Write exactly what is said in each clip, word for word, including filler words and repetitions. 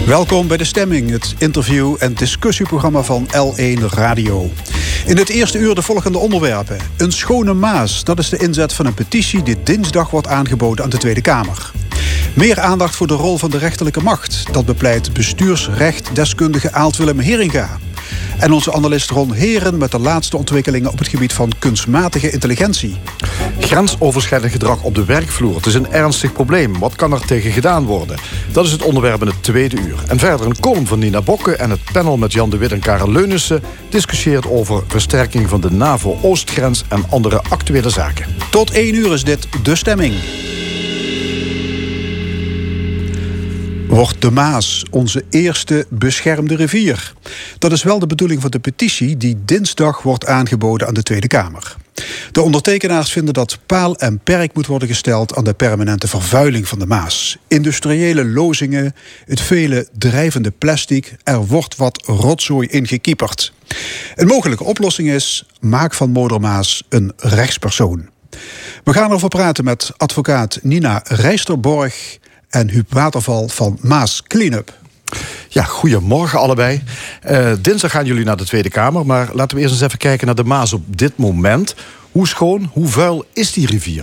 Welkom bij De Stemming, het interview- en discussieprogramma van L één Radio. In het eerste uur de volgende onderwerpen. Een schone Maas, dat is de inzet van een petitie die dinsdag wordt aangeboden aan de Tweede Kamer. Meer aandacht voor de rol van de rechterlijke macht. Dat bepleit bestuursrechtdeskundige Aalt-Willem Heringa. En onze analist Ron Heren met de laatste ontwikkelingen op het gebied van kunstmatige intelligentie. Grensoverschrijdend gedrag op de werkvloer. Het is een ernstig probleem. Wat kan er tegen gedaan worden? Dat is het onderwerp in het tweede uur. En verder een column van Nina Bokke en het panel met Jan de Wit en Karel Leunissen discussieert over versterking van de NAVO-Oostgrens en andere actuele zaken. Tot één uur is dit De Stemming. Wordt de Maas onze eerste beschermde rivier? Dat is wel de bedoeling van de petitie die dinsdag wordt aangeboden aan de Tweede Kamer. De ondertekenaars vinden dat paal en perk moet worden gesteld aan de permanente vervuiling van de Maas. Industriële lozingen, het vele drijvende plastic, er wordt wat rotzooi ingekieperd. Een mogelijke oplossing is, maak van Modermaas een rechtspersoon. We gaan erover praten met advocaat Nina Rijsterborg en Huub Waterval van Maas Cleanup. Ja, goedemorgen allebei. Uh, dinsdag gaan jullie naar de Tweede Kamer, maar laten we eerst eens even kijken naar de Maas op dit moment. Hoe schoon, hoe vuil is die rivier?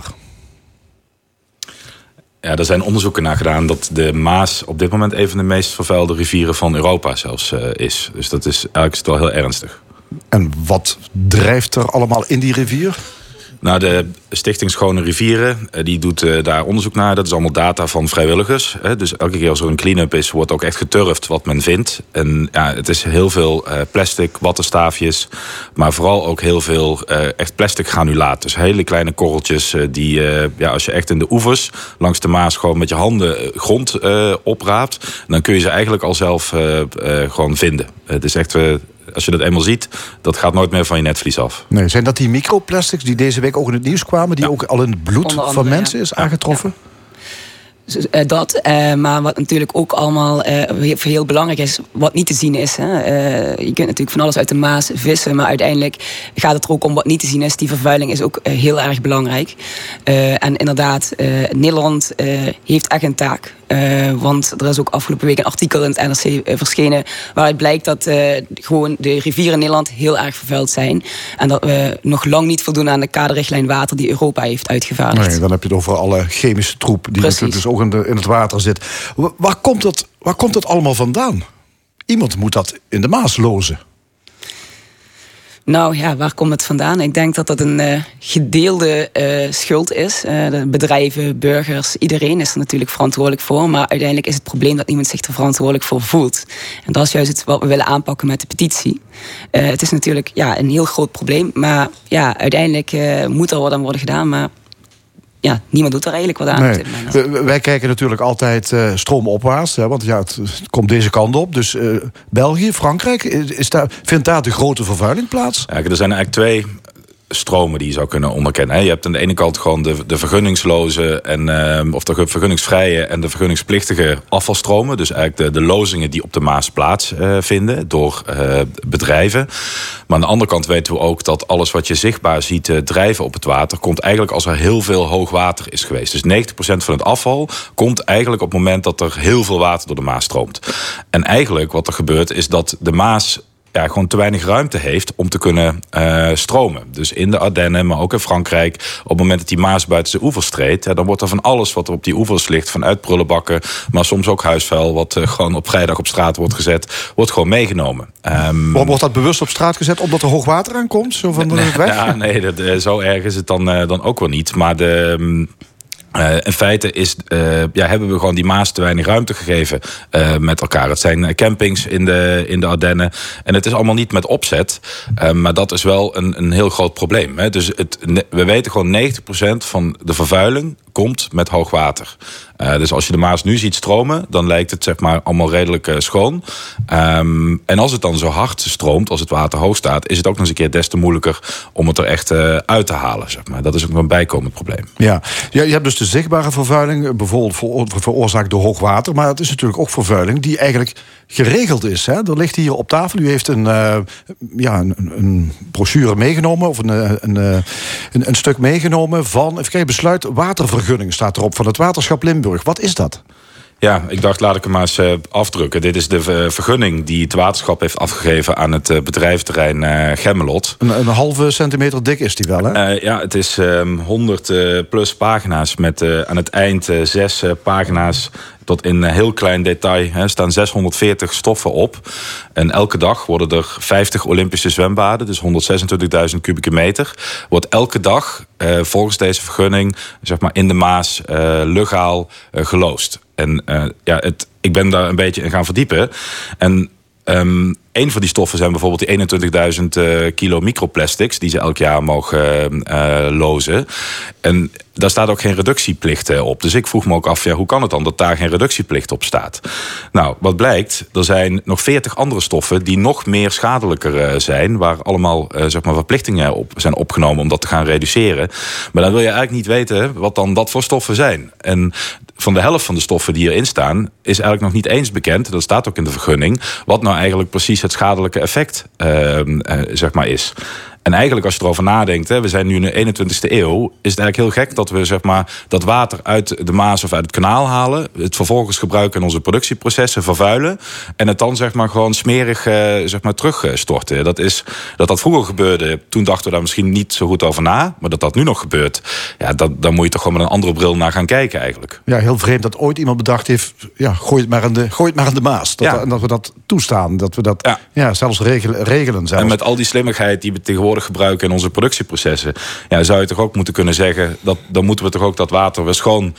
Ja, er zijn onderzoeken naar gedaan dat de Maas op dit moment een van de meest vervuilde rivieren van Europa zelfs uh, is. Dus dat is eigenlijk is het wel heel ernstig. En wat drijft er allemaal in die rivier? Nou, de Stichting Schone Rivieren, die doet uh, daar onderzoek naar. Dat is allemaal data van vrijwilligers. Hè. Dus elke keer als er een clean-up is, wordt ook echt geturfd wat men vindt. En ja, het is heel veel uh, plastic, wattenstaafjes, maar vooral ook heel veel uh, echt plastic granulaat. Dus hele kleine korreltjes uh, die, uh, ja, als je echt in de oevers langs de Maas gewoon met je handen grond uh, opraapt, dan kun je ze eigenlijk al zelf uh, uh, gewoon vinden. Het is echt... Uh, Als je dat eenmaal ziet, dat gaat nooit meer van je netvlies af. Nee, zijn dat die microplastics die deze week ook in het nieuws kwamen, die ja. ook al in het bloed andere, van mensen ja. is aangetroffen? Ja. Dat, uh, maar wat natuurlijk ook allemaal uh, heel belangrijk is, wat niet te zien is. Hè. Uh, je kunt natuurlijk van alles uit de Maas vissen, maar uiteindelijk gaat het er ook om wat niet te zien is. Die vervuiling is ook uh, heel erg belangrijk. Uh, en inderdaad, uh, Nederland uh, heeft echt een taak. Uh, want er is ook afgelopen week een artikel in het N R C uh, verschenen waaruit blijkt dat uh, gewoon de rivieren in Nederland heel erg vervuild zijn. En dat we nog lang niet voldoen aan de kaderrichtlijn water die Europa heeft uitgevaardigd. Nee, dan heb je het over alle chemische troep die natuurlijk dus ook in, de, in het water zit. Waar komt, dat, waar komt dat allemaal vandaan? Iemand moet dat in de Maas lozen. Nou ja, waar komt het vandaan? Ik denk dat dat een uh, gedeelde uh, schuld is. Uh, de bedrijven, burgers, iedereen is er natuurlijk verantwoordelijk voor. Maar uiteindelijk is het probleem dat niemand zich er verantwoordelijk voor voelt. En dat is juist het wat we willen aanpakken met de petitie. Uh, het is natuurlijk ja, een heel groot probleem. Maar ja, uiteindelijk uh, moet er wat aan worden gedaan. Maar ja, niemand doet er eigenlijk wat aan. Nee. We, wij kijken natuurlijk altijd uh, stroomopwaarts. Hè, want ja, het, het komt deze kant op. Dus uh, België, Frankrijk, is daar, vindt daar de grote vervuiling plaats? Ja, er zijn eigenlijk twee stromen die je zou kunnen onderkennen. Je hebt aan de ene kant gewoon de, de vergunningsloze en uh, of de vergunningsvrije en de vergunningsplichtige afvalstromen. Dus eigenlijk de, de lozingen die op de Maas plaatsvinden uh, door uh, bedrijven. Maar aan de andere kant weten we ook dat alles wat je zichtbaar ziet uh, drijven op het water komt eigenlijk als er heel veel hoog water is geweest. Dus negentig procent van het afval komt eigenlijk op het moment dat er heel veel water door de Maas stroomt. En eigenlijk wat er gebeurt is dat de Maas ja, gewoon te weinig ruimte heeft om te kunnen uh, stromen. Dus in de Ardennen, maar ook in Frankrijk, op het moment dat die Maas buiten zijn oevers treedt, ja, dan wordt er van alles wat er op die oevers ligt, vanuit prullenbakken, maar soms ook huisvuil, wat uh, gewoon op vrijdag op straat wordt gezet, wordt gewoon meegenomen. Um, wordt dat bewust op straat gezet omdat er hoog water aankomt? Zo van, dan is het weg? Ja, nee, dat, uh, zo erg is het dan, uh, dan ook wel niet. Maar de... Um, Uh, in feite is, uh, ja, hebben we gewoon die Maas te weinig ruimte gegeven uh, met elkaar. Het zijn campings in de, in de Ardennen. En het is allemaal niet met opzet. Uh, maar dat is wel een, een heel groot probleem. Hè. Dus het, we weten gewoon negentig procent van de vervuiling komt met hoog water. Uh, dus als je de Maas nu ziet stromen, dan lijkt het zeg maar allemaal redelijk uh, schoon. Um, en als het dan zo hard stroomt, als het water hoog staat, is het ook nog eens een keer des te moeilijker om het er echt uh, uit te halen. Zeg maar. Dat is ook een bijkomend probleem. Ja, ja, je hebt dus de zichtbare vervuiling, bijvoorbeeld veroorzaakt door hoog water. Maar het is natuurlijk ook vervuiling die eigenlijk geregeld is. Hè? Er ligt hier op tafel, u heeft een, uh, ja, een, een brochure meegenomen, of een, een, een, een stuk meegenomen van, even kijken, besluit watervergunning staat erop van het Waterschap Limburg. Wat is dat? Ja, ik dacht, laat ik hem maar eens uh, afdrukken. Dit is de uh, vergunning die het waterschap heeft afgegeven aan het uh, bedrijventerrein uh, Gemmelot. Een, een halve centimeter dik is die wel, hè? Uh, ja, het is um, honderd uh, plus pagina's met uh, aan het eind uh, zes uh, pagina's tot in uh, heel klein detail. Er staan zeshonderdveertig stoffen op. En elke dag worden er vijftig Olympische zwembaden, dus honderdzesentwintigduizend kubieke meter, wordt elke dag uh, volgens deze vergunning zeg maar in de Maas uh, legaal uh, geloosd. En uh, ja, het, ik ben daar een beetje in gaan verdiepen. En um, een van die stoffen zijn bijvoorbeeld die eenentwintigduizend uh, kilo microplastics die ze elk jaar mogen uh, lozen. En daar staat ook geen reductieplicht uh, op. Dus ik vroeg me ook af, ja, hoe kan het dan dat daar geen reductieplicht op staat? Nou, wat blijkt, er zijn nog veertig andere stoffen die nog meer schadelijker uh, zijn, waar allemaal uh, zeg maar verplichtingen op zijn opgenomen om dat te gaan reduceren. Maar dan wil je eigenlijk niet weten wat dan dat voor stoffen zijn. En van de helft van de stoffen die erin staan is eigenlijk nog niet eens bekend, dat staat ook in de vergunning, wat nou eigenlijk precies het schadelijke effect uh, uh, zeg maar is. En eigenlijk als je erover nadenkt, hè, we zijn nu in de eenentwintigste eeuw, is het eigenlijk heel gek dat we zeg maar, dat water uit de Maas of uit het kanaal halen, het vervolgens gebruiken in onze productieprocessen, vervuilen en het dan zeg maar, gewoon smerig uh, zeg maar, terugstorten. Dat, is, dat dat vroeger gebeurde, toen dachten we daar misschien niet zo goed over na, maar dat dat nu nog gebeurt, ja, dat, dan moet je toch gewoon met een andere bril naar gaan kijken eigenlijk. Ja, heel vreemd dat ooit iemand bedacht heeft, ja, gooi het maar aan de, gooi het maar aan de Maas. Dat, ja. dat we dat toestaan, dat we dat ja. Ja, zelfs regelen, regelen zelfs. En met al die slimmigheid die we tegenwoordig gebruiken in onze productieprocessen, ja, zou je toch ook moeten kunnen zeggen dat dan moeten we toch ook dat water weer schoon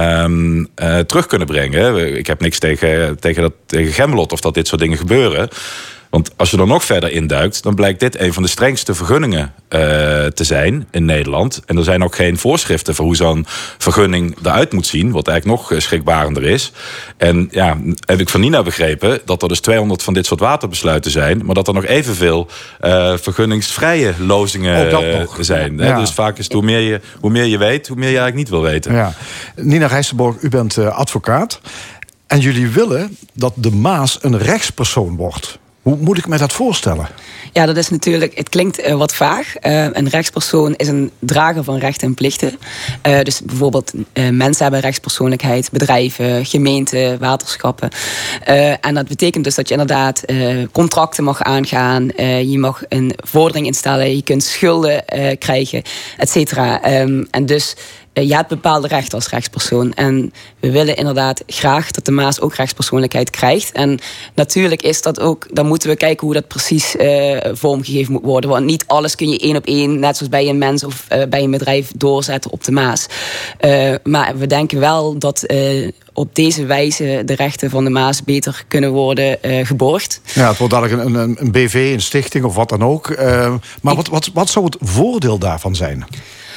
um, uh, terug kunnen brengen. Ik heb niks tegen, tegen, dat, tegen Gemmelot of dat dit soort dingen gebeuren. Want als je er nog verder induikt, dan blijkt dit een van de strengste vergunningen uh, te zijn in Nederland. En er zijn ook geen voorschriften voor hoe zo'n vergunning eruit moet zien, wat eigenlijk nog schrikbarender is. En ja, heb ik van Nina begrepen dat er dus tweehonderd van dit soort waterbesluiten zijn, maar dat er nog evenveel uh, vergunningsvrije lozingen uh, zijn. Ja. Dus vaak is het hoe meer, je, hoe meer je weet, hoe meer je eigenlijk niet wil weten. Ja. Nina Rijstenborg, u bent uh, advocaat. En jullie willen dat de Maas een rechtspersoon wordt. Hoe moet ik me dat voorstellen? Ja, dat is natuurlijk, het klinkt uh, wat vaag. Uh, een rechtspersoon is een drager van rechten en plichten. Uh, dus bijvoorbeeld uh, mensen hebben rechtspersoonlijkheid, bedrijven, gemeenten, waterschappen. Uh, en dat betekent dus dat je inderdaad uh, contracten mag aangaan. Uh, je mag een vordering instellen, je kunt schulden uh, krijgen, et cetera. Um, en dus je hebt bepaalde rechten als rechtspersoon. En we willen inderdaad graag dat de Maas ook rechtspersoonlijkheid krijgt. En natuurlijk is dat ook, dan moeten we kijken hoe dat precies uh, vormgegeven moet worden. Want niet alles kun je één op één, net zoals bij een mens of uh, bij een bedrijf, doorzetten op de Maas. Uh, maar we denken wel dat Uh, op deze wijze de rechten van de Maas beter kunnen worden uh, geborgd. Ja, het wordt dadelijk een, een, een B V, een stichting of wat dan ook. Uh, maar Ik... wat, wat, wat zou het voordeel daarvan zijn?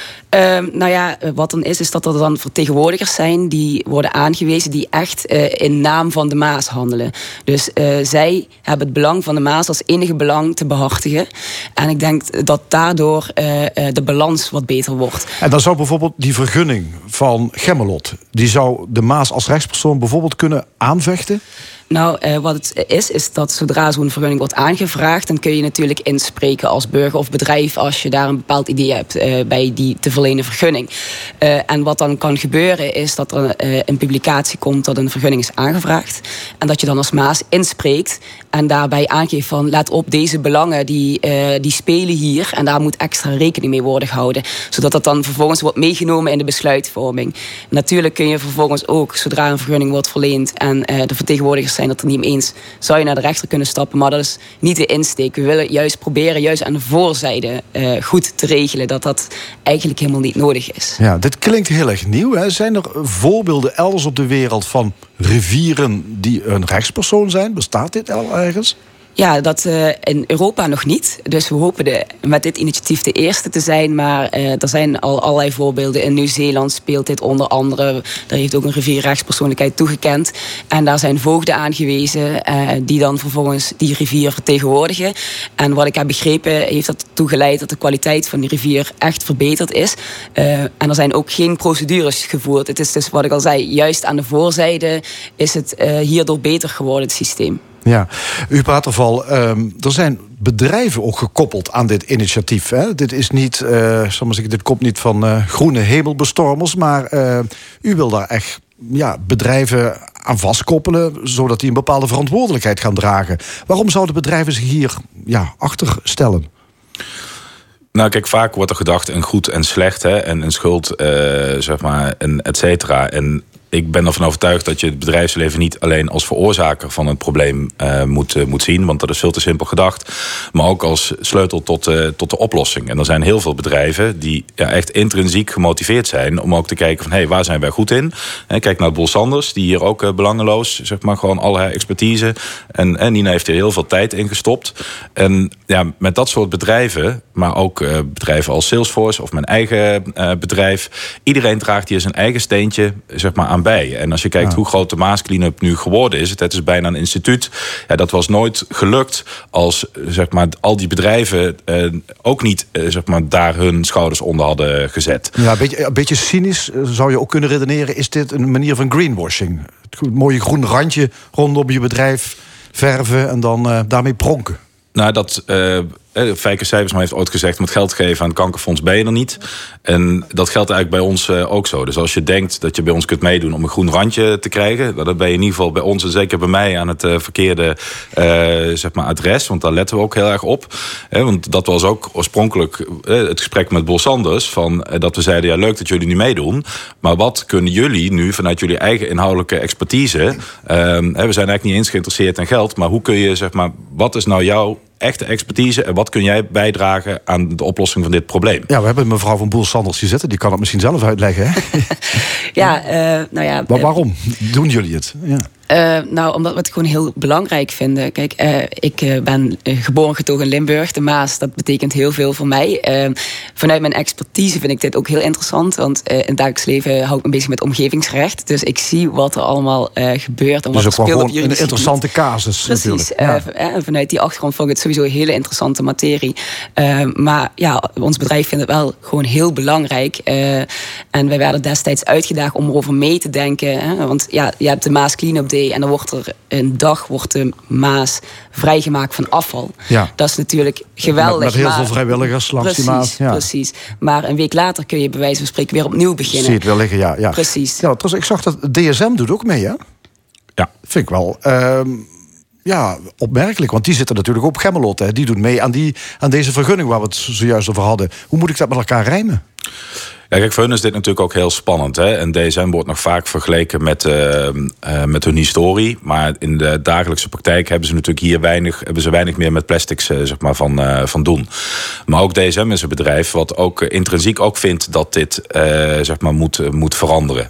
Uh, nou ja, wat dan is, is dat er dan vertegenwoordigers zijn die worden aangewezen die echt uh, in naam van de Maas handelen. Dus uh, zij hebben het belang van de Maas als enige belang te behartigen. En ik denk dat daardoor uh, uh, de balans wat beter wordt. En dan zou bijvoorbeeld die vergunning van Gemmelot, die zou de Maas als rechtspersoon bijvoorbeeld kunnen aanvechten? Nou, uh, wat het is, is dat zodra zo'n vergunning wordt aangevraagd, dan kun je natuurlijk inspreken als burger of bedrijf als je daar een bepaald idee hebt uh, bij die te verlenen vergunning. Uh, en wat dan kan gebeuren is dat er uh, een publicatie komt dat een vergunning is aangevraagd. En dat je dan als Maas inspreekt en daarbij aangeeft van let op, deze belangen die, uh, die spelen hier en daar moet extra rekening mee worden gehouden. Zodat dat dan vervolgens wordt meegenomen in de besluitvorming. Natuurlijk kun je vervolgens ook, zodra een vergunning wordt verleend en uh, de vertegenwoordigers zijn dat er niet mee eens, zou je naar de rechter kunnen stappen. Maar dat is niet de insteek. We willen juist proberen, juist aan de voorzijde uh, goed te regelen, dat dat eigenlijk helemaal niet nodig is. Ja, dit klinkt heel erg nieuw. Hè? Zijn er voorbeelden elders op de wereld van rivieren die een rechtspersoon zijn? Bestaat dit al ergens? Ja, dat uh, in Europa nog niet. Dus we hopen de, met dit initiatief de eerste te zijn. Maar uh, er zijn al allerlei voorbeelden. In Nieuw-Zeeland speelt dit onder andere. Daar heeft ook een rivier rechtspersoonlijkheid toegekend. En daar zijn voogden aangewezen uh, die dan vervolgens die rivier vertegenwoordigen. En wat ik heb begrepen heeft dat ertoe geleid dat de kwaliteit van die rivier echt verbeterd is. Uh, en er zijn ook geen procedures gevoerd. Het is dus wat ik al zei, juist aan de voorzijde is het uh, hierdoor beter geworden, het systeem. Ja, u praat ervan. Um, er zijn bedrijven ook gekoppeld aan dit initiatief. Hè? Dit is niet, uh, zal maar zeggen, dit komt niet van uh, groene hemelbestormers, maar uh, u wil daar echt ja, bedrijven aan vastkoppelen, zodat die een bepaalde verantwoordelijkheid gaan dragen. Waarom zouden bedrijven zich hier ja, achter stellen? Nou, kijk, vaak wordt er gedacht in goed en slecht, hè, en een schuld, uh, zeg maar, en et cetera. En ik ben ervan overtuigd dat je het bedrijfsleven niet alleen als veroorzaker van een probleem uh, moet, uh, moet zien, want dat is veel te simpel gedacht, maar ook als sleutel tot, uh, tot de oplossing. En er zijn heel veel bedrijven die ja, echt intrinsiek gemotiveerd zijn om ook te kijken van, hé, hey, waar zijn wij goed in? En kijk naar Boel Sanders, die hier ook uh, belangeloos, zeg maar, gewoon al haar expertise. En, en Nina heeft hier heel veel tijd in gestopt. En ja, met dat soort bedrijven, maar ook uh, bedrijven als Salesforce of mijn eigen uh, bedrijf, iedereen draagt hier zijn eigen steentje, zeg maar, aan bij. En als je kijkt ja. hoe groot de Maas Cleanup nu geworden is, het is bijna een instituut. Ja, dat was nooit gelukt als, zeg maar, al die bedrijven uh, ook niet, uh, zeg maar, daar hun schouders onder hadden gezet. Ja, een beetje, een beetje cynisch zou je ook kunnen redeneren. Is dit een manier van greenwashing? Het mooie groen randje rondom je bedrijf verven en dan uh, daarmee pronken. Nou, dat uh, Fijke Sijbersma heeft ooit gezegd, met geld geven aan het kankerfonds ben je er niet. En dat geldt eigenlijk bij ons uh, ook zo. Dus als je denkt dat je bij ons kunt meedoen om een groen randje te krijgen, dan ben je in ieder geval bij ons en zeker bij mij aan het uh, verkeerde uh, zeg maar adres. Want daar letten we ook heel erg op. He, want dat was ook oorspronkelijk uh, het gesprek met Boel Sanders, van, uh, dat we zeiden, ja, leuk dat jullie nu meedoen, maar wat kunnen jullie nu vanuit jullie eigen inhoudelijke expertise, uh, we zijn eigenlijk niet eens geïnteresseerd in geld, maar hoe kun je, zeg maar, wat is nou jouw echte expertise en wat kun jij bijdragen aan de oplossing van dit probleem? Ja, we hebben mevrouw van Boel Sanders hier zitten. Die kan het misschien zelf uitleggen, hè? ja, uh, nou ja. Maar waarom doen jullie het? Ja. Uh, nou, omdat we het gewoon heel belangrijk vinden. Kijk, uh, ik uh, ben uh, geboren getogen in Limburg. De Maas, dat betekent heel veel voor mij. Uh, vanuit mijn expertise vind ik dit ook heel interessant. Want uh, in het dagelijks leven hou ik me bezig met omgevingsrecht. Dus ik zie wat er allemaal uh, gebeurt. En dus wat ook er wel speelt gewoon een interessante casus. Precies. Uh, ja. uh, vanuit die achtergrond vond ik het sowieso een hele interessante materie. Uh, maar ja, ons bedrijf vindt het wel gewoon heel belangrijk. Uh, en wij werden destijds uitgedaagd om erover mee te denken. Hè? Want ja, je hebt de Maas Cleanup Day en dan wordt er een dag wordt de Maas vrijgemaakt van afval. Ja. Dat is natuurlijk geweldig. Met, met heel maar, veel vrijwilligers langs precies, die Maas. Ja. Precies. Maar een week later kun je bij wijze van spreken weer opnieuw beginnen. Zie het wel liggen, ja. ja. Precies. Ja, ik zag dat D S M doet ook mee, hè? Ja. Vind ik wel. Uh, ja, opmerkelijk. Want die zitten natuurlijk ook op Gemmelot. Hè. Die doen mee aan, die, aan deze vergunning waar we het zojuist over hadden. Hoe moet ik dat met elkaar rijmen? Ja, kijk, voor hun is dit natuurlijk ook heel spannend. Hè? En D S M wordt nog vaak vergeleken met, uh, uh, met hun historie. Maar in de dagelijkse praktijk hebben ze natuurlijk hier weinig, hebben ze weinig meer met plastics uh, zeg maar, van, uh, van doen. Maar ook D S M is een bedrijf wat ook uh, intrinsiek ook vindt dat dit uh, zeg maar moet, uh, moet veranderen.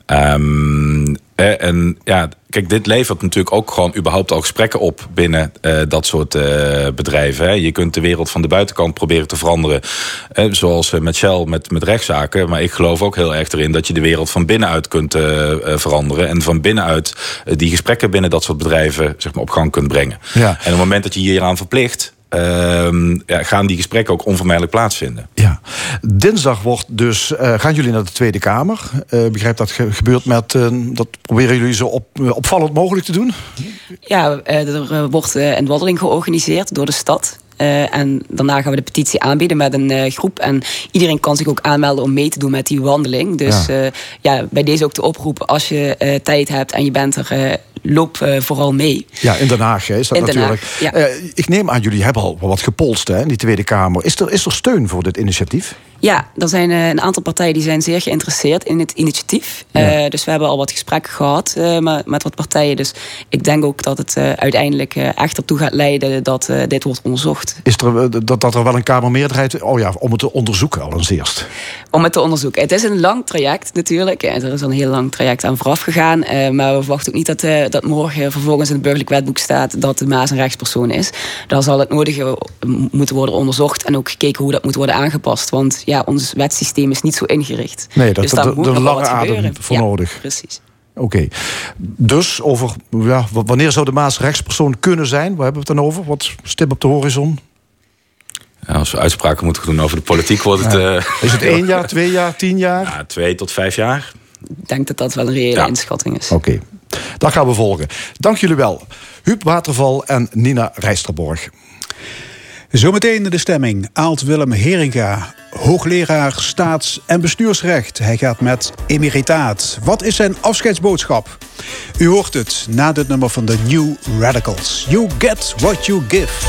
Um, eh, en ja, kijk, dit levert natuurlijk ook gewoon überhaupt al gesprekken op binnen uh, dat soort uh, bedrijven. Hè. Je kunt de wereld van de buitenkant proberen te veranderen. Eh, zoals uh, met Shell, met, met rechtszaken. Maar ik geloof ook heel erg erin dat je de wereld van binnenuit kunt uh, uh, veranderen. En van binnenuit uh, die gesprekken binnen dat soort bedrijven, zeg maar, op gang kunt brengen. Ja. En op het moment dat je je hieraan verplicht, Uh, ja, gaan die gesprekken ook onvermijdelijk plaatsvinden. Ja. Dinsdag wordt dus, uh, gaan jullie naar de Tweede Kamer. Uh, begrijp dat ge- gebeurt met, uh, dat proberen jullie zo op, uh, opvallend mogelijk te doen? Ja, uh, er wordt uh, een wandeling georganiseerd door de stad. Uh, en daarna gaan we de petitie aanbieden met een uh, groep. En iedereen kan zich ook aanmelden om mee te doen met die wandeling. Dus ja, uh, ja bij deze ook de oproep, als je uh, tijd hebt en je bent er, uh, loop uh, vooral mee. Ja, in Den Haag is dat in natuurlijk. Den Haag, ja. uh, ik neem aan, jullie hebben al wat gepolst, hè, in die Tweede Kamer. Is er, is er steun voor dit initiatief? Ja, er zijn uh, een aantal partijen die zijn zeer geïnteresseerd in het initiatief. Ja. Uh, dus we hebben al wat gesprekken gehad uh, met, met wat partijen. Dus ik denk ook dat het uh, uiteindelijk uh, echt ertoe gaat leiden dat uh, dit wordt onderzocht. Is er, dat, dat er wel een Kamermeerderheid, oh ja, om het te onderzoeken al eens eerst? Om het te onderzoeken. Het is een lang traject natuurlijk. Er is al een heel lang traject aan vooraf gegaan. Uh, maar we verwachten ook niet dat, uh, dat morgen vervolgens in het burgerlijk wetboek staat dat de Maas een rechtspersoon is. Daar zal het nodige moeten worden onderzocht en ook gekeken hoe dat moet worden aangepast. Want ja, ons wetsysteem is niet zo ingericht. Nee, dat dus daar er moet een nog lange wat adem gebeuren. voor ja, nodig. Precies. Oké. Okay. Dus over, ja, wanneer zou de Maas rechtspersoon kunnen zijn? Waar hebben we het dan over? Wat stip op de horizon? Ja, als we uitspraken moeten doen over de politiek, wordt het... Ja. Uh, is het één jaar, twee jaar, tien jaar? Ja, twee tot vijf jaar. Ik denk dat dat wel een reële ja. inschatting is. Oké, okay. Dat gaan we volgen. Dank jullie wel. Huub Waterval en Nina Rijsterborg. Zometeen de stemming. Aalt Willem Heringa, hoogleraar staats- en bestuursrecht. Hij gaat met emeritaat. Wat is zijn afscheidsboodschap? U hoort het na dit nummer van de New Radicals. You get what you give.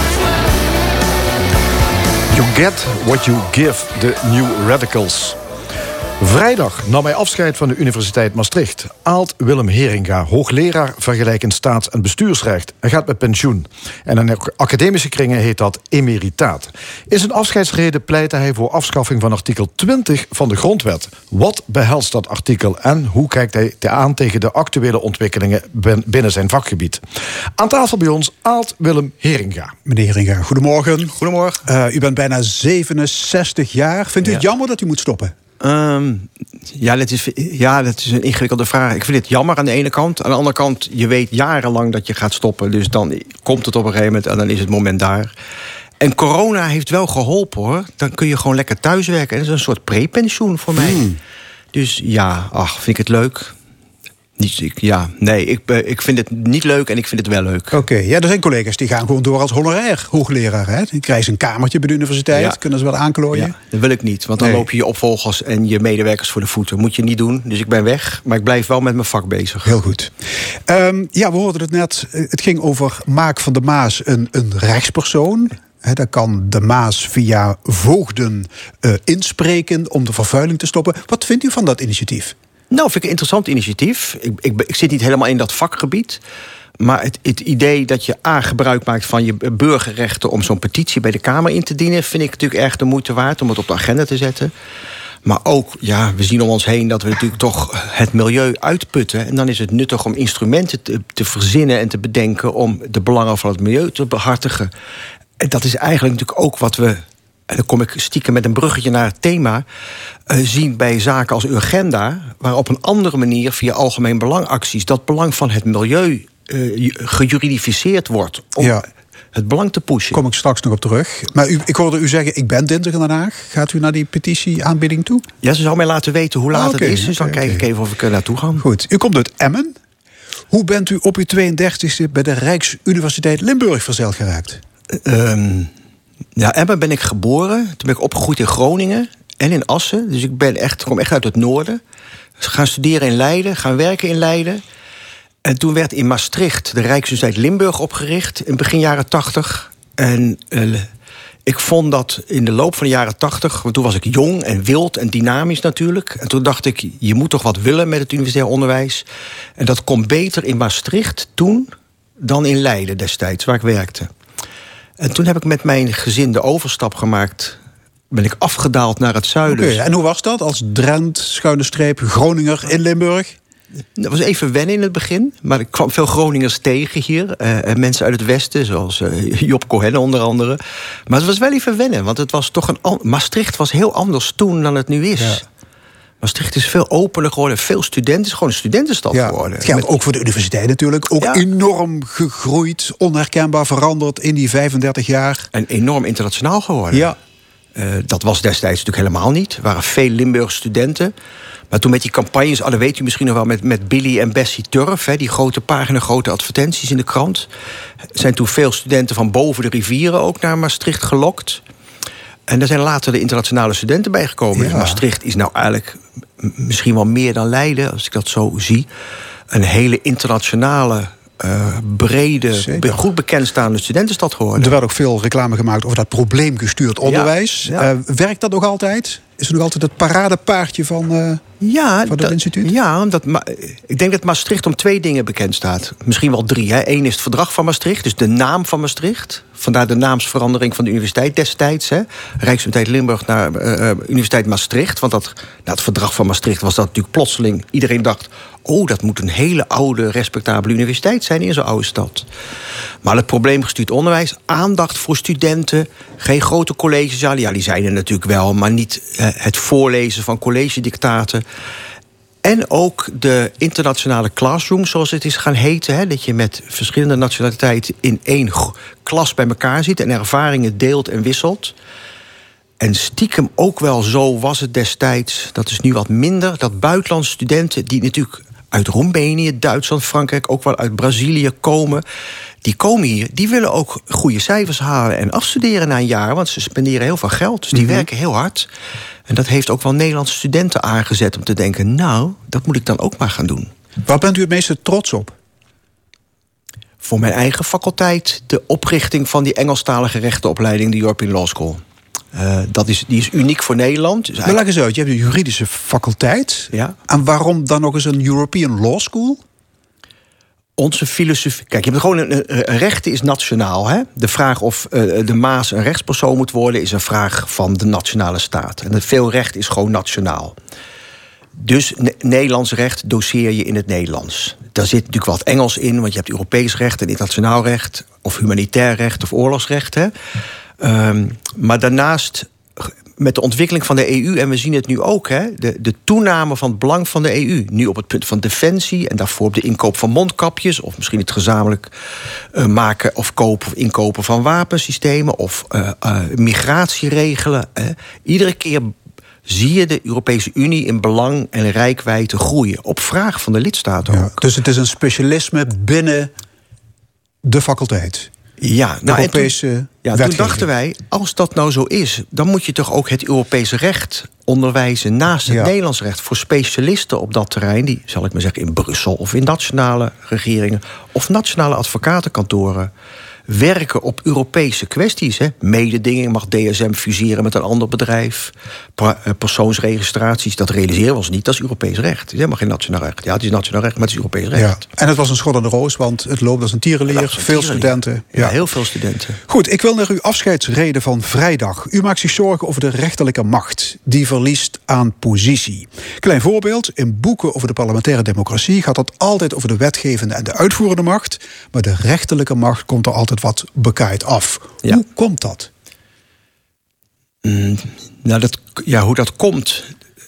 Get what you give, de New Radicals. Vrijdag nam hij afscheid van de Universiteit Maastricht. Aalt Willem Heringa, hoogleraar vergelijkend staats- en bestuursrecht. Hij gaat met pensioen. En in academische kringen heet dat emeritaat. In zijn afscheidsrede pleitte hij voor afschaffing van artikel twintig van de Grondwet. Wat behelst dat artikel en hoe kijkt hij aan tegen de actuele ontwikkelingen binnen zijn vakgebied? Aan tafel bij ons Aalt Willem Heringa. Meneer Heringa, goedemorgen. Goedemorgen. Uh, u bent bijna zevenenzestig jaar. Vindt u ja. het jammer dat u moet stoppen? Um, ja, dat is, ja, dat is een ingewikkelde vraag. Ik vind het jammer aan de ene kant. Aan de andere kant, je weet jarenlang dat je gaat stoppen. Dus dan komt het op een gegeven moment en dan is het moment daar. En corona heeft wel geholpen, hoor. Dan kun je gewoon lekker thuiswerken. En dat is een soort prepensioen voor mij. Hmm. Dus ja, ach, vind ik het leuk? Niet, ja, nee, ik, ik vind het niet leuk en ik vind het wel leuk. Oké, okay, ja, er zijn collega's die gaan gewoon door als honorair hoogleraar. Hè? Die krijgen een kamertje bij de universiteit, ja. kunnen ze wel aanklooien. Ja, dat wil ik niet, want dan nee. loop je je opvolgers en je medewerkers voor de voeten. Moet je niet doen, dus ik ben weg, maar ik blijf wel met mijn vak bezig. Heel goed. Um, ja, we hoorden het net, het ging over Maak van de Maas een, een rechtspersoon. He, dan kan de Maas via voogden uh, inspreken om de vervuiling te stoppen. Wat vindt u van dat initiatief? Nou, vind ik een interessant initiatief. Ik, ik, ik zit niet helemaal in dat vakgebied. Maar het, het idee dat je A, gebruik maakt van je burgerrechten om zo'n petitie bij de Kamer in te dienen, vind ik natuurlijk erg de moeite waard om het op de agenda te zetten. Maar ook, ja, we zien om ons heen dat we natuurlijk toch het milieu uitputten. En dan is het nuttig om instrumenten te, te verzinnen en te bedenken om de belangen van het milieu te behartigen. En dat is eigenlijk natuurlijk ook wat we, en dan kom ik stiekem met een bruggetje naar het thema, uh, zien bij zaken als Urgenda, waar op een andere manier via algemeen belangacties dat belang van het milieu uh, gejuridificeerd wordt om ja. het belang te pushen. Kom ik straks nog op terug. Maar u, ik hoorde u zeggen, ik ben dinsdag in Den Haag. Gaat u naar die petitieaanbieding toe? Ja, ze zou mij laten weten hoe laat ah, okay, het is. Dus okay, dan kijk okay. ik even of ik er naartoe ga. Goed, u komt uit Emmen. Hoe bent u op uw tweeëndertigste bij de Rijksuniversiteit Limburg verzeild geraakt? Um, ja, Emmen ben ik geboren. Toen ben ik opgegroeid in Groningen en in Assen. Dus ik ben echt, kom echt uit het noorden. Gaan studeren in Leiden, gaan werken in Leiden. En toen werd in Maastricht de Rijksuniversiteit Limburg opgericht in begin jaren tachtig. En uh, ik vond dat in de loop van de jaren tachtig, want toen was ik jong en wild en dynamisch natuurlijk. En toen dacht ik, je moet toch wat willen met het universitair onderwijs. En dat kon beter in Maastricht toen dan in Leiden destijds, waar ik werkte. En toen heb ik met mijn gezin de overstap gemaakt. Ben ik afgedaald naar het zuiden. Okay, en hoe was dat als Drent, schuine streep, Groninger in Limburg? Dat was even wennen in het begin. Maar ik kwam veel Groningers tegen hier. Uh, en mensen uit het westen, zoals uh, Job Cohen onder andere. Maar het was wel even wennen. Want het was toch een an- Maastricht was heel anders toen dan het nu is. Ja. Maastricht is veel opener geworden. Veel studenten. Het is gewoon een studentenstad ja, geworden. Het geldt Met... ook voor de universiteit natuurlijk. Ook ja. enorm gegroeid, onherkenbaar veranderd in die vijfendertig jaar. En enorm internationaal geworden. Ja. Uh, dat was destijds natuurlijk helemaal niet. Er waren veel Limburgse studenten. Maar toen met die campagnes, oh, dat weet u misschien nog wel, met, met Billy en Bessie Turf, hè, die grote pagina, grote advertenties in de krant, zijn toen veel studenten van boven de rivieren ook naar Maastricht gelokt. En daar zijn later de internationale studenten bijgekomen. Ja. Dus Maastricht is nou eigenlijk misschien wel meer dan Leiden, als ik dat zo zie. Een hele internationale, uh, brede, be- goed bekendstaande studentenstad geworden. Er werd ook veel reclame gemaakt over dat probleemgestuurd onderwijs. Ja, ja. Uh, werkt dat nog altijd? Is er nog altijd het paradepaardje van, uh, ja, van dat, dat instituut? Ja, omdat, ik denk dat Maastricht om twee dingen bekend staat. Misschien wel drie. Hè. Eén is het verdrag van Maastricht, dus de naam van Maastricht. Vandaar de naamsverandering van de universiteit destijds. Hè. Rijksuniversiteit Limburg naar uh, Universiteit Maastricht. Want dat, nou, het verdrag van Maastricht was dat natuurlijk plotseling. Iedereen dacht, oh, dat moet een hele oude, respectabele universiteit zijn in zo'n oude stad. Maar het probleemgestuurd onderwijs, aandacht voor studenten, geen grote collegezalen. Ja, die zijn er natuurlijk wel, maar niet uh, het voorlezen van collegedictaten. En ook de internationale classroom, zoals het is gaan heten. Hè, dat je met verschillende nationaliteiten in één klas bij elkaar zit en ervaringen deelt en wisselt. En stiekem ook wel zo was het destijds, dat is nu wat minder, dat buitenlandse studenten die natuurlijk uit Roemenië, Duitsland, Frankrijk, ook wel uit Brazilië komen, die komen hier, die willen ook goede cijfers halen en afstuderen na een jaar, want ze spenderen heel veel geld, dus die mm-hmm. werken heel hard. En dat heeft ook wel Nederlandse studenten aangezet om te denken, nou, dat moet ik dan ook maar gaan doen. Waar bent u het meeste trots op? Voor mijn eigen faculteit de oprichting van die Engelstalige rechtenopleiding, de European Law School. Uh, dat is, die is uniek voor Nederland. Dus eigenlijk... Leg eens uit, je hebt een juridische faculteit. Ja. En waarom dan nog eens een European Law School? Onze filosofie... Kijk, je hebt gewoon een, een rechten is nationaal. Hè? De vraag of uh, de Maas een rechtspersoon moet worden... is een vraag van de nationale staat. En het veel recht is gewoon nationaal. Dus ne- Nederlands recht doseer je in het Nederlands. Daar zit natuurlijk wat Engels in... want je hebt Europees recht en internationaal recht... of humanitair recht of oorlogsrecht. Hè? Um, maar daarnaast... met de ontwikkeling van de E U, en we zien het nu ook... Hè, de, de toename van het belang van de E U. Nu op het punt van defensie... en daarvoor op de inkoop van mondkapjes... of misschien het gezamenlijk uh, maken of kopen of inkopen van wapensystemen... of uh, uh, migratie regelen. Hè. Iedere keer zie je de Europese Unie in belang en reikwijdte groeien. Op vraag van de lidstaten ja, ook. Dus het is een specialisme binnen de faculteit? Ja, nou, Europese en toen, ja, toen dachten wij, als dat nou zo is... dan moet je toch ook het Europese recht onderwijzen... naast het ja. Nederlands recht voor specialisten op dat terrein... die, zal ik maar zeggen, in Brussel of in nationale regeringen... of nationale advocatenkantoren... werken op Europese kwesties. Hè. Mededinging, mag D S M fuseren met een ander bedrijf. Pa- persoonsregistraties, dat realiseren we ons niet. Dat is Europees recht. Het is helemaal geen nationaal recht. Ja, het is nationaal recht, maar het is Europees recht. Ja. En het was een schot aan de roos, want het loopt als een tierenlier. Ja, veel tierenlier. studenten. Ja. ja, heel veel studenten. Goed, ik wil naar uw afscheidsrede van vrijdag. U maakt zich zorgen over de rechterlijke macht. Die verliest aan positie. Klein voorbeeld, in boeken over de parlementaire democratie... gaat het altijd over de wetgevende en de uitvoerende macht. Maar de rechterlijke macht komt er altijd wat bekaaid af. Ja. Hoe komt dat? Mm, nou, dat, ja, hoe dat komt...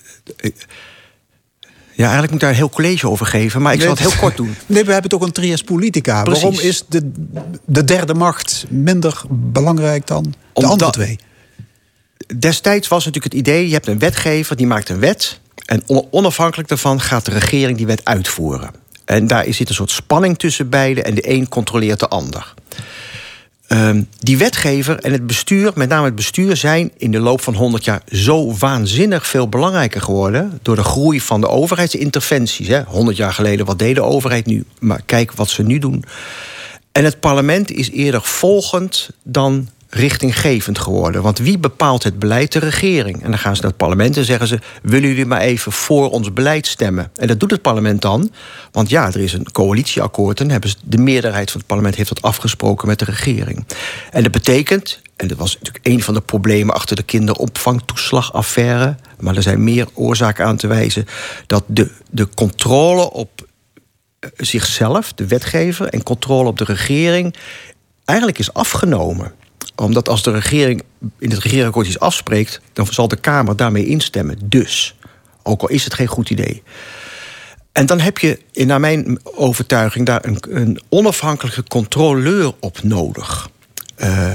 Ja, eigenlijk moet ik daar een heel college over geven, maar ik nee, zal het heel kort doen. Nee, we hebben toch een trias politica. Precies. Waarom is de, de derde macht minder belangrijk dan de Omdat, andere twee? Destijds was natuurlijk het idee, je hebt een wetgever, die maakt een wet... en onafhankelijk daarvan gaat de regering die wet uitvoeren. En daar zit een soort spanning tussen beiden... en de een controleert de ander. Um, die wetgever en het bestuur, met name het bestuur... zijn in de loop van honderd jaar zo waanzinnig veel belangrijker geworden... door de groei van de overheidsinterventies. Hè. honderd jaar geleden, wat deed de overheid nu? Maar kijk wat ze nu doen. En het parlement is eerder volgend dan richtinggevend geworden. Want wie bepaalt het beleid? De regering. En dan gaan ze naar het parlement en zeggen ze... willen jullie maar even voor ons beleid stemmen? En dat doet het parlement dan. Want ja, er is een coalitieakkoord... en hebben ze, de meerderheid van het parlement heeft dat afgesproken met de regering. En dat betekent... en dat was natuurlijk een van de problemen... achter de kinderopvangtoeslagaffaire... maar er zijn meer oorzaken aan te wijzen... dat de, de controle op zichzelf, de wetgever... en controle op de regering... eigenlijk is afgenomen... Omdat als de regering in het regeerakkoord iets afspreekt... dan zal de Kamer daarmee instemmen. Dus, ook al is het geen goed idee. En dan heb je, naar mijn overtuiging... daar een, een onafhankelijke controleur op nodig. Uh,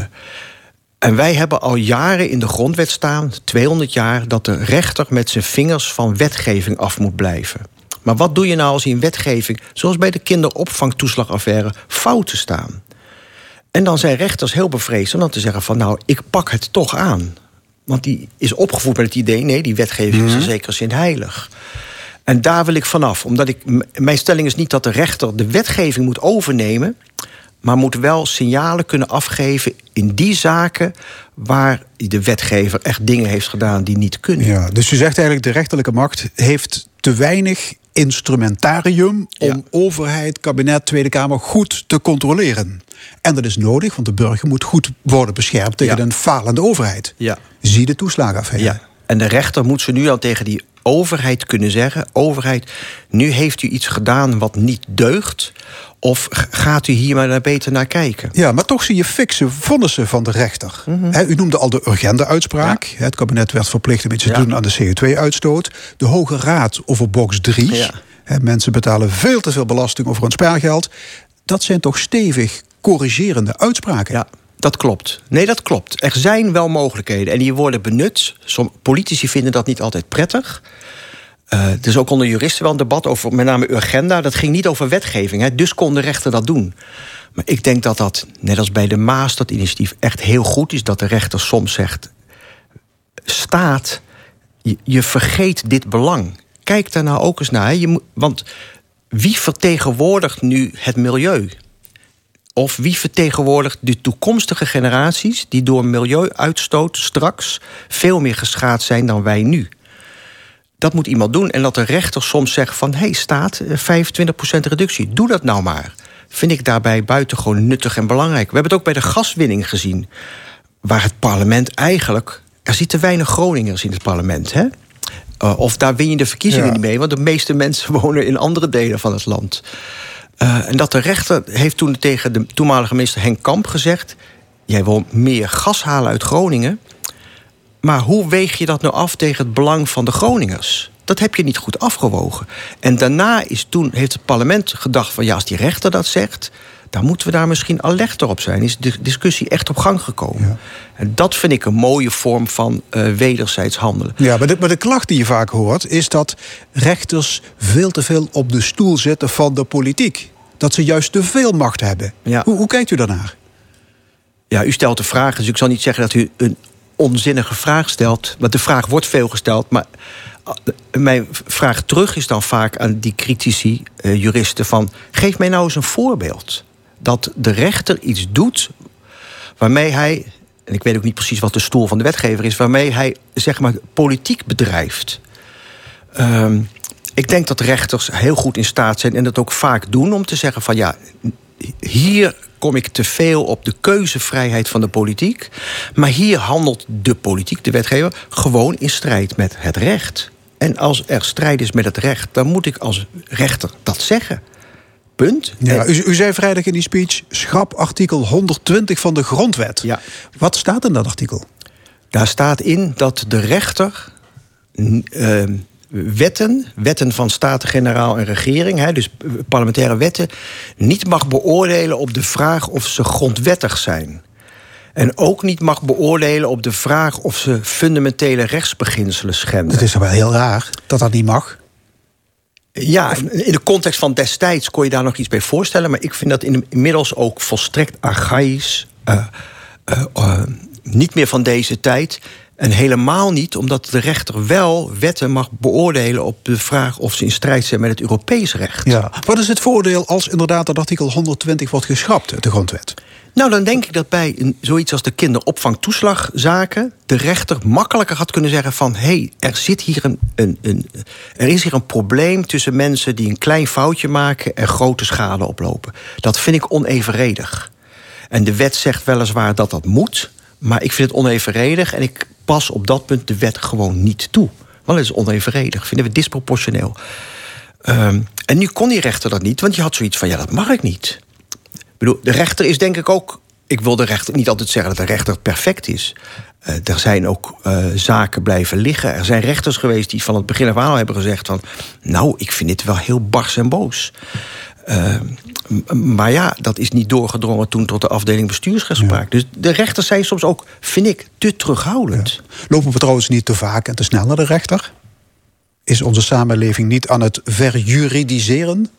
en wij hebben al jaren in de grondwet staan... tweehonderd jaar, dat de rechter met zijn vingers... van wetgeving af moet blijven. Maar wat doe je nou als in wetgeving... zoals bij de kinderopvangtoeslagaffaire, fouten staan... En dan zijn rechters heel bevreesd om dan te zeggen van... nou, ik pak het toch aan. Want die is opgevoed met het idee... nee, die wetgeving is in zekere zin heilig. En daar wil ik vanaf. Omdat ik, mijn stelling is niet dat de rechter de wetgeving moet overnemen... maar moet wel signalen kunnen afgeven in die zaken... waar de wetgever echt dingen heeft gedaan die niet kunnen. Ja, dus u zegt eigenlijk de rechterlijke macht heeft te weinig... instrumentarium om ja. overheid, kabinet, Tweede Kamer goed te controleren. En dat is nodig, want de burger moet goed worden beschermd... tegen ja. een falende overheid. Ja. Zie de toeslagenaffaire. Ja. En de rechter moet ze nu al tegen die overheid kunnen zeggen... overheid, nu heeft u iets gedaan wat niet deugt... of gaat u hier maar beter naar kijken? Ja, maar toch zie je fikse vonnissen van de rechter. Mm-hmm. He, u noemde al de Urgenda-uitspraak. Ja. Het kabinet werd verplicht om iets te ja. doen aan de C O twee uitstoot. De Hoge Raad over box drie. Ja. He, mensen betalen veel te veel belasting over hun spaargeld. Dat zijn toch stevig corrigerende uitspraken? Ja. Dat klopt. Nee, dat klopt. Er zijn wel mogelijkheden en die worden benut. Som, politici vinden dat niet altijd prettig. Uh, er is ook onder juristen wel een debat over met name Urgenda. Dat ging niet over wetgeving, hè, dus kon de rechter dat doen. Maar ik denk dat dat, net als bij de Maas, dat initiatief echt heel goed is... dat de rechter soms zegt... staat, je, je vergeet dit belang. Kijk daar nou ook eens naar. Je moet, want wie vertegenwoordigt nu het milieu? of wie vertegenwoordigt de toekomstige generaties die door milieuuitstoot straks veel meer geschaad zijn dan wij nu. Dat moet iemand doen. En dat de rechter soms zegt van, hé, hey, staat, vijfentwintig procent reductie, doe dat nou maar. Vind ik daarbij buitengewoon nuttig en belangrijk. We hebben het ook bij de gaswinning gezien, waar het parlement eigenlijk, er zitten weinig Groningers in het parlement, hè? Uh, of daar win je de verkiezingen ja. niet mee, want de meeste mensen wonen in andere delen van het land. Uh, en dat de rechter heeft toen tegen de toenmalige minister Henk Kamp gezegd, jij wil meer gas halen uit Groningen, maar hoe weeg je dat nou af tegen het belang van de Groningers? Dat heb je niet goed afgewogen. En daarna is toen, heeft het parlement gedacht van, ja, als die rechter dat zegt, dan moeten we daar misschien alerter op zijn. Is de discussie echt op gang gekomen. Ja. En dat vind ik een mooie vorm van uh, wederzijds handelen. Ja, maar de, maar de klacht die je vaak hoort is dat rechters veel te veel op de stoel zitten van de politiek. Dat ze juist te veel macht hebben. Ja. Hoe, hoe kijkt u daarnaar? Ja, u stelt de vraag, dus ik zal niet zeggen dat u een onzinnige vraag stelt. Want de vraag wordt veel gesteld, maar mijn vraag terug is dan vaak aan die critici, uh, juristen, van, geef mij nou eens een voorbeeld dat de rechter iets doet waarmee hij, en ik weet ook niet precies wat de stoel van de wetgever is, waarmee hij, zeg maar, politiek bedrijft. Um, ik denk dat rechters heel goed in staat zijn en dat ook vaak doen om te zeggen van, ja, hier kom ik te veel op de keuzevrijheid van de politiek, maar hier handelt de politiek, de wetgever, gewoon in strijd met het recht. En als er strijd is met het recht, dan moet ik als rechter dat zeggen. Punt. Ja, u, u zei vrijdag in die speech, schrap artikel honderdtwintig van de grondwet. Ja. Wat staat in dat artikel? Daar staat in dat de rechter uh, wetten, wetten van Staten-Generaal en regering, hè, dus parlementaire wetten, niet mag beoordelen op de vraag of ze grondwettig zijn. En ook niet mag beoordelen op de vraag of ze fundamentele rechtsbeginselen schenden. Het is wel heel raar dat dat niet mag. Ja, in de context van destijds kon je daar nog iets bij voorstellen, maar ik vind dat inmiddels ook volstrekt archaïs, uh, uh, uh, niet meer van deze tijd. En helemaal niet omdat de rechter wel wetten mag beoordelen op de vraag of ze in strijd zijn met het Europees recht. Ja. Wat is het voordeel als inderdaad dat artikel honderdtwintig wordt geschrapt uit de grondwet? Nou, dan denk ik dat bij een, zoiets als de kinderopvangtoeslagzaken de rechter makkelijker had kunnen zeggen van, hé, hey, er zit hier een, een, een, er is hier een probleem tussen mensen die een klein foutje maken en grote schade oplopen. Dat vind ik onevenredig. En de wet zegt weliswaar dat dat moet, maar ik vind het onevenredig en ik pas op dat punt de wet gewoon niet toe. Want het is onevenredig, vinden we disproportioneel. Um, en nu kon die rechter dat niet, want je had zoiets van, ja, dat mag ik niet. Ik bedoel, de rechter is denk ik ook, ik wil de rechter niet altijd zeggen dat de rechter perfect is. Uh, er zijn ook uh, zaken blijven liggen. Er zijn rechters geweest die van het begin af aan al hebben gezegd van, nou, ik vind dit wel heel bars en boos. Uh, maar ja, dat is niet doorgedrongen toen tot de afdeling bestuursrechtspraak. Ja. Dus de rechters zijn soms ook, vind ik, te terughoudend. Ja. Lopen we trouwens niet te vaak en te snel naar de rechter? Is onze samenleving niet aan het verjuridiseren?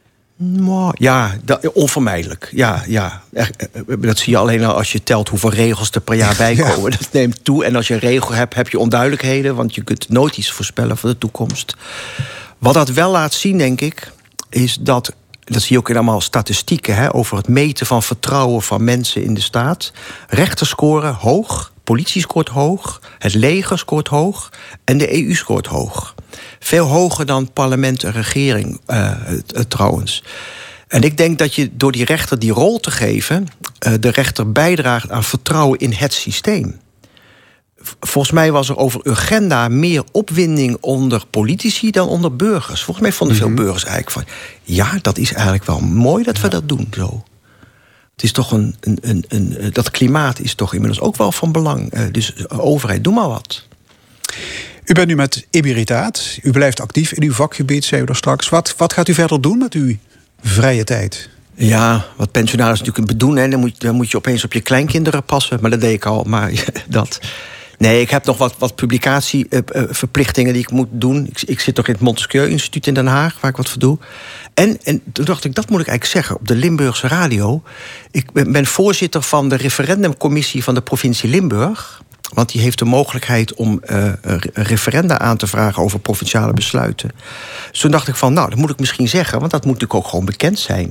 Ja, dat, onvermijdelijk. Ja, ja. Dat zie je alleen al als je telt hoeveel regels er per jaar bij komen. Ja. Dat neemt toe. En als je een regel hebt, heb je onduidelijkheden, want je kunt nooit iets voorspellen voor de toekomst. Wat dat wel laat zien, denk ik, is dat, dat zie je ook in allemaal statistieken, hè, over het meten van vertrouwen van mensen in de staat. Rechters scoren hoog, politie scoort hoog, het leger scoort hoog en de E U scoort hoog. Veel hoger dan parlement en regering, uh, trouwens. En ik denk dat je door die rechter die rol te geven, uh, de rechter bijdraagt aan vertrouwen in het systeem. Volgens mij was er over Urgenda meer opwinding onder politici dan onder burgers. Volgens mij vonden veel burgers eigenlijk van, ja, dat is eigenlijk wel mooi dat we dat doen zo. Het is toch een, een, een, een, dat klimaat is toch inmiddels ook wel van belang. Uh, dus overheid, doe maar wat. U bent nu met emeritaat. U blijft actief in uw vakgebied, zei u er straks. Wat, wat gaat u verder doen met uw vrije tijd? Ja, wat pensionaris natuurlijk doen, hè, dan, moet, dan moet je opeens op je kleinkinderen passen. Maar dat deed ik al. Maar dat. Nee, ik heb nog wat, wat publicatieverplichtingen die ik moet doen. Ik, ik zit nog in het Montesquieu Instituut in Den Haag, waar ik wat voor doe. En, en toen dacht ik, dat moet ik eigenlijk zeggen op de Limburgse radio. Ik ben, ben voorzitter van de referendumcommissie van de provincie Limburg. Want die heeft de mogelijkheid om uh, referenda aan te vragen over provinciale besluiten. Dus toen dacht ik van, nou, dat moet ik misschien zeggen, want dat moet natuurlijk ook gewoon bekend zijn.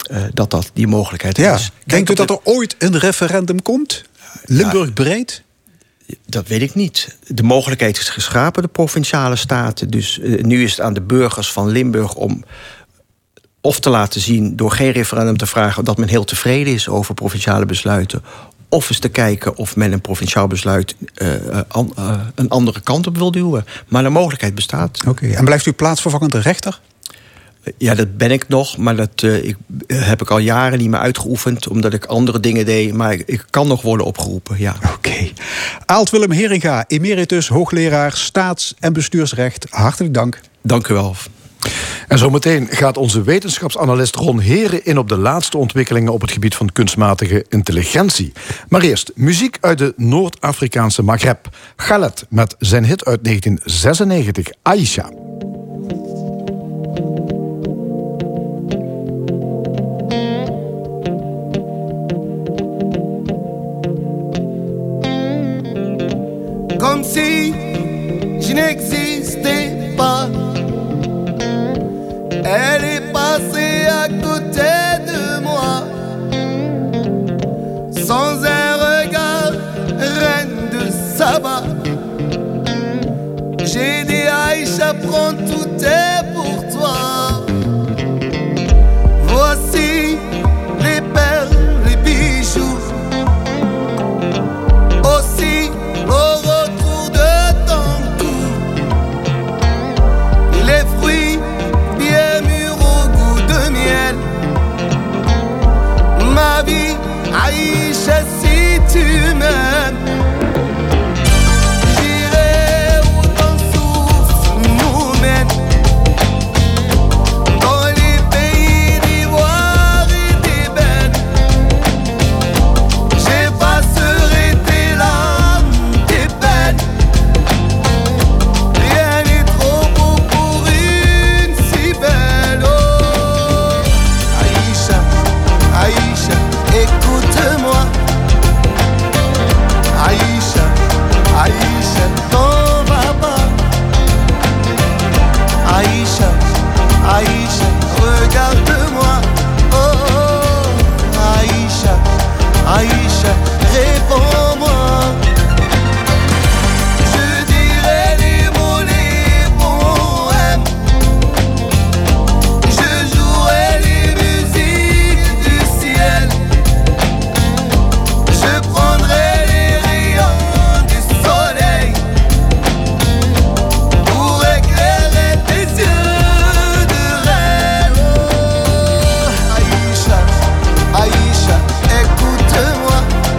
uh, dat dat die mogelijkheid ja. is. Denkt u dat er ooit een referendum komt? Limburg breed? Dat weet ik niet. De mogelijkheid is geschapen, de provinciale staten. Dus uh, nu is het aan de burgers van Limburg om of te laten zien door geen referendum te vragen dat men heel tevreden is over provinciale besluiten, of eens te kijken of men een provinciaal besluit uh, an, uh, een andere kant op wil duwen. Maar de mogelijkheid bestaat. Oké. Okay. En blijft u plaatsvervangende rechter? Ja, dat ben ik nog, maar dat uh, ik, uh, heb ik al jaren niet meer uitgeoefend, omdat ik andere dingen deed. Maar ik, ik kan nog worden opgeroepen, ja. Oké. Okay. Aalt Willem Heringa, emeritus hoogleraar staats- en bestuursrecht. Hartelijk dank. Dank u wel. En zometeen gaat onze wetenschapsanalist Ron Heren in op de laatste ontwikkelingen op het gebied van kunstmatige intelligentie. Maar eerst muziek uit de Noord-Afrikaanse Maghreb. Khaled met zijn hit uit negentien zesennegentig, Aisha. Comme si je n'existais pas. Elle est passée à côté de moi. Sans un regard, reine de Saba. J'ai dit Aïcha, prends tout est pour toi. Voici les perles, les bijoux. Aussi au retour de ton cou, les fruits bien mûrs au goût de miel. Ma vie, Aïcha, si tu m'aimes, j'irai où ton souffle nous mène. Dans les pays d'ivoire et d'ébène, j'effacerai tes larmes, tes peines. Rien n'est trop beau pour une si belle. Oh, Aïcha, Aïcha, écoute-moi. Aïcha, Aïcha, t'en vas pas. Aïcha, Aïcha, regarde-moi. Oh, Aïcha, Aïcha, réponds-moi. Je dirai les mots, les poèmes. Je jouerai les musiques du ciel. Je prendrai les rayons du soleil pour éclairer tes yeux de reine. Oh, Aïcha, Aïcha, écoute-moi.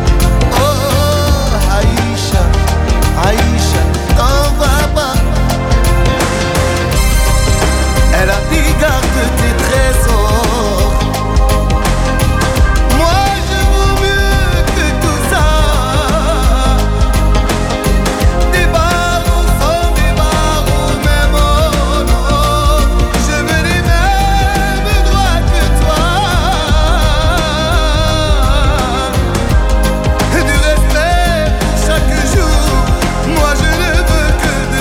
Oh, Aïcha, Aïcha, t'en vas pas. Elle a dit garde tes trésors. Moi je vaux mieux que tout ça. Des barreaux sans des barreaux, même oh non. Je veux les mêmes droits que toi. Du respect pour chaque jour. Moi je ne veux que de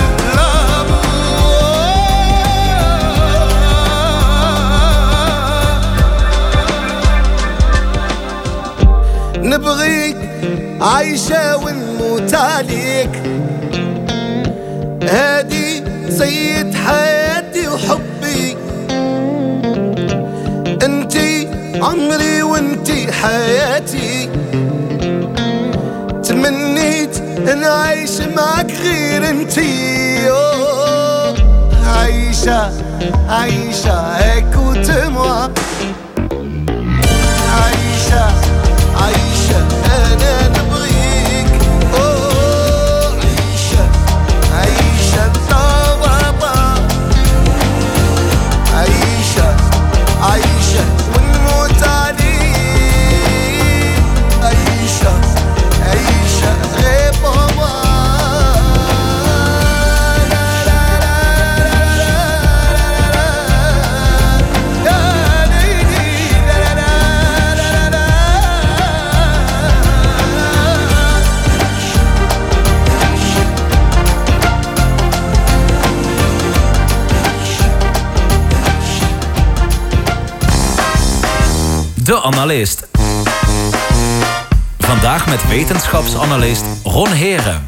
l'amour. نبغيك عايشة ونموت عليك. هادي سيد حياتي وحبي. انتي عمري وانتي حياتي. تمنيت ان اعيش معك غير انتي. أوه، عايشة عايشة écoute-moi. عايشة عايشة أنا نبغيك. أوه، عايشة عايشة t'en vas pas. عايشة عايشة ونموت عليك. عايشة عايشة réponds-moi. La, la, la, la, la, la, la, la, la, la. De Analist. Vandaag met wetenschapsanalist Ron Heren.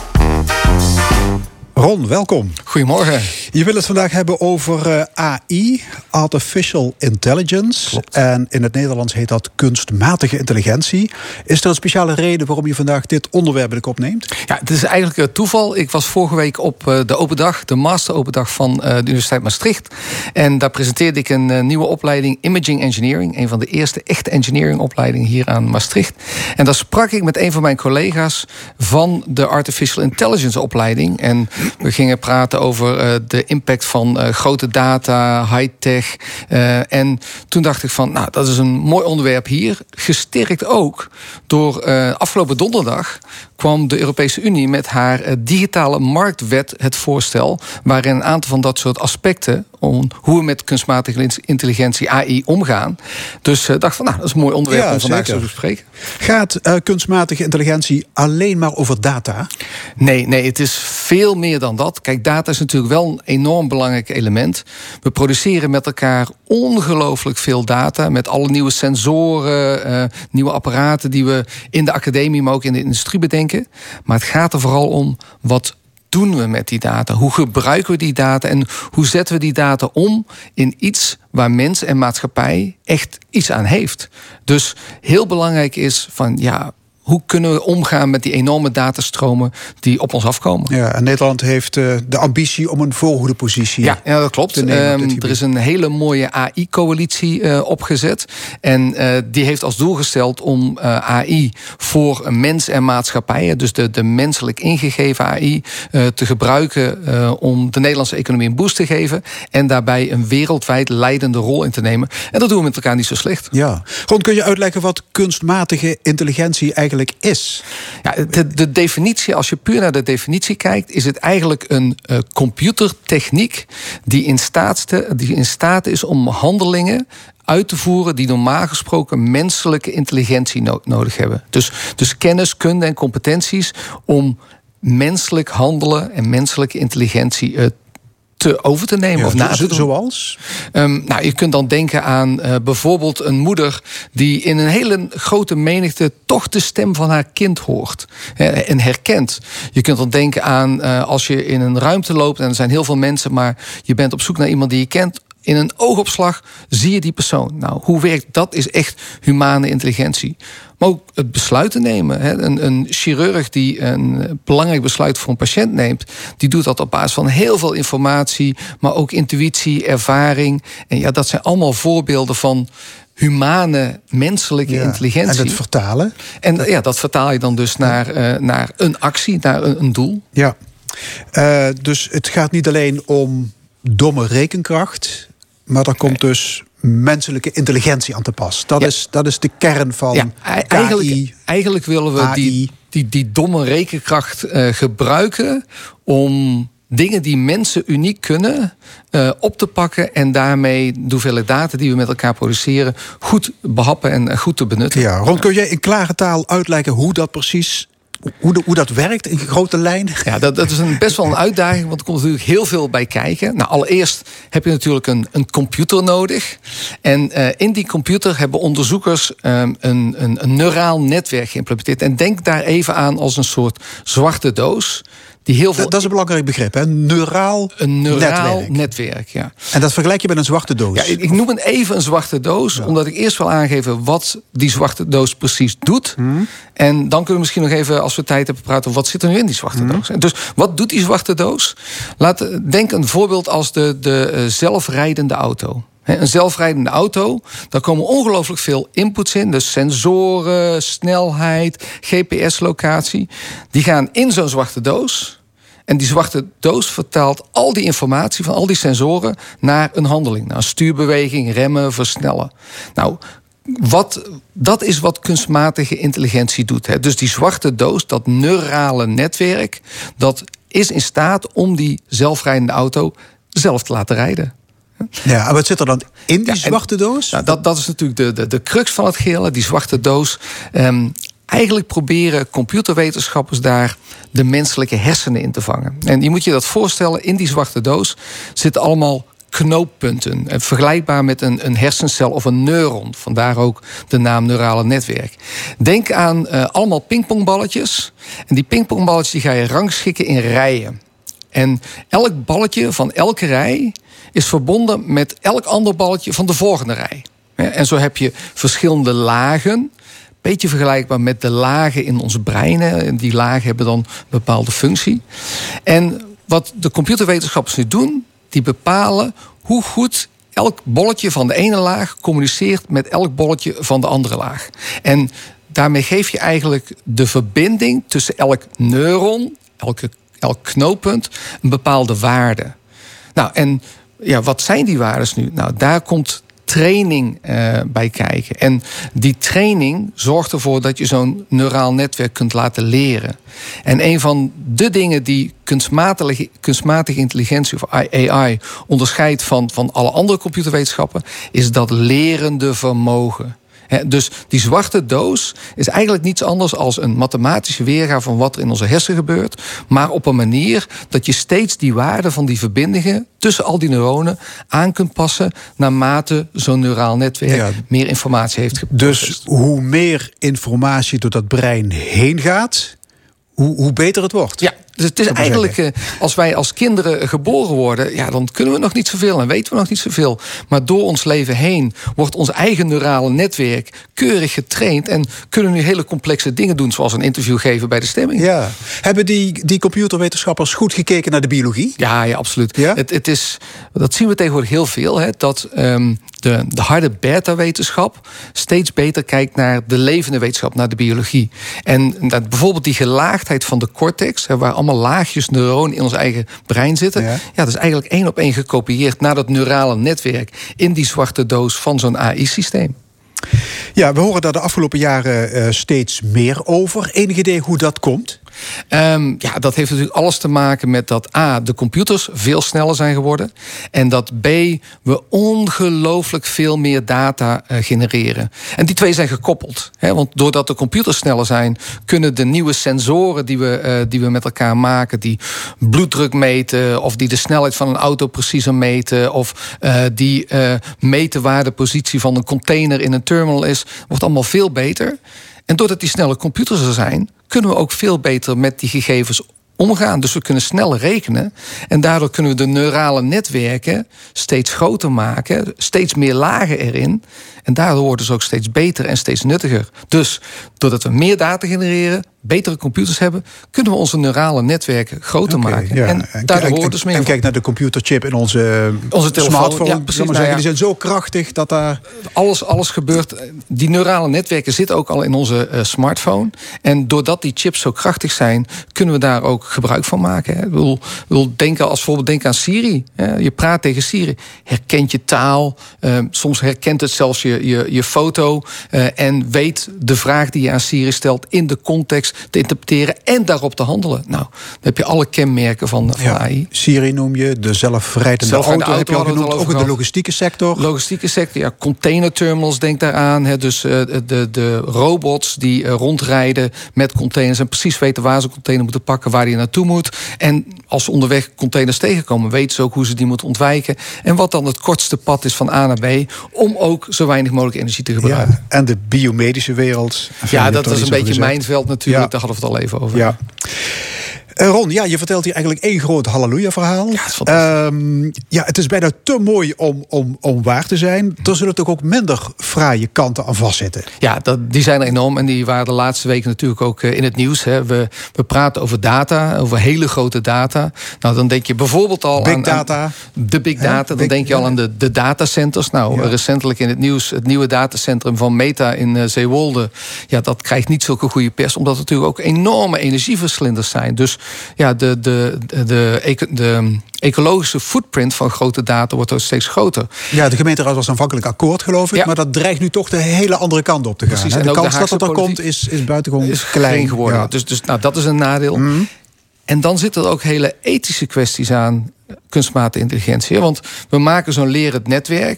Ron, welkom. Goedemorgen. Je wil het vandaag hebben over uh, A I, Artificial Intelligence. Klopt. En in het Nederlands heet dat kunstmatige intelligentie. Is er een speciale reden waarom je vandaag dit onderwerp opneemt? Ja, het is eigenlijk uh, toeval. Ik was vorige week op uh, de open dag, de master open dag van uh, de Universiteit Maastricht. En daar presenteerde ik een uh, nieuwe opleiding Imaging Engineering. Een van de eerste echte engineering opleidingen hier aan Maastricht. En daar sprak ik met een van mijn collega's van de Artificial Intelligence opleiding. En we gingen praten over uh, de impact van uh, grote data, high-tech. Uh, en toen dacht ik van, nou, dat is een mooi onderwerp hier. Gesterkt ook door uh, afgelopen donderdag kwam de Europese Unie met haar uh, digitale marktwet het voorstel, waarin een aantal van dat soort aspecten, om hoe we met kunstmatige intelligentie A I omgaan. Dus ik uh, dacht van, nou, dat is een mooi onderwerp ja, om vandaag zeker. te bespreken. Gaat uh, kunstmatige intelligentie alleen maar over data? Nee, nee, het is veel meer dan dat. Kijk, data is natuurlijk wel een enorm belangrijk element. We produceren met elkaar ongelooflijk veel data, met alle nieuwe sensoren, uh, nieuwe apparaten die we in de academie, maar ook in de industrie bedenken. Maar het gaat er vooral om, wat doen we met die data? Hoe gebruiken we die data? En hoe zetten we die data om in iets waar mens en maatschappij echt iets aan heeft? Dus heel belangrijk is van, ja, hoe kunnen we omgaan met die enorme datastromen die op ons afkomen? Ja, en Nederland heeft uh, de ambitie om een voorhoede positie ja, ja, dat klopt. te nemen op dit Um, er is een hele mooie A I-coalitie uh, opgezet. En uh, die heeft als doel gesteld om uh, A I voor mens en maatschappijen, dus de, de menselijk ingegeven A I, uh, te gebruiken uh, om de Nederlandse economie een boost te geven en daarbij een wereldwijd leidende rol in te nemen. En dat doen we met elkaar niet zo slecht. Ja. Ron, kun je uitleggen wat kunstmatige intelligentie eigenlijk is? Ja, de, de definitie, als je puur naar de definitie kijkt, is het eigenlijk een uh, computertechniek die in, staat, die in staat is om handelingen uit te voeren die normaal gesproken menselijke intelligentie no- nodig hebben. Dus, dus kennis, kunde en competenties om menselijk handelen en menselijke intelligentie uh, te over te nemen, Ja, of na te doen. Zoals? Um, nou, je kunt dan denken aan uh, bijvoorbeeld een moeder die in een hele grote menigte toch de stem van haar kind hoort hè, en herkent. Je kunt dan denken aan uh, als je in een ruimte loopt en er zijn heel veel mensen, maar je bent op zoek naar iemand die je kent. In een oogopslag zie je die persoon. Nou, hoe werkt dat? Is echt humane intelligentie. Maar ook het besluiten nemen. Hè. Een, een chirurg die een belangrijk besluit voor een patiënt neemt, die doet dat op basis van heel veel informatie, maar ook intuïtie, ervaring. En ja, dat zijn allemaal voorbeelden van humane, menselijke Ja, intelligentie. En het vertalen? En ja, dat vertaal je dan dus naar, uh, naar een actie, naar een, een doel. Ja. Uh, dus het gaat niet alleen om domme rekenkracht, maar er komt dus menselijke intelligentie aan te pas. Dat, ja. is, dat is de kern van ja, K I, eigenlijk, eigenlijk willen we die, die, die domme rekenkracht uh, gebruiken om dingen die mensen uniek kunnen uh, op te pakken en daarmee de hoeveelheid data die we met elkaar produceren goed behappen en goed te benutten. Ja, Ron, kun jij in klare taal uitleggen hoe dat precies, Hoe, de, hoe dat werkt in grote lijnen? Ja, dat, dat is een, best wel een uitdaging, want er komt natuurlijk heel veel bij kijken. Nou, allereerst heb je natuurlijk een, een computer nodig. En uh, in die computer hebben onderzoekers um, een, een, een neuraal netwerk geïmplementeerd. En denk daar even aan als een soort zwarte doos. Die heel veel... Dat, dat is een belangrijk begrip, hè? Neuraal, een neuraal netwerk. netwerk, ja. En dat vergelijk je met een zwarte doos? Ja, ik, ik noem het even een zwarte doos, ja. Omdat ik eerst wil aangeven wat die zwarte doos precies doet. Hmm. En dan kunnen we misschien nog even, als we tijd hebben, praten over wat zit er nu in die zwarte hmm. doos. En dus wat doet die zwarte doos? Laat, denk een voorbeeld als de, de uh, zelfrijdende auto. Een zelfrijdende auto, daar komen ongelooflijk veel inputs in. Dus sensoren, snelheid, G P S-locatie. Die gaan in zo'n zwarte doos. En die zwarte doos vertaalt al die informatie van al die sensoren naar een handeling. Naar een stuurbeweging, remmen, versnellen. Nou, wat, dat is wat kunstmatige intelligentie doet. Hè. Dus die zwarte doos, dat neurale netwerk, dat is in staat om die zelfrijdende auto zelf te laten rijden. Ja, maar wat zit er dan in die ja, zwarte doos? Nou, dat, dat is natuurlijk de, de, de crux van het geheel, die zwarte doos. Um, Eigenlijk proberen computerwetenschappers daar de menselijke hersenen in te vangen. En je moet je dat voorstellen, in die zwarte doos zitten allemaal knooppunten. Vergelijkbaar met een, een hersencel of een neuron. Vandaar ook de naam neurale netwerk. Denk aan uh, allemaal pingpongballetjes. En die pingpongballetjes die ga je rangschikken in rijen. En elk balletje van elke rij is verbonden met elk ander balletje van de volgende rij. En zo heb je verschillende lagen. Beetje vergelijkbaar met de lagen in ons brein. En die lagen hebben dan een bepaalde functie. En wat de computerwetenschappers nu doen, die bepalen hoe goed elk bolletje van de ene laag communiceert met elk bolletje van de andere laag. En daarmee geef je eigenlijk de verbinding tussen elk neuron, elke, elk knooppunt, een bepaalde waarde. Nou, en ja, wat zijn die waardes nu? Nou, daar komt training uh, bij kijken. En die training zorgt ervoor dat je zo'n neuraal netwerk kunt laten leren. En een van de dingen die kunstmatige, kunstmatige intelligentie of A I onderscheidt van, van alle andere computerwetenschappen, is dat lerende vermogen. He, dus die zwarte doos is eigenlijk niets anders als een mathematische weergave van wat er in onze hersenen gebeurt, maar op een manier dat je steeds die waarde van die verbindingen tussen al die neuronen aan kunt passen naarmate zo'n neuraal netwerk ja, meer informatie heeft geprocessed. Dus hoe meer informatie door dat brein heen gaat, hoe, hoe beter het wordt. Ja. Dus het is eigenlijk, uh, als wij als kinderen geboren worden, ja, dan kunnen we nog niet zoveel en weten we nog niet zoveel. Maar door ons leven heen wordt ons eigen neurale netwerk keurig getraind en kunnen we nu hele complexe dingen doen, zoals een interview geven bij de stemming. Ja. Hebben die, die computerwetenschappers goed gekeken naar de biologie? Ja, ja, absoluut. Ja? Het, het is, dat zien we tegenwoordig heel veel, hè, dat um, de, de harde beta-wetenschap steeds beter kijkt naar de levende wetenschap, naar de biologie. En dat bijvoorbeeld die gelaagdheid van de cortex, hè, waar allemaal laagjes neuronen in ons eigen brein zitten. Ja, ja dat is eigenlijk één op één gekopieerd naar dat neurale netwerk in die zwarte doos van zo'n A I-systeem. Ja, we horen daar de afgelopen jaren uh, steeds meer over. Enig idee hoe dat komt? Um, ja, dat heeft natuurlijk alles te maken met dat A, de computers veel sneller zijn geworden. En dat B, we ongelooflijk veel meer data uh, genereren. En die twee zijn gekoppeld. Hè, want doordat de computers sneller zijn, kunnen de nieuwe sensoren die we, uh, die we met elkaar maken, die bloeddruk meten, of die de snelheid van een auto preciezer meten, of uh, die uh, meten waar de positie van een container in een terminal is, wordt allemaal veel beter. En doordat die snelle computers er zijn, kunnen we ook veel beter met die gegevens omgaan. Dus we kunnen sneller rekenen. En daardoor kunnen we de neurale netwerken steeds groter maken. Steeds meer lagen erin. En daardoor worden ze ook steeds beter en steeds nuttiger. Dus doordat we meer data genereren, betere computers hebben, kunnen we onze neurale netwerken groter okay, maken. Ja. En daardoor worden dus meer. En kijk naar de computerchip in onze, onze telefoon, smartphone. Ja, precies, nou ja. Die zijn zo krachtig dat daar alles, alles gebeurt. Die neurale netwerken zitten ook al in onze uh, smartphone. En doordat die chips zo krachtig zijn, kunnen we daar ook gebruik van maken. Hè. Ik bedoel, bedoel, denken als voorbeeld denk aan Siri. Hè. Je praat tegen Siri, herkent je taal. Uh, soms herkent het zelfs je, je, je foto. Uh, en weet de vraag die je aan Siri stelt in de context te interpreteren en daarop te handelen. Nou, dan heb je alle kenmerken van, van ja, A I. Siri noem je, de zelfrijdende auto, auto heb je al genoemd, ook in de logistieke sector. Logistieke sector, ja, containerterminals, denk daaraan. Hè, dus uh, de, de robots die uh, rondrijden met containers en precies weten waar ze een container moeten pakken, waar die naartoe moet. En als ze onderweg containers tegenkomen, weten ze ook hoe ze die moeten ontwijken. En wat dan het kortste pad is van A naar B, om ook zo weinig mogelijk energie te gebruiken. Ja, en de biomedische wereld. Ja, dat is een beetje mijn veld natuurlijk. Ja. Daar hadden we het al even over. Ja. Uh, Ron, ja, je vertelt hier eigenlijk één groot halleluja-verhaal. Ja, um, ja, het is bijna te mooi om, om, om waar te zijn. Er zullen toch ook minder fraaie kanten aan vastzitten? Ja, dat, die zijn er enorm. En die waren de laatste weken natuurlijk ook uh, in het nieuws. Hè. We, we praten over data, over hele grote data. Nou, dan denk je bijvoorbeeld al big aan... data. Aan de big data. Dan big, denk je al aan de, de datacenters. Nou, ja. recentelijk in het nieuws het nieuwe datacentrum van Meta in uh, Zeewolde. Ja, dat krijgt niet zulke goede pers, omdat er natuurlijk ook enorme energieverslinders zijn. Dus ja, de, de, de, de, de ecologische footprint van grote data wordt ook steeds groter. Ja, de gemeenteraad was aanvankelijk akkoord, geloof ik. Ja. Maar dat dreigt nu toch de hele andere kant op te gaan. Precies, en de kans dat het er komt is, is buitengewoon is klein geworden. Ja. Dus, dus nou, dat is een nadeel. Mm. En dan zitten er ook hele ethische kwesties aan kunstmatige intelligentie. Want we maken zo'n lerend netwerk.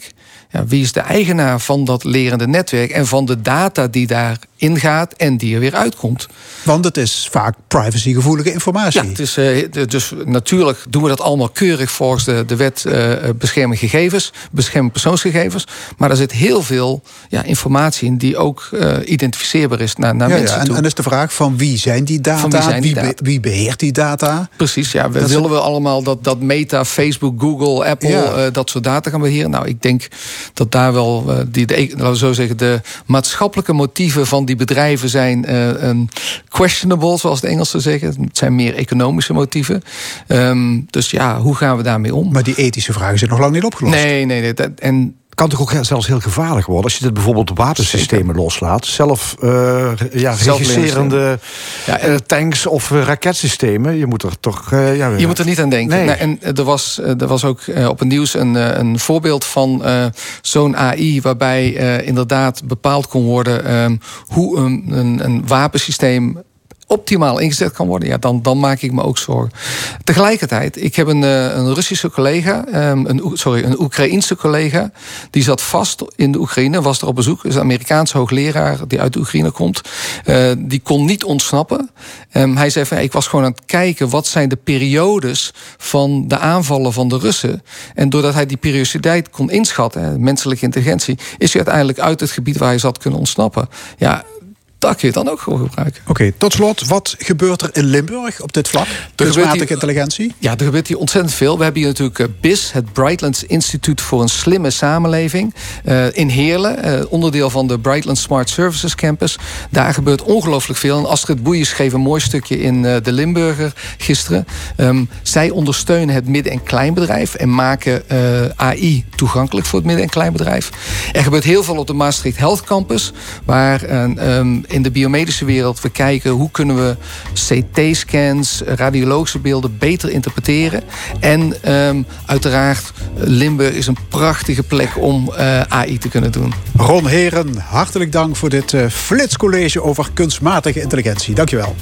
ja, wie is de eigenaar van dat lerende netwerk en van de data die daarin gaat en die er weer uitkomt. Want het is vaak privacygevoelige informatie. Ja, het is, uh, dus natuurlijk doen we dat allemaal keurig volgens de, de wet uh, bescherming gegevens, bescherming persoonsgegevens. Maar er zit heel veel ja, informatie in die ook uh, identificeerbaar is naar, naar ja, mensen ja, en, toe. En is de vraag van wie zijn die data? Van wie zijn die wie, data? Be, wie beheert die data? Precies, ja. We dat willen is... we allemaal dat, dat Meta, Facebook, Google, Apple ja. uh, dat soort data gaan beheren. Nou, ik denk dat daar wel uh, die, de, laten we zo zeggen, de maatschappelijke motieven van die bedrijven zijn uh, um, questionable, zoals de Engelsen zeggen. Het zijn meer economische motieven. Um, dus ja, hoe gaan we daarmee om? Maar die ethische vragen zijn nog lang niet opgelost. Nee, nee, nee. Dat, en kan toch ook zelfs heel gevaarlijk worden als je dit bijvoorbeeld op wapensystemen Zeker. loslaat. Zelf uh, ja, regisserende ja, uh, tanks of uh, raketsystemen. Je moet er toch. Uh, ja, je moet er niet aan denken. Nee. Nou, en er was, er was ook uh, op het nieuws een, uh, een voorbeeld van uh, zo'n A I waarbij uh, inderdaad bepaald kon worden um, hoe een, een, een wapensysteem optimaal ingezet kan worden, ja, dan, dan maak ik me ook zorgen. Tegelijkertijd, ik heb een, een Russische collega, een, sorry, een Oekraïense collega, die zat vast in de Oekraïne, was er op bezoek, is een Amerikaanse hoogleraar die uit de Oekraïne komt. Uh, die kon niet ontsnappen. Um, hij zei van, ik was gewoon aan het kijken, wat zijn de periodes van de aanvallen van de Russen? En doordat hij die periodiciteit kon inschatten, menselijke intelligentie, is hij uiteindelijk uit het gebied waar hij zat kunnen ontsnappen. Ja, dat kun je dan ook gewoon gebruiken. Oké, okay, tot slot, wat gebeurt er in Limburg op dit vlak? Kunstmatige intelligentie? Ja, er gebeurt hier ontzettend veel. We hebben hier natuurlijk B I S, het Brightlands Instituut voor een slimme samenleving. Uh, in Heerlen, uh, onderdeel van de Brightland Smart Services Campus. Daar gebeurt ongelooflijk veel. En Astrid Boeien schreef een mooi stukje in uh, de Limburger gisteren. Um, zij ondersteunen het midden- en kleinbedrijf en maken uh, A I toegankelijk voor het midden- en kleinbedrijf. Er gebeurt heel veel op de Maastricht Health Campus, waar uh, um, in de biomedische wereld we kijken hoe kunnen we C T-scans, radiologische beelden beter interpreteren. En um, uiteraard, Limburg is een prachtige plek om uh, A I te kunnen doen. Ron Heren, hartelijk dank voor dit uh, flitscollege over kunstmatige intelligentie. Dankjewel.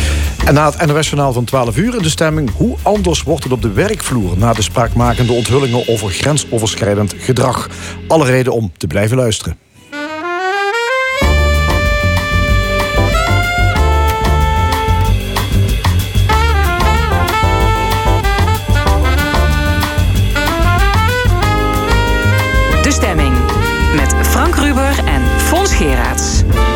En na het N O S-journaal van twaalf uur in de stemming, hoe anders wordt het op de werkvloer na de spraakmakende onthullingen over grensoverschrijdend gedrag. Alle reden om te blijven luisteren. Frank Ruber en Fons Geraerts.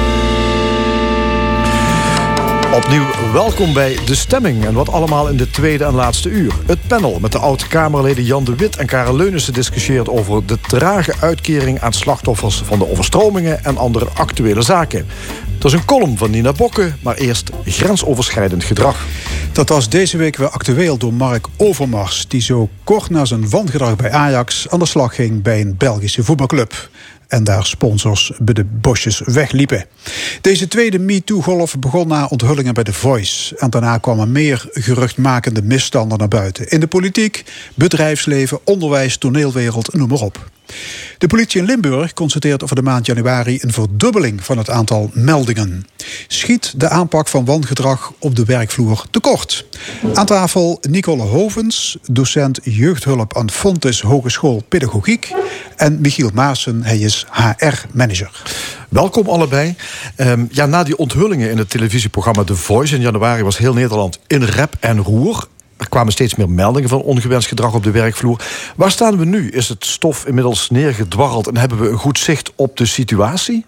Opnieuw welkom bij De Stemming. En wat allemaal in de tweede en laatste uur. Het panel met de oud-Kamerleden Jan de Wit en Karel Leunissen discussieert over de trage uitkering aan slachtoffers van de overstromingen en andere actuele zaken. Dat is een column van Nina Bokke, maar eerst grensoverschrijdend gedrag. Dat was deze week weer actueel door Mark Overmars, die zo kort na zijn wangedrag bij Ajax aan de slag ging bij een Belgische voetbalclub. En daar sponsors bij de bosjes wegliepen. Deze tweede MeToo-golf begon na onthullingen bij The Voice. En daarna kwamen meer geruchtmakende misstanden naar buiten. In de politiek, bedrijfsleven, onderwijs, toneelwereld, noem maar op. De politie in Limburg constateert over de maand januari een verdubbeling van het aantal meldingen. Schiet de aanpak van wangedrag op de werkvloer tekort? Aan tafel Nicole Hovens, docent jeugdhulp aan Fontys Hogeschool Pedagogiek. En Michiel Maassen, hij is H R-manager. Welkom allebei. Um, ja, na die onthullingen in het televisieprogramma The Voice in januari was heel Nederland in rep en roer. Er kwamen steeds meer meldingen van ongewenst gedrag op de werkvloer. Waar staan we nu? Is het stof inmiddels neergedwarreld en hebben we een goed zicht op de situatie?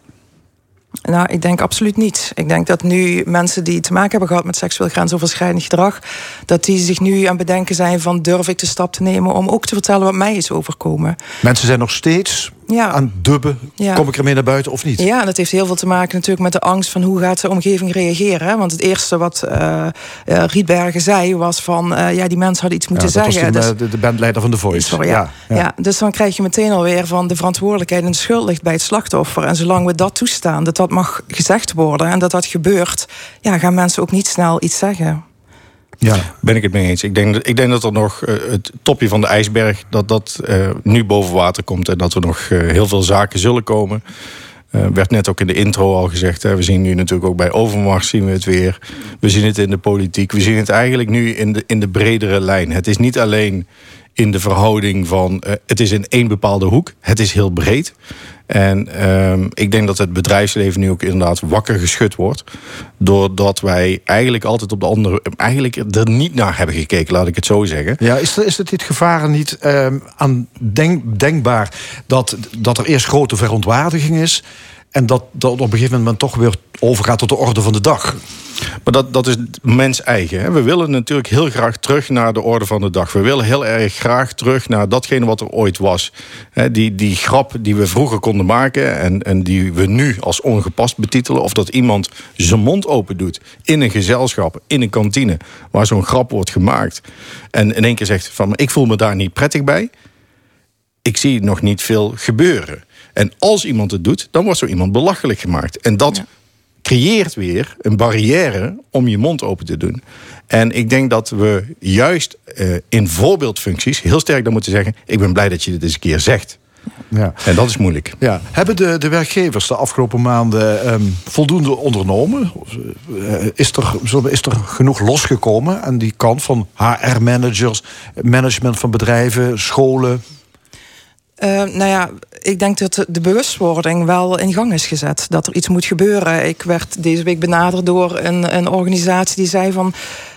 Nou, ik denk absoluut niet. Ik denk dat nu mensen die te maken hebben gehad met seksueel grensoverschrijdend gedrag, dat die zich nu aan het bedenken zijn van, durf ik de stap te nemen om ook te vertellen wat mij is overkomen. Mensen zijn nog steeds ja. aan het dubben. Ja. Kom ik ermee naar buiten of niet? Ja, dat heeft heel veel te maken natuurlijk met de angst van hoe gaat de omgeving reageren. Hè? Want het eerste wat uh, uh, Rietbergen zei was van, uh, ja, die mensen hadden iets moeten ja, dat zeggen. was dus, de, de bandleider van The Voice. Sorry, ja. Ja, ja. Ja, dus dan krijg je meteen alweer van de verantwoordelijkheid en de schuld ligt bij het slachtoffer. En zolang we dat toestaan, dat dat mag gezegd worden en dat dat gebeurt, ja, gaan mensen ook niet snel iets zeggen. Ja, ben ik het mee eens. Ik denk, ik denk dat er nog uh, het topje van de ijsberg, dat dat uh, nu boven water komt en dat er nog uh, heel veel zaken zullen komen. Uh, werd net ook in de intro al gezegd. Hè, we zien nu natuurlijk ook bij Overmars zien we het weer. We zien het in de politiek. We zien het eigenlijk nu in de, in de bredere lijn. Het is niet alleen in de verhouding van uh, het is in één bepaalde hoek. Het is heel breed. En um, ik denk dat het bedrijfsleven nu ook inderdaad wakker geschud wordt. Doordat wij eigenlijk altijd op de andere... eigenlijk er niet naar hebben gekeken, laat ik het zo zeggen. Ja, is, er, is het dit gevaar niet um, aan denk, denkbaar... Dat, dat er eerst grote verontwaardiging is... en dat, dat op een gegeven moment toch weer overgaat tot de orde van de dag? Maar dat, dat is mens eigen. Hè? We willen natuurlijk heel graag terug naar de orde van de dag. We willen heel erg graag terug naar datgene wat er ooit was. Hè, die, die grap die we vroeger konden maken... En, en die we nu als ongepast betitelen... of dat iemand zijn mond open doet in een gezelschap, in een kantine... waar zo'n grap wordt gemaakt... en in één keer zegt van ik voel me daar niet prettig bij... ik zie nog niet veel gebeuren. En als iemand het doet, dan wordt zo iemand belachelijk gemaakt. En dat... Ja. creëert weer een barrière om je mond open te doen. En ik denk dat we juist uh, in voorbeeldfuncties... heel sterk dan moeten zeggen... ik ben blij dat je dit eens een keer zegt. Ja. En dat is moeilijk. Ja. Hebben de, de werkgevers de afgelopen maanden um, voldoende ondernomen? Uh, is, er, is er genoeg losgekomen aan die kant van H R-managers... management van bedrijven, scholen... Uh, nou ja, ik denk dat de bewustwording wel in gang is gezet. Dat er iets moet gebeuren. Ik werd deze week benaderd door een, een organisatie die zei van...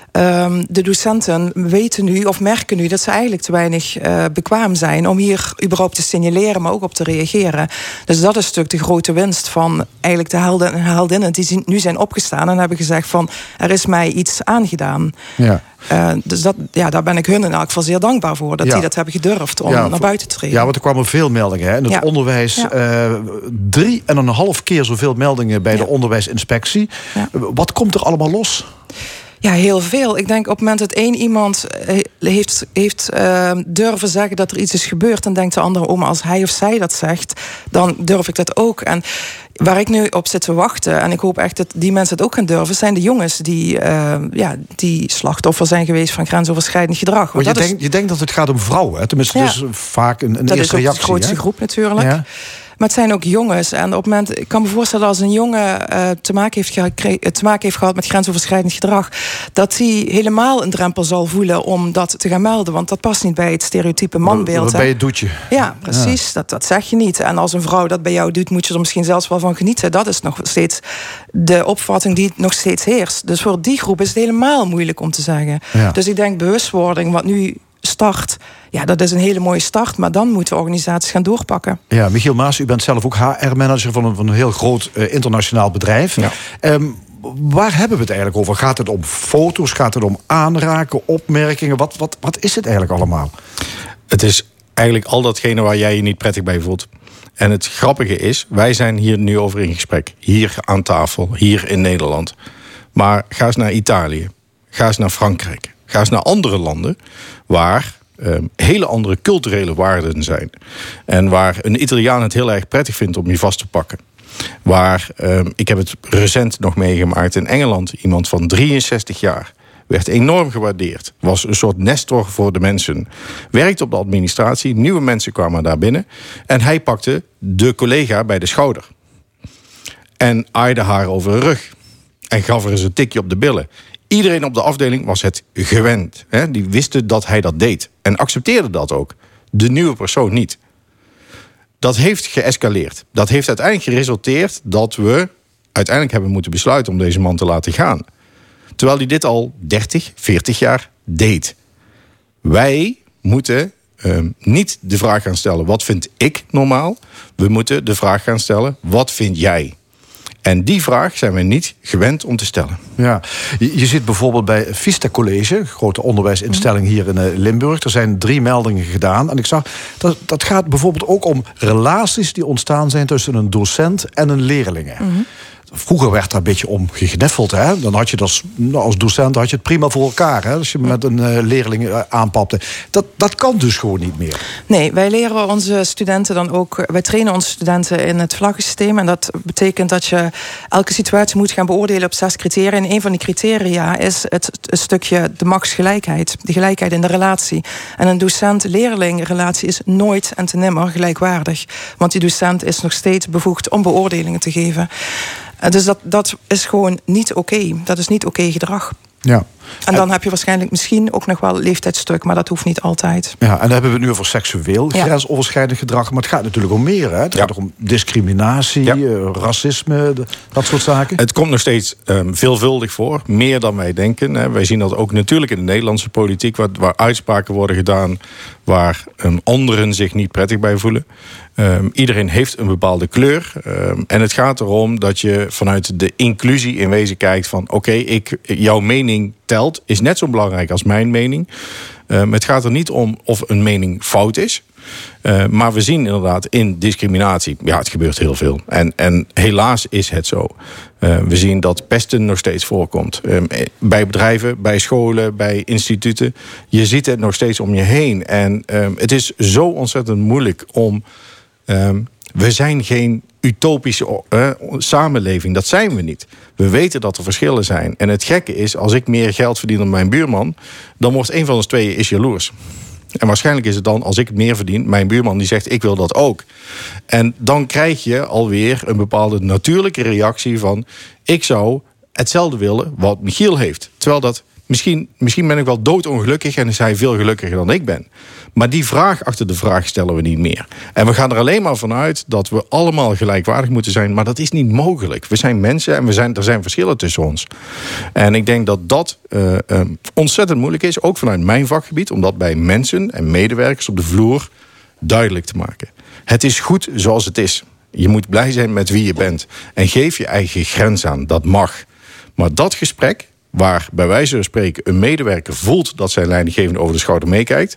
Um, de docenten weten nu of merken nu dat ze eigenlijk te weinig uh, bekwaam zijn... om hier überhaupt te signaleren, maar ook op te reageren. Dus dat is natuurlijk de grote winst van eigenlijk de helden en heldinnen... die nu zijn opgestaan en hebben gezegd van... er is mij iets aangedaan. Ja. Uh, dus dat, ja, daar ben ik hun in elk geval zeer dankbaar voor... dat ja. die dat hebben gedurfd om ja, naar buiten te treden. Ja, want er kwamen veel meldingen. Hè? In het ja. onderwijs ja. Uh, drie en een half keer zoveel meldingen... bij ja. de onderwijsinspectie. Ja. Wat komt er allemaal los? Ja, heel veel. Ik denk op het moment dat één iemand heeft, heeft uh, durven zeggen dat er iets is gebeurd... dan denkt de andere, oh, maar als hij of zij dat zegt, dan durf ik dat ook. En waar ik nu op zit te wachten, en ik hoop echt dat die mensen het ook gaan durven... zijn de jongens die, uh, ja, die slachtoffer zijn geweest van grensoverschrijdend gedrag. Want je, dat denkt, is... je denkt dat het gaat om vrouwen, hè? Tenminste, ja. dat is vaak een, een dat eerste reactie. Dat is ook de grootste hè? groep natuurlijk. Ja. Maar het zijn ook jongens. En op het moment, ik kan me voorstellen als een jongen uh, te, maken heeft ge- te maken heeft gehad met grensoverschrijdend gedrag, dat hij helemaal een drempel zal voelen om dat te gaan melden. Want dat past niet bij het stereotype manbeeld. Bij het doetje. Ja, precies. Ja. Dat, dat zeg je niet. En als een vrouw dat bij jou doet, moet je er misschien zelfs wel van genieten. Dat is nog steeds de opvatting die nog steeds heerst. Dus voor die groep is het helemaal moeilijk om te zeggen. Ja. Dus ik denk bewustwording, wat nu start, ja, dat is een hele mooie start, maar dan moeten organisaties gaan doorpakken. Ja, Michiel Maas, u bent zelf ook H R-manager van een, van een heel groot uh, internationaal bedrijf. Ja. Um, waar hebben we het eigenlijk over? Gaat het om foto's? Gaat het om aanraken, opmerkingen? Wat, wat, wat is het eigenlijk allemaal? Het is eigenlijk al datgene waar jij je niet prettig bij voelt. En het grappige is, wij zijn hier nu over in gesprek. Hier aan tafel, hier in Nederland. Maar ga eens naar Italië. Ga eens naar Frankrijk. Ga eens naar andere landen waar um, hele andere culturele waarden zijn. En waar een Italiaan het heel erg prettig vindt om je vast te pakken. Waar, um, ik heb het recent nog meegemaakt in Engeland. Iemand van drieënzestig jaar. Werd enorm gewaardeerd. Was een soort nestor voor de mensen. Werkte op de administratie. Nieuwe mensen kwamen daar binnen. En hij pakte de collega bij de schouder. En aaide haar over de rug. En gaf er eens een tikje op de billen. Iedereen op de afdeling was het gewend. Hè? Die wisten dat hij dat deed. En accepteerde dat ook. De nieuwe persoon niet. Dat heeft geëscaleerd. Dat heeft uiteindelijk geresulteerd dat we uiteindelijk hebben moeten besluiten om deze man te laten gaan. Terwijl hij dit al dertig, veertig jaar deed. Wij moeten uh, niet de vraag gaan stellen, wat vind ik normaal? We moeten de vraag gaan stellen, wat vind jij? En die vraag zijn we niet gewend om te stellen. Ja, je, je zit bijvoorbeeld bij Vista College, een grote onderwijsinstelling hier in uh, Limburg. Er zijn drie meldingen gedaan. En ik zag, dat, dat gaat bijvoorbeeld ook om relaties die ontstaan zijn tussen een docent en een leerlingen. Mm-hmm. Vroeger werd daar een beetje om gegniffeld. Hè? Dan had je dat, nou, als docent had je het prima voor elkaar. Hè? Als je met een uh, leerling uh, aanpapte. Dat, dat kan dus gewoon niet meer. Nee, wij leren onze studenten dan ook. Wij trainen onze studenten in het vlaggensysteem. En dat betekent dat je elke situatie moet gaan beoordelen op zes criteria. En een van die criteria is het, het stukje de machtsgelijkheid. De gelijkheid in de relatie. En een docent-leerling relatie is nooit en te nimmer gelijkwaardig. Want die docent is nog steeds bevoegd om beoordelingen te geven. Dus dat, dat is gewoon niet oké. Okay. Dat is niet oké okay gedrag. Ja. En dan heb je waarschijnlijk misschien ook nog wel leeftijdsdruk, maar dat hoeft niet altijd. Ja, en dan hebben we het nu over seksueel Ja. grensoverschrijdend gedrag. Maar het gaat natuurlijk om meer. Hè? Het Ja. gaat om discriminatie, Ja. eh, racisme, de- dat soort zaken. Het komt nog steeds um, veelvuldig voor, meer dan wij denken. Hè. Wij zien dat ook natuurlijk in de Nederlandse politiek, waar, waar uitspraken worden gedaan waar um, anderen zich niet prettig bij voelen. Um, iedereen heeft een bepaalde kleur. Um, en het gaat erom dat je vanuit de inclusie in wezen kijkt van oké, okay, ik jouw mening telt, is net zo belangrijk als mijn mening. Um, het gaat er niet om of een mening fout is. Uh, maar we zien inderdaad in discriminatie, ja, het gebeurt heel veel. En, en helaas is het zo. Uh, we zien dat pesten nog steeds voorkomt. Um, bij bedrijven, bij scholen, bij instituten. Je ziet het nog steeds om je heen. En um, het is zo ontzettend moeilijk om... Um, we zijn geen utopische uh, samenleving, dat zijn we niet. We weten dat er verschillen zijn. En het gekke is, als ik meer geld verdien dan mijn buurman, dan wordt een van ons tweeën is jaloers. En waarschijnlijk is het dan, als ik meer verdien, mijn buurman die zegt, ik wil dat ook. En dan krijg je alweer een bepaalde natuurlijke reactie van, ik zou hetzelfde willen wat Michiel heeft. Terwijl dat, misschien, misschien ben ik wel doodongelukkig en is hij veel gelukkiger dan ik ben. Maar die vraag achter de vraag stellen we niet meer. En we gaan er alleen maar vanuit dat we allemaal gelijkwaardig moeten zijn. Maar dat is niet mogelijk. We zijn mensen en we zijn, er zijn verschillen tussen ons. En ik denk dat dat uh, uh, ontzettend moeilijk is. Ook vanuit mijn vakgebied. Om dat bij mensen en medewerkers op de vloer duidelijk te maken. Het is goed zoals het is. Je moet blij zijn met wie je bent. En geef je eigen grens aan. Dat mag. Maar dat gesprek, waar bij wijze van spreken een medewerker voelt dat zijn leidinggevende over de schouder meekijkt,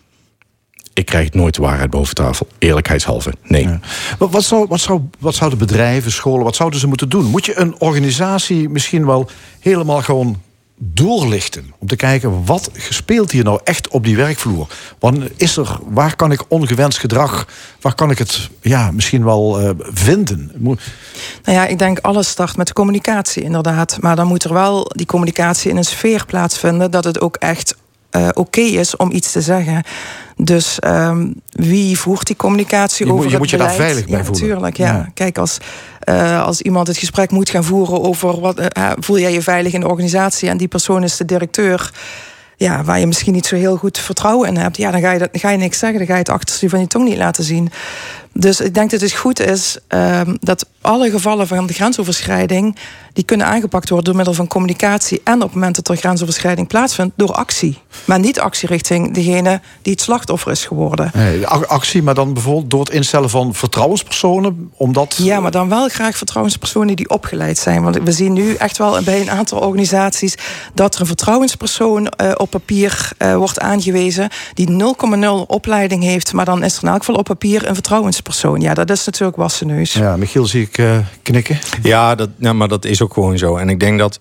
ik krijg nooit de waarheid boven tafel. Eerlijkheidshalve, nee. Ja. Wat, wat, zou, wat, zou, wat zouden bedrijven, scholen, wat zouden ze moeten doen? Moet je een organisatie misschien wel helemaal gewoon doorlichten? Om te kijken, wat speelt hier nou echt op die werkvloer? Want is er, waar kan ik ongewenst gedrag, waar kan ik het ja, misschien wel uh, vinden? Nou ja, ik denk alles start met de communicatie inderdaad. Maar dan moet er wel die communicatie in een sfeer plaatsvinden dat het ook echt uh, oké okay is om iets te zeggen. Dus um, wie voert die communicatie je over moet, je het moet je beleid? daar veilig bij ja, voelen. Natuurlijk, ja. ja. Kijk, als, uh, als iemand het gesprek moet gaan voeren over wat, uh, voel jij je veilig in de organisatie en die persoon is de directeur, ja, waar je misschien niet zo heel goed vertrouwen in hebt, ja, dan ga je, dat, dan ga je niks zeggen, dan ga je het achterste van je tong niet laten zien. Dus ik denk dat het goed is um, dat alle gevallen van de grensoverschrijding, die kunnen aangepakt worden door middel van communicatie en op het moment dat er grensoverschrijding plaatsvindt, door actie. Maar niet actie richting degene die het slachtoffer is geworden. Nee, actie, maar dan bijvoorbeeld door het instellen van vertrouwenspersonen, omdat... Ja, maar dan wel graag vertrouwenspersonen die opgeleid zijn. Want we zien nu echt wel bij een aantal organisaties dat er een vertrouwenspersoon uh, op papier uh, wordt aangewezen die nul komma nul opleiding heeft, maar dan is er in elk geval op papier een vertrouwenspersoon. Ja, dat is natuurlijk wassen neus. Ja, Michiel zie ik uh, knikken. Ja, dat, ja, maar dat is ook gewoon zo. En ik denk dat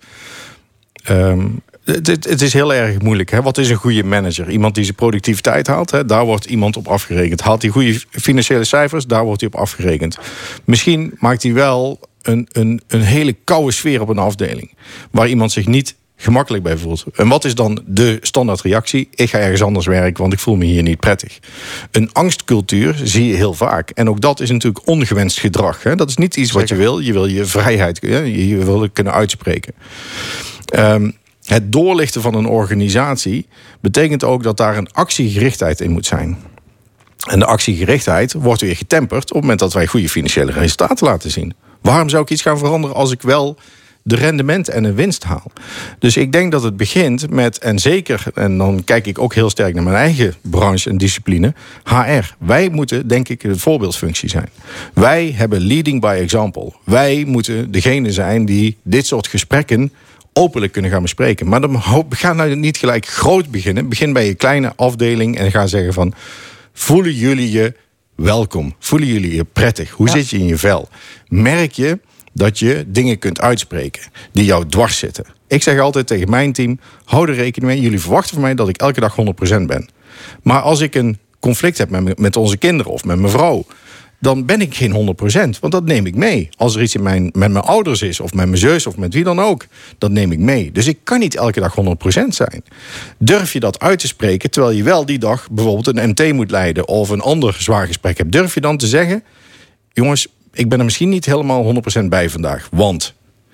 Um, het, het is heel erg moeilijk. Hè? Wat is een goede manager? Iemand die zijn productiviteit haalt, hè? Daar wordt iemand op afgerekend. Haalt hij goede financiële cijfers, daar wordt hij op afgerekend. Misschien maakt hij wel een, een, een hele koude sfeer op een afdeling, waar iemand zich niet gemakkelijk bij voelt. En wat is dan de standaardreactie? Ik ga ergens anders werken, want ik voel me hier niet prettig. Een angstcultuur zie je heel vaak. En ook dat is natuurlijk ongewenst gedrag. Hè? Dat is niet iets wat je wil. Je wil je vrijheid, je wil het kunnen uitspreken. Um, het doorlichten van een organisatie betekent ook dat daar een actiegerichtheid in moet zijn. En de actiegerichtheid wordt weer getemperd op het moment dat wij goede financiële resultaten laten zien. Waarom zou ik iets gaan veranderen als ik wel de rendement en de winst haal? Dus ik denk dat het begint met, en zeker, en dan kijk ik ook heel sterk naar mijn eigen branche en discipline, H R. Wij moeten, denk ik, de voorbeeldfunctie zijn. Wij hebben leading by example. Wij moeten degene zijn die dit soort gesprekken openlijk kunnen gaan bespreken. Maar dan ga nou niet gelijk groot beginnen. Begin bij je kleine afdeling en ga zeggen van, voelen jullie je welkom? Voelen jullie je prettig? Hoe ja. zit je in je vel? Merk je dat je dingen kunt uitspreken die jou dwars zitten? Ik zeg altijd tegen mijn team, hou er rekening mee. Jullie verwachten van mij dat ik elke dag honderd procent ben. Maar als ik een conflict heb met, met onze kinderen of met mijn vrouw, dan ben ik geen honderd procent, want dat neem ik mee. Als er iets in mijn, met mijn ouders is, of met mijn zus, of met wie dan ook, dat neem ik mee. Dus ik kan niet elke dag honderd procent zijn. Durf je dat uit te spreken, terwijl je wel die dag bijvoorbeeld een M T moet leiden of een ander zwaar gesprek hebt? Durf je dan te zeggen, jongens, ik ben er misschien niet helemaal honderd procent bij vandaag, want...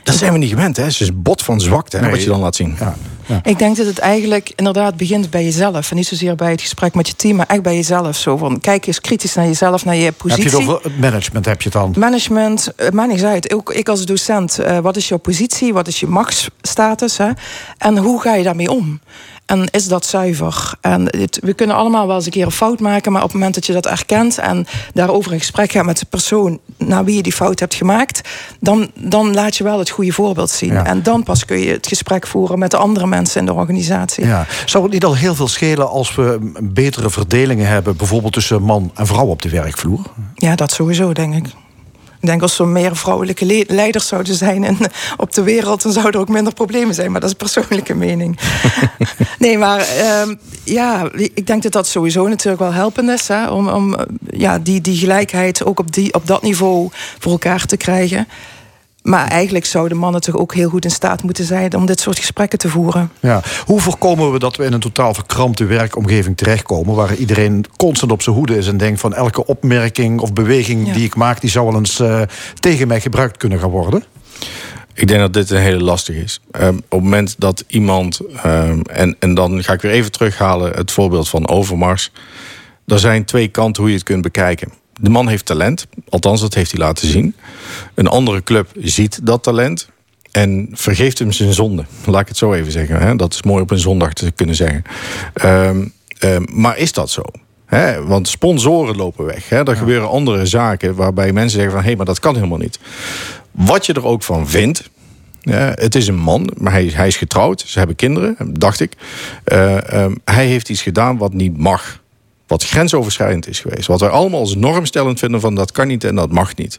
Dat zijn we niet gewend, hè? Het is bot van zwakte, hè, Nee. wat je dan laat zien. Ja. Ja. Ik denk dat het eigenlijk inderdaad begint bij jezelf. En niet zozeer bij het gesprek met je team, maar echt bij jezelf. Zo van, kijk eens kritisch naar jezelf, naar je positie. Heb je het over het management, heb je het dan? Management, uh, maakt niks uit. Ook ik als docent, uh, wat is jouw positie? Wat is je machtsstatus? Hè? En hoe ga je daarmee om? En is dat zuiver? En het, we kunnen allemaal wel eens een keer een fout maken, maar op het moment dat je dat erkent en daarover een gesprek gaat met de persoon naar wie je die fout hebt gemaakt, dan, dan laat je wel het goede voorbeeld zien. Ja. En dan pas kun je het gesprek voeren met de andere mensen in de organisatie. Ja. Zou het niet al heel veel schelen als we betere verdelingen hebben, bijvoorbeeld tussen man en vrouw op de werkvloer? Ja, dat sowieso, denk ik. Ik denk als er meer vrouwelijke le- leiders zouden zijn in, op de wereld, dan zouden er ook minder problemen zijn. Maar dat is een persoonlijke mening. Nee, maar uh, ja, ik denk dat dat sowieso natuurlijk wel helpend is. Hè, om om ja, die, die gelijkheid ook op, die, op dat niveau voor elkaar te krijgen. Maar eigenlijk zouden mannen toch ook heel goed in staat moeten zijn om dit soort gesprekken te voeren. Ja. Hoe voorkomen we dat we in een totaal verkrampte werkomgeving terechtkomen, waar iedereen constant op zijn hoede is en denkt van elke opmerking of beweging Ja. die ik maak, die zou wel eens uh, tegen mij gebruikt kunnen gaan worden? Ik denk dat dit een hele lastige is. Um, op het moment dat iemand, um, en, en dan ga ik weer even terughalen het voorbeeld van Overmars. Er zijn twee kanten hoe je het kunt bekijken. De man heeft talent, althans dat heeft hij laten zien. Een andere club ziet dat talent en vergeeft hem zijn zonde. Laat ik het zo even zeggen. Hè? Dat is mooi op een zondag te kunnen zeggen. Um, um, maar is dat zo? He, want sponsoren lopen weg. He. Er ja. gebeuren andere zaken waarbij mensen zeggen van hé, hey, maar dat kan helemaal niet. Wat je er ook van vindt. Ja, het is een man, maar hij, hij is getrouwd. Ze hebben kinderen, dacht ik. Uh, um, hij heeft iets gedaan wat niet mag. Wat grensoverschrijdend is geweest. Wat wij allemaal als normstellend vinden van dat kan niet en dat mag niet.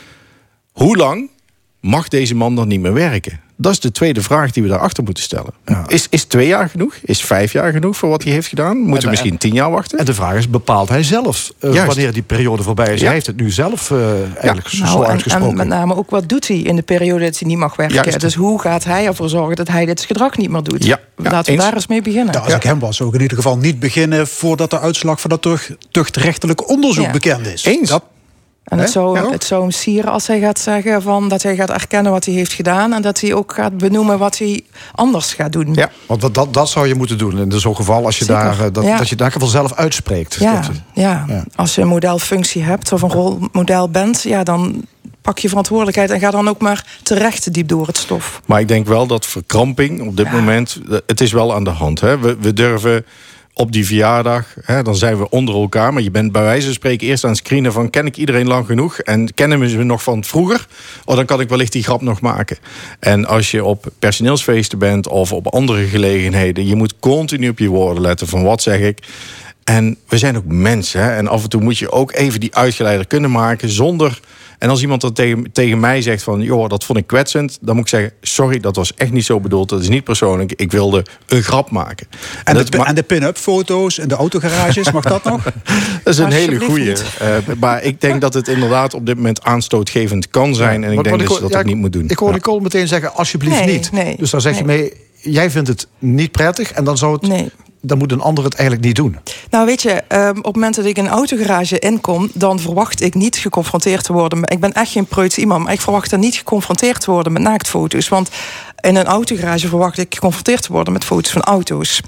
Hoe lang mag deze man dan niet meer werken? Dat is de tweede vraag die we daarachter moeten stellen. Ja. Is, is twee jaar genoeg? Is vijf jaar genoeg voor wat hij heeft gedaan? Moeten en, we misschien tien jaar wachten? En de vraag is, bepaalt hij zelf uh, wanneer die periode voorbij is? Ja. Hij heeft het nu zelf uh, eigenlijk ja. zo nou, uitgesproken. En met name ook, wat doet hij in de periode dat hij niet mag werken? Juist. Dus hoe gaat hij ervoor zorgen dat hij dit gedrag niet meer doet? Ja. Ja, Laten we eens. daar eens mee beginnen. Nou, als ja. ik hem was, ook in ieder geval niet beginnen voordat de uitslag van dat tucht, tuchtrechtelijk onderzoek ja. bekend is. Eens. Dat, En het zou, ja. het zou hem sieren als hij gaat zeggen van dat hij gaat erkennen wat hij heeft gedaan en dat hij ook gaat benoemen wat hij anders gaat doen. Ja, want dat, dat zou je moeten doen in zo'n geval als je Zeker. daar dat, ja. dat je daar geval zelf uitspreekt. Ja, dat, ja. ja, als je een modelfunctie hebt of een rolmodel bent, ja, dan pak je verantwoordelijkheid en ga dan ook maar terecht diep door het stof. Maar ik denk wel dat verkramping op dit ja. moment, het is wel aan de hand. Hè? We, we durven op die verjaardag, hè, dan zijn we onder elkaar. Maar je bent bij wijze van spreken eerst aan het screenen van ken ik iedereen lang genoeg? En kennen we ze nog van vroeger? Of dan kan ik wellicht die grap nog maken. En als je op personeelsfeesten bent of op andere gelegenheden, je moet continu op je woorden letten van wat zeg ik. En we zijn ook mensen. Hè? En af en toe moet je ook even die uitgeleider kunnen maken zonder. En als iemand dat tegen, tegen mij zegt van joh, dat vond ik kwetsend, dan moet ik zeggen, sorry, dat was echt niet zo bedoeld. Dat is niet persoonlijk. Ik wilde een grap maken. En, en, de, dat, ma- en de pin-up foto's en de autogarages, mag dat nog? Dat is een hele goeie. Uh, maar ik denk dat het inderdaad op dit moment aanstootgevend kan zijn. Ja, en ik denk dat je dat ja, ook niet moet doen. Ik hoor ja. Nicole meteen zeggen, alsjeblieft nee, niet. Nee, dus dan zeg nee. je mee, jij vindt het niet prettig en dan zou het. Nee. Dan moet een ander het eigenlijk niet doen. Nou weet je, um, op het moment dat ik een autogarage inkom, dan verwacht ik niet geconfronteerd te worden. Ik ben echt geen preuts iemand, maar ik verwacht dan niet geconfronteerd te worden met naaktfoto's. Want in een autogarage verwacht ik geconfronteerd te worden met foto's van auto's.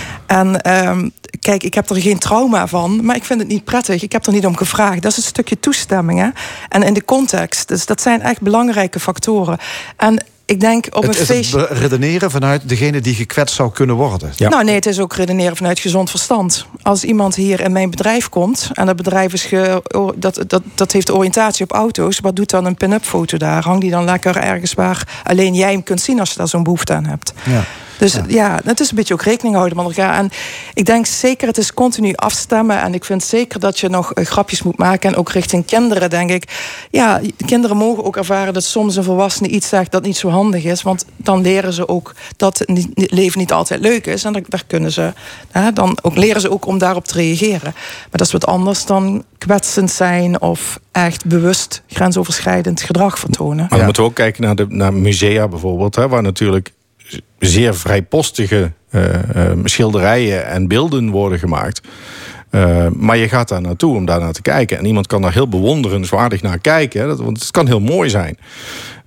En um, kijk, ik heb er geen trauma van, maar ik vind het niet prettig. Ik heb er niet om gevraagd. Dat is een stukje toestemming, hè? En in de context. Dus dat zijn echt belangrijke factoren. En ik denk op het een is feestje. Het redeneren vanuit degene die gekwetst zou kunnen worden. Ja. Nou nee, het is ook redeneren vanuit gezond verstand. Als iemand hier in mijn bedrijf komt en dat bedrijf is ge, dat, dat, dat heeft oriëntatie op auto's, wat doet dan een pin-up foto daar? Hangt die dan lekker ergens waar alleen jij hem kunt zien als je daar zo'n behoefte aan hebt? Ja. Dus ja. ja, het is een beetje ook rekening houden met elkaar. En ik denk zeker, het is continu afstemmen. En ik vind zeker dat je nog uh, grapjes moet maken. En ook richting kinderen, denk ik. Ja, kinderen mogen ook ervaren dat soms een volwassene iets zegt dat niet zo handig is. Want dan leren ze ook dat het niet, het leven niet altijd leuk is. En daar, daar kunnen ze, hè, dan ook leren ze ook om daarop te reageren. Maar dat is wat anders dan kwetsend zijn of echt bewust grensoverschrijdend gedrag vertonen. Maar dan ja. moeten we ook kijken naar, de, naar musea bijvoorbeeld, hè, waar natuurlijk zeer vrijpostige uh, uh, schilderijen en beelden worden gemaakt. Uh, maar je gaat daar naartoe om daar naar te kijken. En iemand kan daar heel bewonderenswaardig naar kijken. Hè, dat, want het kan heel mooi zijn.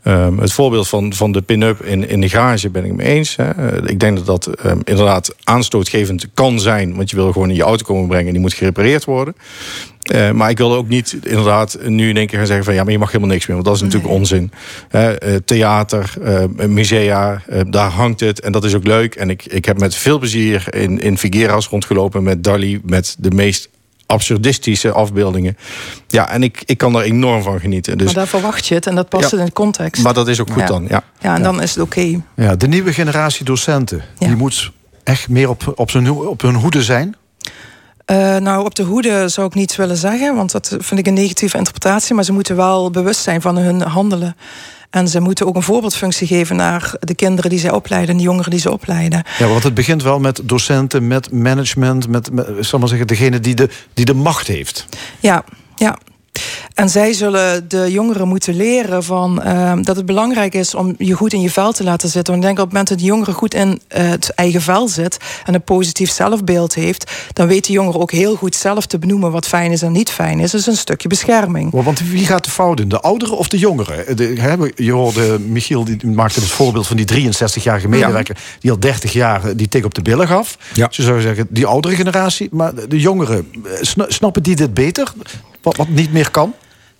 Um, het voorbeeld van, van de pin-up in, in de garage ben ik mee eens. Hè. Uh, ik denk dat dat um, inderdaad aanstootgevend kan zijn. Want je wil gewoon in je auto komen brengen en die moet gerepareerd worden. Uh, maar ik wil ook niet inderdaad nu in één keer gaan zeggen van ja, maar je mag helemaal niks meer. Want dat is natuurlijk nee. onzin. Uh, uh, theater, uh, musea, uh, daar hangt het. En dat is ook leuk. En ik, ik heb met veel plezier in, in Figueras rondgelopen met Dali. Met de meest absurdistische afbeeldingen. Ja, en ik, ik kan daar enorm van genieten. Dus, maar daar verwacht je het en dat past ja, in de context. Maar dat is ook goed ja. dan, ja. Ja, en ja. dan is het oké. Okay. Ja, de nieuwe generatie docenten, ja. die moet echt meer op, op, zijn, op hun hoede zijn? Uh, nou, op de hoede zou ik niets willen zeggen, want dat vind ik een negatieve interpretatie. Maar ze moeten wel bewust zijn van hun handelen. En ze moeten ook een voorbeeldfunctie geven naar de kinderen die zij opleiden en de jongeren die ze opleiden. Ja, want het begint wel met docenten, met management, met, met zal maar zeggen, degene die de, die de macht heeft. Ja, ja. En zij zullen de jongeren moeten leren van, uh, dat het belangrijk is om je goed in je vel te laten zitten. Want ik denk op het moment dat de jongere goed in uh, het eigen vel zit en een positief zelfbeeld heeft, dan weet de jongere ook heel goed zelf te benoemen wat fijn is en niet fijn is. Dat is een stukje bescherming. Want wie gaat de fout in? De ouderen of de jongeren? De, he, je hoorde Michiel, die maakte het voorbeeld van die drieënzestigjarige medewerker, ja. die al dertig jaar die tik op de billen gaf. Ja. Ze zou zeggen, die oudere generatie, maar de jongeren, snappen die dit beter? Wat, wat niet meer kan?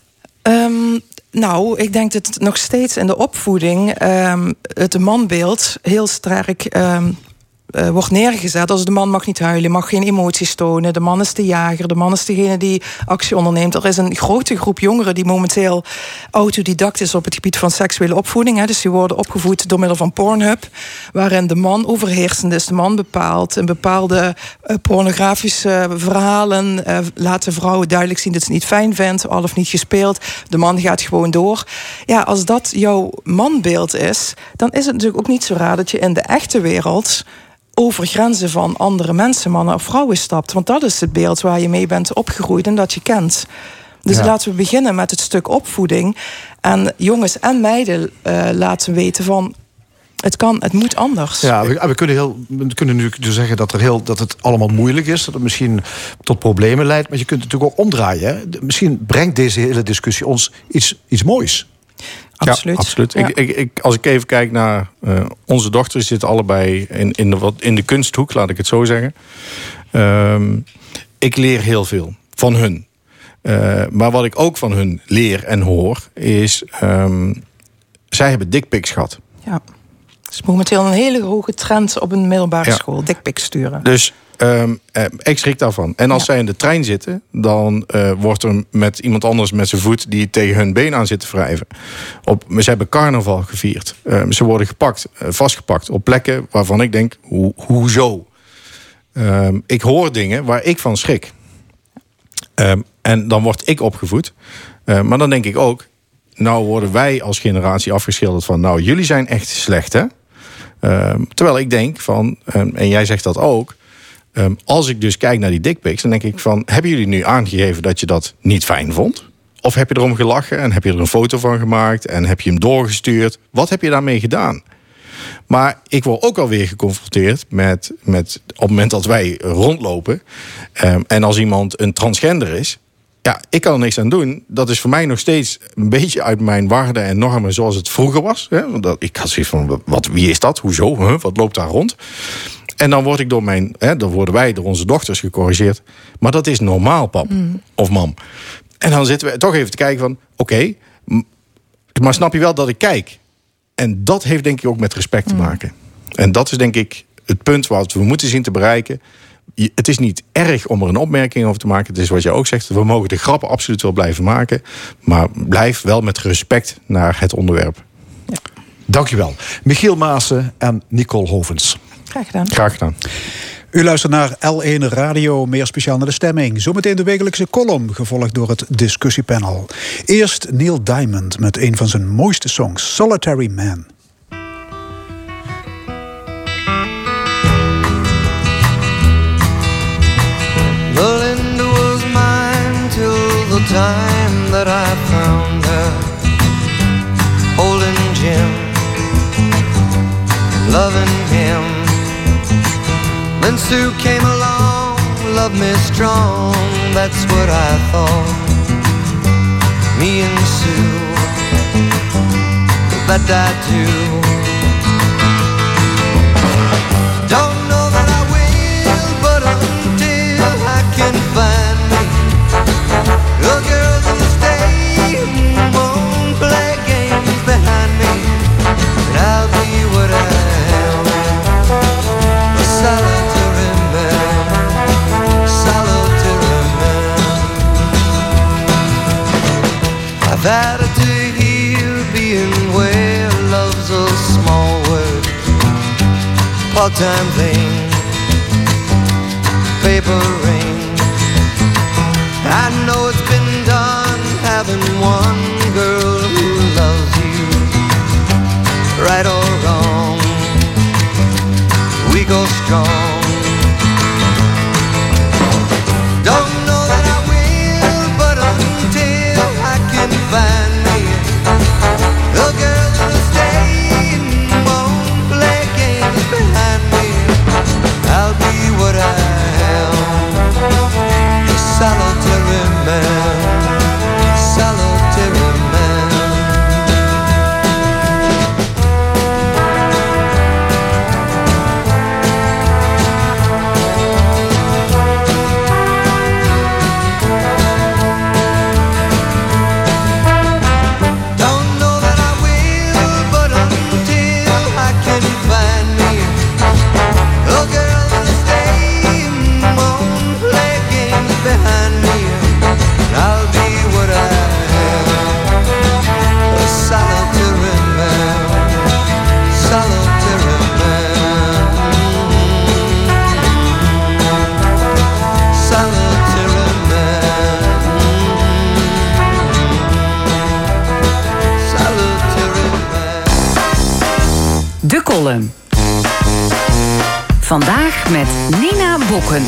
Um, nou, ik denk dat het nog steeds in de opvoeding um, het manbeeld heel sterk um, uh, wordt neergezet. Als de man mag niet huilen, mag geen emoties tonen. De man is de jager, de man is degene die actie onderneemt. Er is een grote groep jongeren die momenteel autodidact is op het gebied van seksuele opvoeding. Hè. Dus die worden opgevoed door middel van Pornhub, waarin de man overheersend is. De man bepaalt een bepaalde uh, pornografische verhalen. Uh, laat de vrouw duidelijk zien dat ze het niet fijn vindt, al of niet gespeeld. De man gaat gewoon door. Ja, als dat jouw manbeeld is, dan is het natuurlijk ook niet zo raar dat je in de echte wereld over grenzen van andere mensen, mannen of vrouwen stapt. Want dat is het beeld waar je mee bent opgegroeid en dat je kent. Dus ja. laten we beginnen met het stuk opvoeding. En jongens en meiden uh, laten weten van, het kan, het moet anders. Ja, we, we, kunnen, heel, we kunnen nu dus zeggen dat, er heel, dat het allemaal moeilijk is, dat het misschien tot problemen leidt, maar je kunt het natuurlijk ook omdraaien. Hè? Misschien brengt deze hele discussie ons iets, iets moois. Absoluut. Ja, absoluut. Ja. Ik, ik, ik, als ik even kijk naar uh, onze dochters, zitten allebei in, in, de, wat, in de kunsthoek, laat ik het zo zeggen. Um, ik leer heel veel van hun. Uh, maar wat ik ook van hun leer en hoor, is, Um, zij hebben dickpics gehad. Ja. Het is momenteel een hele hoge trend op een middelbare ja. school, dickpics sturen. Dus Um, uh, ik schrik daarvan. En als ja. zij in de trein zitten, dan uh, wordt er met iemand anders met zijn voet die tegen hun been aan zit te wrijven. Op, ze hebben carnaval gevierd. Um, ze worden gepakt, uh, vastgepakt op plekken waarvan ik denk, ho- hoezo? Um, ik hoor dingen waar ik van schrik. Um, en dan word ik opgevoed. Uh, maar dan denk ik ook, nou worden wij als generatie afgeschilderd van, nou jullie zijn echt slecht, hè? Um, terwijl ik denk van, um, en jij zegt dat ook, Um, als ik dus kijk naar die dickpics, dan denk ik van, hebben jullie nu aangegeven dat je dat niet fijn vond? Of heb je erom gelachen en heb je er een foto van gemaakt en heb je hem doorgestuurd? Wat heb je daarmee gedaan? Maar ik word ook alweer geconfronteerd met, met op het moment dat wij rondlopen um, en als iemand een transgender is, ja, ik kan er niks aan doen. Dat is voor mij nog steeds een beetje uit mijn waarden en normen zoals het vroeger was. Hè? Want dat, ik had zoiets van, wat, wie is dat? Hoezo? Huh? Wat loopt daar rond? En dan word ik door mijn, hè, dan worden wij door onze dochters gecorrigeerd. Maar dat is normaal, pap mm. of mam. En dan zitten we toch even te kijken van, oké, okay, maar snap je wel dat ik kijk? En dat heeft denk ik ook met respect te maken. Mm. En dat is denk ik het punt wat we moeten zien te bereiken. Het is niet erg om er een opmerking over te maken. Het is wat je ook zegt, we mogen de grappen absoluut wel blijven maken. Maar blijf wel met respect naar het onderwerp. Ja. Dankjewel. Michiel Maassen en Nicole Hovens. Graag gedaan. Graag gedaan. U luistert naar L één Radio, meer speciaal naar de stemming. Zometeen de wekelijkse column, gevolgd door het discussiepanel. Eerst Neil Diamond met een van zijn mooiste songs, Solitary Man. Belinda was mine till the time that I found her holding Jim, loving him. Then Sue came along, loved me strong, that's what I thought. Me and Sue, that I do. Don't know that I will, but until I can find me a girl that'll stay and won't play games behind me, and I'll be what I am, a solitary man, solitary man. I've had it to hear being where love's a small word, part-time thing, paper ring. I know it's been done having one girl who loves you, right or wrong, we go strong. Don't know that I will, but until I can find me a girl that'll stay and won't play games behind me, I'll be what I am, a solitary man, solitary man. Don't know that I will, but until I can find me a girl that'll stay and won't play games behind me, I'll be what I am, a solitary man, solitary man, solitary man, solitary man. De column. Vandaag met Nina Bokken.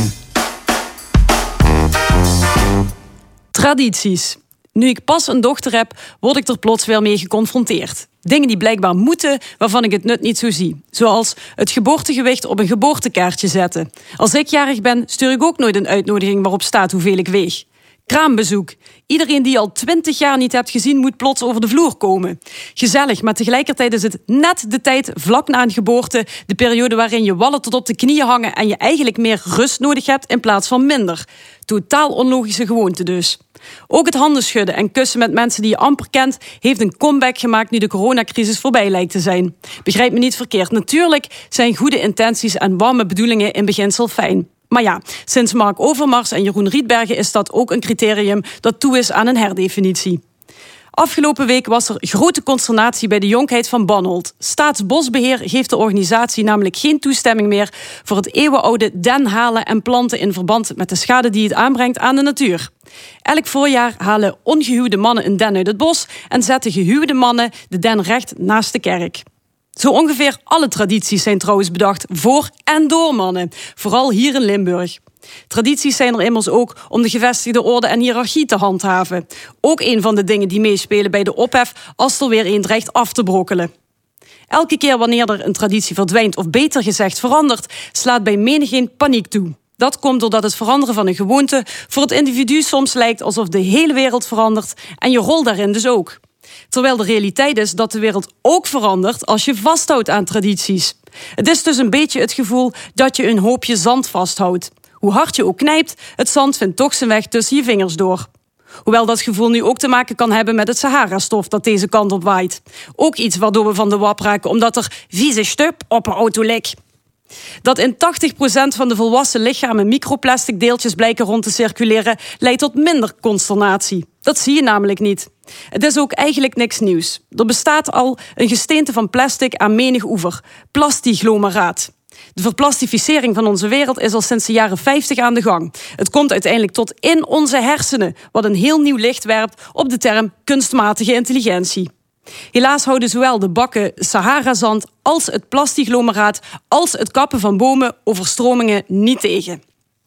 Tradities. Nu ik pas een dochter heb, word ik er plots weer mee geconfronteerd. Dingen die blijkbaar moeten, waarvan ik het nut niet zo zie. Zoals het geboortegewicht op een geboortekaartje zetten. Als ik jarig ben, stuur ik ook nooit een uitnodiging waarop staat hoeveel ik weeg. Kraambezoek. Iedereen die je al twintig jaar niet hebt gezien, moet plots over de vloer komen. Gezellig, maar tegelijkertijd is het net de tijd vlak na een geboorte, de periode waarin je wallen tot op de knieën hangen en je eigenlijk meer rust nodig hebt in plaats van minder. Totaal onlogische gewoonte dus. Ook het handen schudden en kussen met mensen die je amper kent heeft een comeback gemaakt nu de coronacrisis voorbij lijkt te zijn. Begrijp me niet verkeerd. Natuurlijk zijn goede intenties en warme bedoelingen in beginsel fijn. Maar ja, sinds Mark Overmars en Jeroen Rietbergen is dat ook een criterium dat toe is aan een herdefinitie. Afgelopen week was er grote consternatie bij de Jonkheid van Banholt. Staatsbosbeheer geeft de organisatie namelijk geen toestemming meer voor het eeuwenoude den halen en planten in verband met de schade die het aanbrengt aan de natuur. Elk voorjaar halen ongehuwde mannen een den uit het bos en zetten gehuwde mannen de den recht naast de kerk. Zo ongeveer alle tradities zijn trouwens bedacht voor en door mannen, vooral hier in Limburg. Tradities zijn er immers ook om de gevestigde orde en hiërarchie te handhaven. Ook een van de dingen die meespelen bij de ophef als er weer een dreigt af te brokkelen. Elke keer wanneer er een traditie verdwijnt of beter gezegd verandert, slaat bij menigeen paniek toe. Dat komt doordat het veranderen van een gewoonte voor het individu soms lijkt alsof de hele wereld verandert en je rol daarin dus ook. Terwijl de realiteit is dat de wereld ook verandert als je vasthoudt aan tradities. Het is dus een beetje het gevoel dat je een hoopje zand vasthoudt. Hoe hard je ook knijpt, het zand vindt toch zijn weg tussen je vingers door. Hoewel dat gevoel nu ook te maken kan hebben met het Sahara-stof dat deze kant op waait. Ook iets waardoor we van de wap raken omdat er vieze stup op een auto ligt. Dat in tachtig procent van de volwassen lichamen microplastic deeltjes blijken rond te circuleren, leidt tot minder consternatie. Dat zie je namelijk niet. Het is ook eigenlijk niks nieuws. Er bestaat al een gesteente van plastic aan menig oever. Plastiglomeraat. De verplastificering van onze wereld is al sinds de jaren vijftig aan de gang. Het komt uiteindelijk tot in onze hersenen, wat een heel nieuw licht werpt op de term kunstmatige intelligentie. Helaas houden zowel de bakken Sahara-zand als het plastiglomeraat als het kappen van bomen overstromingen niet tegen.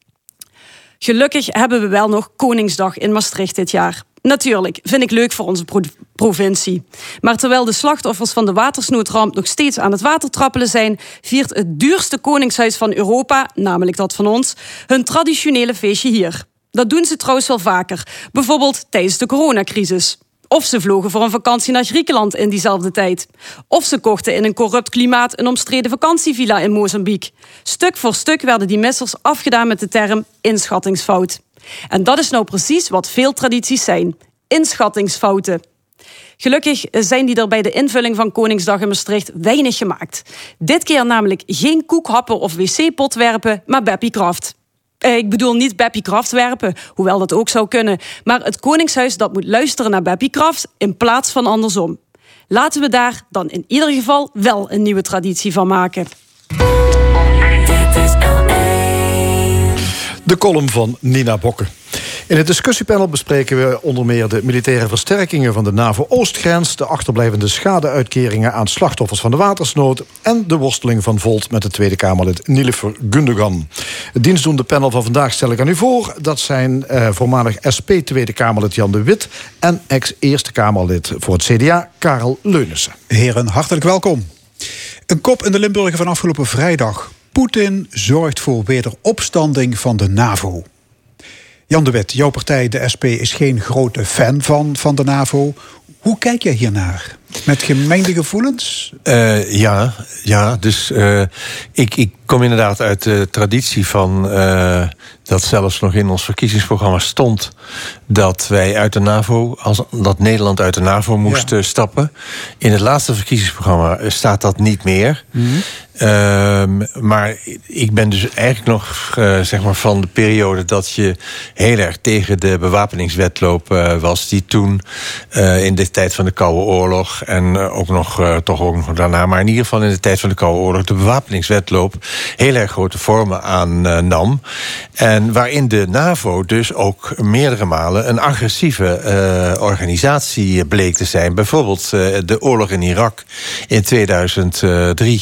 Gelukkig hebben we wel nog Koningsdag in Maastricht dit jaar. Natuurlijk, vind ik leuk voor onze pro- provincie. Maar terwijl de slachtoffers van de watersnoodramp nog steeds aan het water trappelen zijn, viert het duurste koningshuis van Europa, namelijk dat van ons, hun traditionele feestje hier. Dat doen ze trouwens wel vaker, bijvoorbeeld tijdens de coronacrisis. Of ze vlogen voor een vakantie naar Griekenland in diezelfde tijd. Of ze kochten in een corrupt klimaat een omstreden vakantievilla in Mozambique. Stuk voor stuk werden die missers afgedaan met de term inschattingsfout. En dat is nou precies wat veel tradities zijn. Inschattingsfouten. Gelukkig zijn die er bij de invulling van Koningsdag in Maastricht weinig gemaakt. Dit keer namelijk geen koekhappen of wc-pot werpen, maar Beppie Kraft. Eh, ik bedoel niet Beppie Kraft werpen, hoewel dat ook zou kunnen. Maar het Koningshuis dat moet luisteren naar Beppie Kraft in plaats van andersom. Laten we daar dan in ieder geval wel een nieuwe traditie van maken. De column van Nina Bokke. In het discussiepanel bespreken we onder meer de militaire versterkingen van de NAVO-Oostgrens, de achterblijvende schadeuitkeringen aan slachtoffers van de watersnood en de worsteling van Volt met de Tweede Kamerlid Nilofer Gundogan. Het dienstdoende panel van vandaag stel ik aan u voor. Dat zijn eh, voormalig S P Tweede Kamerlid Jan de Wit en ex-Eerste Kamerlid voor het C D A Karel Leunissen. Heren, hartelijk welkom. Een kop in de Limburger van afgelopen vrijdag. Poetin zorgt voor wederopstanding van de NAVO. Jan de Wit, jouw partij, de S P, is geen grote fan van, van de NAVO. Hoe kijk jij hiernaar? Met gemengde gevoelens? Uh, ja, ja, dus uh, ik, ik kom inderdaad uit de traditie van uh, dat zelfs nog in ons verkiezingsprogramma stond dat wij uit de NAVO, als dat Nederland uit de NAVO moest ja. stappen. In het laatste verkiezingsprogramma staat dat niet meer. Mm-hmm. Uh, maar ik ben dus eigenlijk nog uh, zeg maar van de periode dat je heel erg tegen de bewapeningswetloop uh, was, die toen uh, in de tijd van de Koude Oorlog en uh, ook nog uh, toch ook nog daarna, maar in ieder geval in de tijd van de Koude Oorlog de bewapeningswetloop heel erg grote vormen aannam. Uh, en waarin de NAVO dus ook meerdere malen een agressieve uh, organisatie bleek te zijn. Bijvoorbeeld uh, de oorlog in Irak in tweeduizend drie.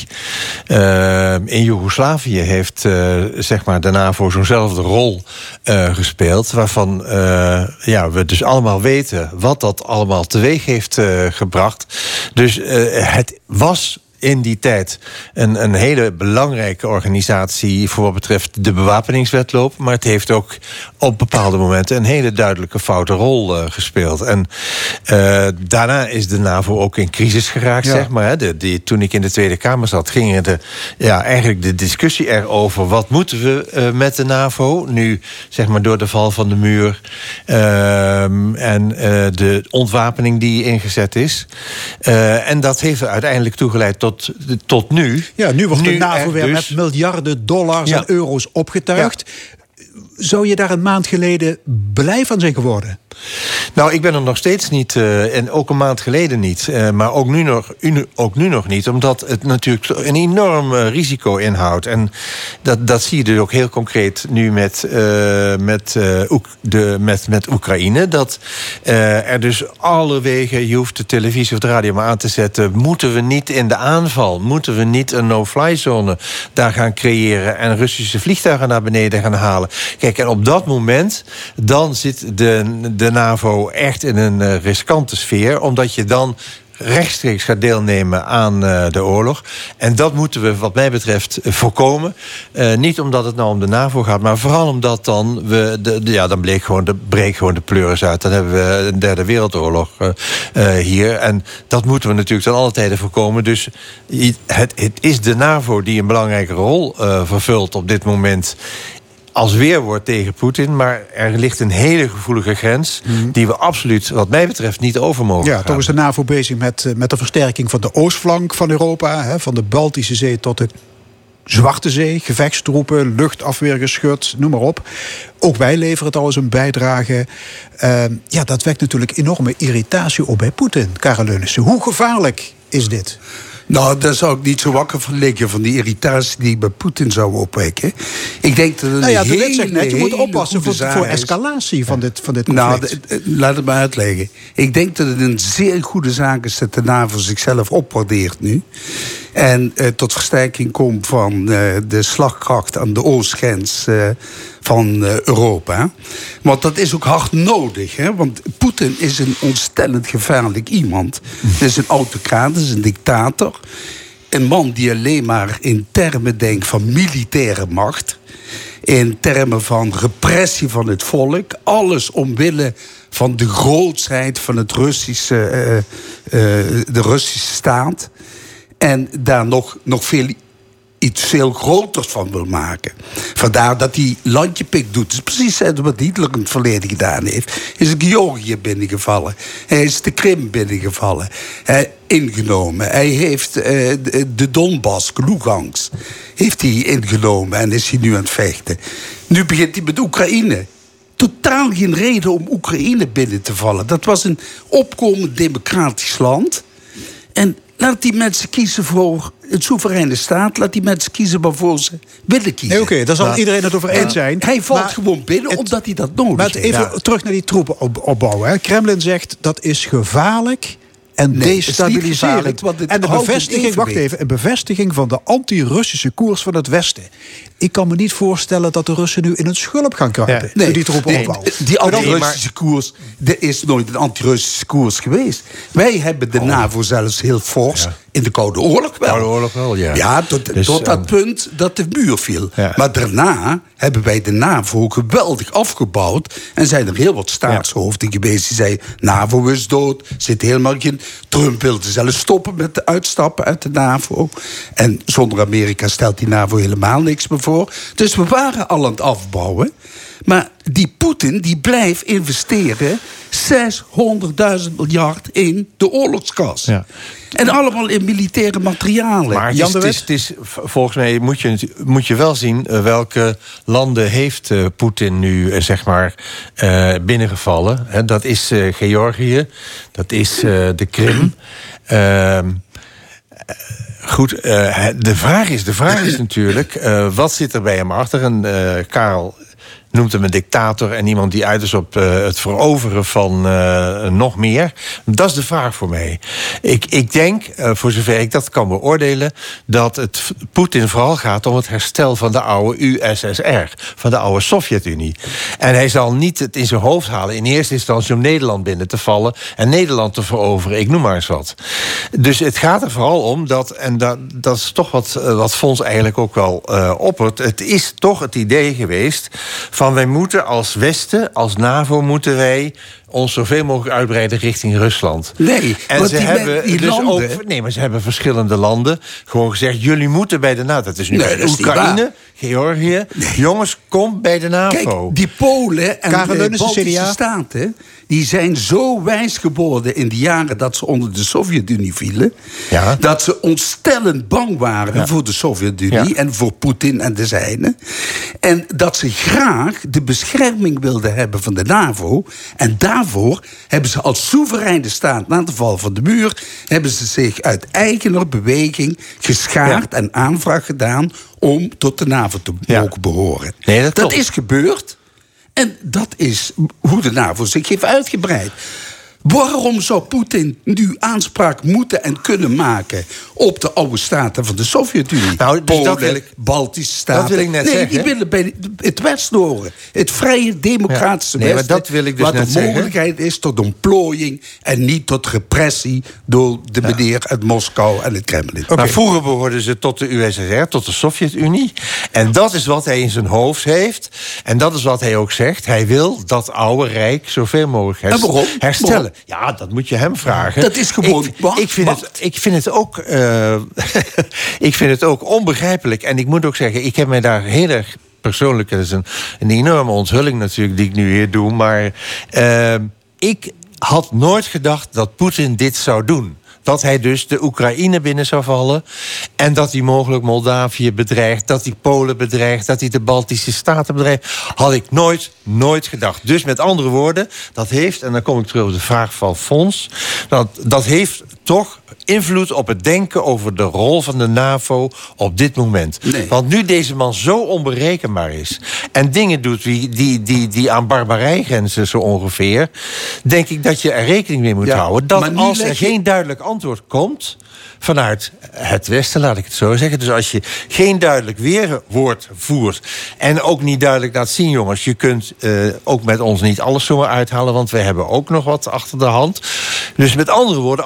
Uh, in Joegoslavië heeft uh, zeg maar de NAVO zo'nzelfde rol uh, gespeeld, waarvan uh, ja, we dus allemaal weten wat dat allemaal teweeg heeft uh, gebracht. Dus uh, het was in die tijd een, een hele belangrijke organisatie voor wat betreft de bewapeningswetloop, maar het heeft ook op bepaalde momenten een hele duidelijke foute rol uh, gespeeld. En uh, daarna is de NAVO ook in crisis geraakt, ja. zeg maar. Hè. De, die, toen ik in de Tweede Kamer zat, ging de, ja, eigenlijk de discussie erover wat moeten we uh, met de NAVO, nu zeg maar door de val van de muur uh, en uh, de ontwapening die ingezet is. Uh, en dat heeft er uiteindelijk toegeleid tot Tot nu. Ja, nu wordt nu de NAVO weer dus met miljarden dollars ja. en euro's opgetuigd. Ja. Zou je daar een maand geleden blij van zijn geworden? Nou, ik ben er nog steeds niet, uh, en ook een maand geleden niet. Uh, maar ook nu, nog, ook nu nog niet, omdat het natuurlijk een enorm uh, risico inhoudt. En dat, dat zie je dus ook heel concreet nu met, uh, met, uh, Oek, de, met, met Oekraïne. Dat uh, er dus alle wegen, je hoeft de televisie of de radio maar aan te zetten, moeten we niet in de aanval, moeten we niet een no-fly zone daar gaan creëren en Russische vliegtuigen naar beneden gaan halen. Kijk, en op dat moment, dan zit de, de NAVO echt in een uh, riskante sfeer, omdat je dan rechtstreeks gaat deelnemen aan uh, de oorlog. En dat moeten we wat mij betreft uh, voorkomen. Uh, niet omdat het nou om de NAVO gaat, maar vooral omdat dan we de, de, ja, dan bleek gewoon de, breekt gewoon de pleuris uit. Dan hebben we een derde wereldoorlog uh, uh, hier. En dat moeten we natuurlijk ten alle tijde voorkomen. Dus het, het is de NAVO die een belangrijke rol uh, vervult op dit moment als weerwoord tegen Poetin, maar er ligt een hele gevoelige grens mm-hmm. die we absoluut, wat mij betreft, niet over mogen Ja, gaan. toch is de NAVO bezig met, met de versterking van de oostflank van Europa, hè, van de Baltische Zee tot de Zwarte Zee, gevechtstroepen, luchtafweergeschut, noem maar op. Ook wij leveren trouwens een bijdrage. Uh, ja, dat wekt natuurlijk enorme irritatie op bij Poetin, Karel Leunissen. Hoe gevaarlijk is dit? Nou, daar zou ik niet zo wakker van liggen, van die irritatie die bij Poetin zou opwekken. Ik denk dat het nou ja, een hele, zegt net, je moet oppassen voor, voor escalatie van dit, van dit conflict. Nou, de, laat het maar uitleggen. Ik denk dat het een zeer goede zaak is dat de NAVO zichzelf opwaardeert nu. En uh, tot versterking komt van uh, de slagkracht aan de oostgrens uh, van uh, Europa. Want dat is ook hard nodig. Hè? Want Poetin is een ontstellend gevaarlijk iemand. Het is een autocraat, het is een dictator. Een man die alleen maar in termen denkt van militaire macht. In termen van repressie van het volk. Alles omwille van de grootsheid van het Russische, uh, uh, de Russische staat. En daar nog, nog veel, iets veel groters van wil maken. Vandaar dat hij landjepik doet. Het is precies wat Hitler in het verleden gedaan heeft. Hij is Georgië binnengevallen. Hij is de Krim binnengevallen. Hij ingenomen. Hij heeft uh, de, de Donbass, Lugansk, heeft hij ingenomen en is hij nu aan het vechten. Nu begint hij met Oekraïne. Totaal geen reden om Oekraïne binnen te vallen. Dat was een opkomend democratisch land. En laat die mensen kiezen voor een soevereine staat. Laat die mensen kiezen waarvoor ze willen kiezen. Nee, Oké, okay, daar zal maar, iedereen het over eens zijn. Hij valt maar gewoon binnen het, omdat hij dat nodig maar heeft. Even ja. terug naar die troepen op, opbouwen. Hè. Kremlin zegt dat is gevaarlijk en nee, destabiliserend. En de bevestiging, wacht even, een bevestiging van de anti-Russische koers van het Westen. Ik kan me niet voorstellen dat de Russen nu in een schulp gaan kruipen. Ja. Nee, die troepen nee, opbouwen. Die anti-Russische koers, er is nooit een anti-Russische koers geweest. Wij hebben de oh. NAVO zelfs heel fors ja. in de Koude Oorlog wel. Koude Oorlog wel, ja. Ja, tot, dus, tot dat uh, punt dat de muur viel. Ja. Maar daarna hebben wij de NAVO geweldig afgebouwd. En zijn er heel wat staatshoofden ja. geweest die zeiden, NAVO is dood, zit helemaal geen... Trump wilde zelfs stoppen met de uitstappen uit de NAVO. En zonder Amerika stelt die NAVO helemaal niks meer voor. Dus we waren al aan het afbouwen. Maar die Poetin die blijft investeren zeshonderdduizend miljard in de oorlogskas. Ja. En allemaal in militaire materialen. Maar het is, het is, het is, volgens mij moet je, moet je wel zien welke landen heeft uh, Poetin nu uh, zeg maar uh, binnengevallen. He, dat is uh, Georgië, dat is uh, de Krim. Uh, Goed, uh, de vraag is, de vraag is natuurlijk, uh, wat zit er bij hem achter? En uh, Karel noemt hem een dictator en iemand die uit is op uh, het veroveren van uh, nog meer. Dat is de vraag voor mij. Ik, ik denk, uh, voor zover ik dat kan beoordelen, dat het Poetin vooral gaat om het herstel van de oude U S S R, van de oude Sovjet-Unie. En hij zal niet het in zijn hoofd halen in eerste instantie om Nederland binnen te vallen en Nederland te veroveren, ik noem maar eens wat. Dus het gaat er vooral om dat, en dat, dat is toch wat, wat Fons eigenlijk ook wel uh, oppert, het is toch het idee geweest van Van wij moeten als Westen, als NAVO, moeten wij ons zoveel mogelijk uitbreiden richting Rusland. Nee, en ze die hebben die dus landen... ook, nee, maar ze hebben verschillende landen gewoon gezegd, jullie moeten bij de NAVO. Dat is nu nee, bij Oekraïne, Georgië. Nee. Jongens, kom bij de NAVO. Kijk, die Polen en Karel de Baltische Staten, die zijn zo wijs geworden in de jaren dat ze onder de Sovjet-Unie vielen, ja. dat ze ontstellend bang waren ja. voor de Sovjet-Unie ja. en voor Poetin en de zijnen. En dat ze graag de bescherming wilden hebben van de NAVO. En daarvoor hebben ze als soevereine staat na de val van de muur, hebben ze zich uit eigener beweging geschaard ja. en aanvraag gedaan om tot de NAVO te ja. mogen behoren. Nee, dat dat is gebeurd. En dat is hoe de NAVO zich heeft uitgebreid. Waarom zou Poetin nu aanspraak moeten en kunnen maken op de oude staten van de Sovjet-Unie? Nou, dus Polen, dat wil ik, Baltische staten. Dat wil ik net nee, zeggen. die willen bij het Westen horen. Het vrije democratische ja. nee, Westen. Maar dat wil ik dus waar net de mogelijkheid zeggen. is tot ontplooiing en niet tot repressie door de ja. meneer uit Moskou en het Kremlin. Okay. Maar vroeger behoorden ze tot de U S S R, tot de Sovjet-Unie. En dat is wat hij in zijn hoofd heeft. En dat is wat hij ook zegt. Hij wil dat oude rijk zoveel mogelijk herst- herstellen. Waarom? Ja, dat moet je hem vragen. Dat is gewoon... Ik, ik, vind, het, ik vind het ook... Uh, ik vind het ook onbegrijpelijk. En ik moet ook zeggen, ik heb mij daar heel erg persoonlijk... dat is een, een enorme onthulling natuurlijk die ik nu hier doe... maar uh, ik had nooit gedacht dat Poetin dit zou doen. Dat hij dus de Oekraïne binnen zou vallen... en dat hij mogelijk Moldavië bedreigt... dat hij Polen bedreigt, dat hij de Baltische Staten bedreigt... had ik nooit, nooit gedacht. Dus met andere woorden, dat heeft... en dan kom ik terug op de vraag van Fons... dat, dat heeft toch invloed op het denken over de rol van de NAVO op dit moment. Nee. Want nu deze man zo onberekenbaar is... en dingen doet die, die, die, die aan barbarij grenzen zo ongeveer... denk ik dat je er rekening mee moet ja, houden... dat als er je... geen duidelijk antwoord komt... vanuit het Westen, laat ik het zo zeggen. Dus als je geen duidelijk weerwoord voert... en ook niet duidelijk laat zien, jongens... je kunt uh, ook met ons niet alles zomaar uithalen... want wij hebben ook nog wat achter de hand. Dus met andere woorden, als je niet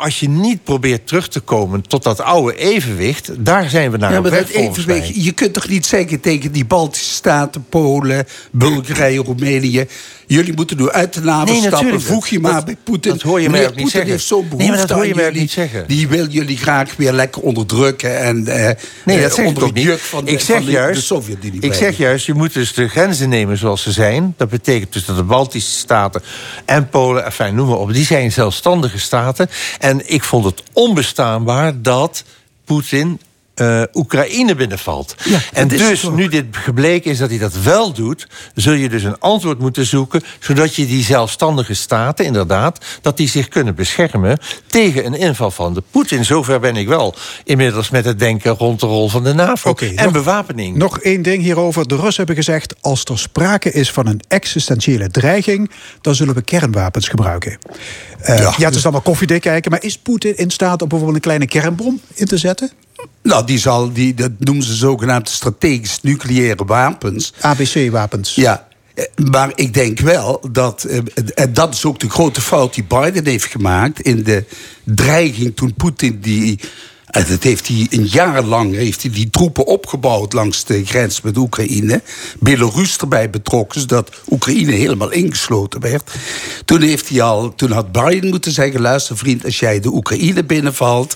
niet probeert terug te komen tot dat oude evenwicht, daar zijn we naar Ja, op maar weg dat volgens mij. evenwicht, je kunt toch niet zeggen tegen die Baltische staten, Polen, Bulgarije, Roemenië, jullie moeten nu uit de NAVO Nee, stappen, natuurlijk. voeg je Dat- maar bij Poetin. dat hoor je mij Meneer ook niet Poetin zeggen. heeft zo'n Nee, behoefte maar dat hoor je aan mij ook jullie, niet zeggen. Die wil jullie graag weer lekker onderdrukken en eh, Nee, dat eh, zeg ik onder ook het niet. juk van de, ik zeg van de, juist, de Sovjet-Unie Ik brengen. zeg juist, je moet dus de grenzen nemen zoals ze zijn. Dat betekent dus dat de Baltische staten en Polen, enfin, noem maar op, die zijn zelfstandige staten. En ik vond het onbestaanbaar dat Poetin Uh, Oekraïne binnenvalt. Ja, en dat is dus, het ook. nu dit gebleken is dat hij dat wel doet, zul je dus een antwoord moeten zoeken, zodat je die zelfstandige staten, inderdaad, dat die zich kunnen beschermen tegen een inval van de Poetin. Zover ben ik wel inmiddels met het denken rond de rol van de NAVO Oké, en nog- bewapening. Nog één ding hierover. De Russen hebben gezegd, als er sprake is van een existentiële dreiging, dan zullen we kernwapens gebruiken. Uh, ja, het is allemaal koffiedik kijken, maar is Poetin in staat om bijvoorbeeld een kleine kernbom in te zetten? Nou, die zal, die, dat noemen ze zogenaamde strategisch nucleaire wapens. A B C-wapens. Ja, eh, maar ik denk wel dat, eh, en dat is ook de grote fout die Biden heeft gemaakt in de dreiging toen Poetin die, en dat heeft hij een jaar lang heeft hij die troepen opgebouwd langs de grens met Oekraïne. Belarus erbij betrokken, zodat Oekraïne helemaal ingesloten werd. Toen, heeft hij al, toen had Biden moeten zeggen, luister vriend, als jij de Oekraïne binnenvalt,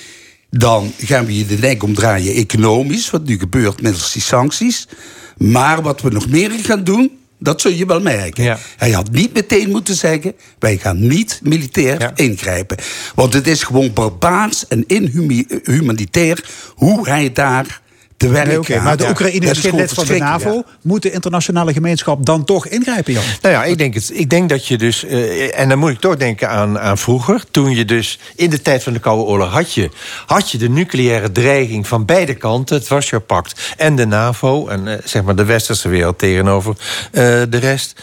dan gaan we je de nek omdraaien economisch, wat nu gebeurt middels die sancties. Maar wat we nog meer gaan doen, dat zul je wel merken. Ja. Hij had niet meteen moeten zeggen, wij gaan niet militair Ja. ingrijpen. Want het is gewoon barbaars en inhumanitair hoe hij daar te werk Nee, oké, gaat. maar de Ja, Oekraïne dat is geen gewoon lid van de verschrikkelijk, NAVO. ja. Moet de internationale gemeenschap dan toch ingrijpen, Jan? Nou ja, ik denk, het, ik denk dat je dus... Uh, en dan moet ik toch denken aan, aan vroeger. Toen je dus in de tijd van de Koude Oorlog had je... had je de nucleaire dreiging van beide kanten. Het Warschau-pact en de NAVO. En uh, zeg maar de westerse wereld tegenover uh, de rest.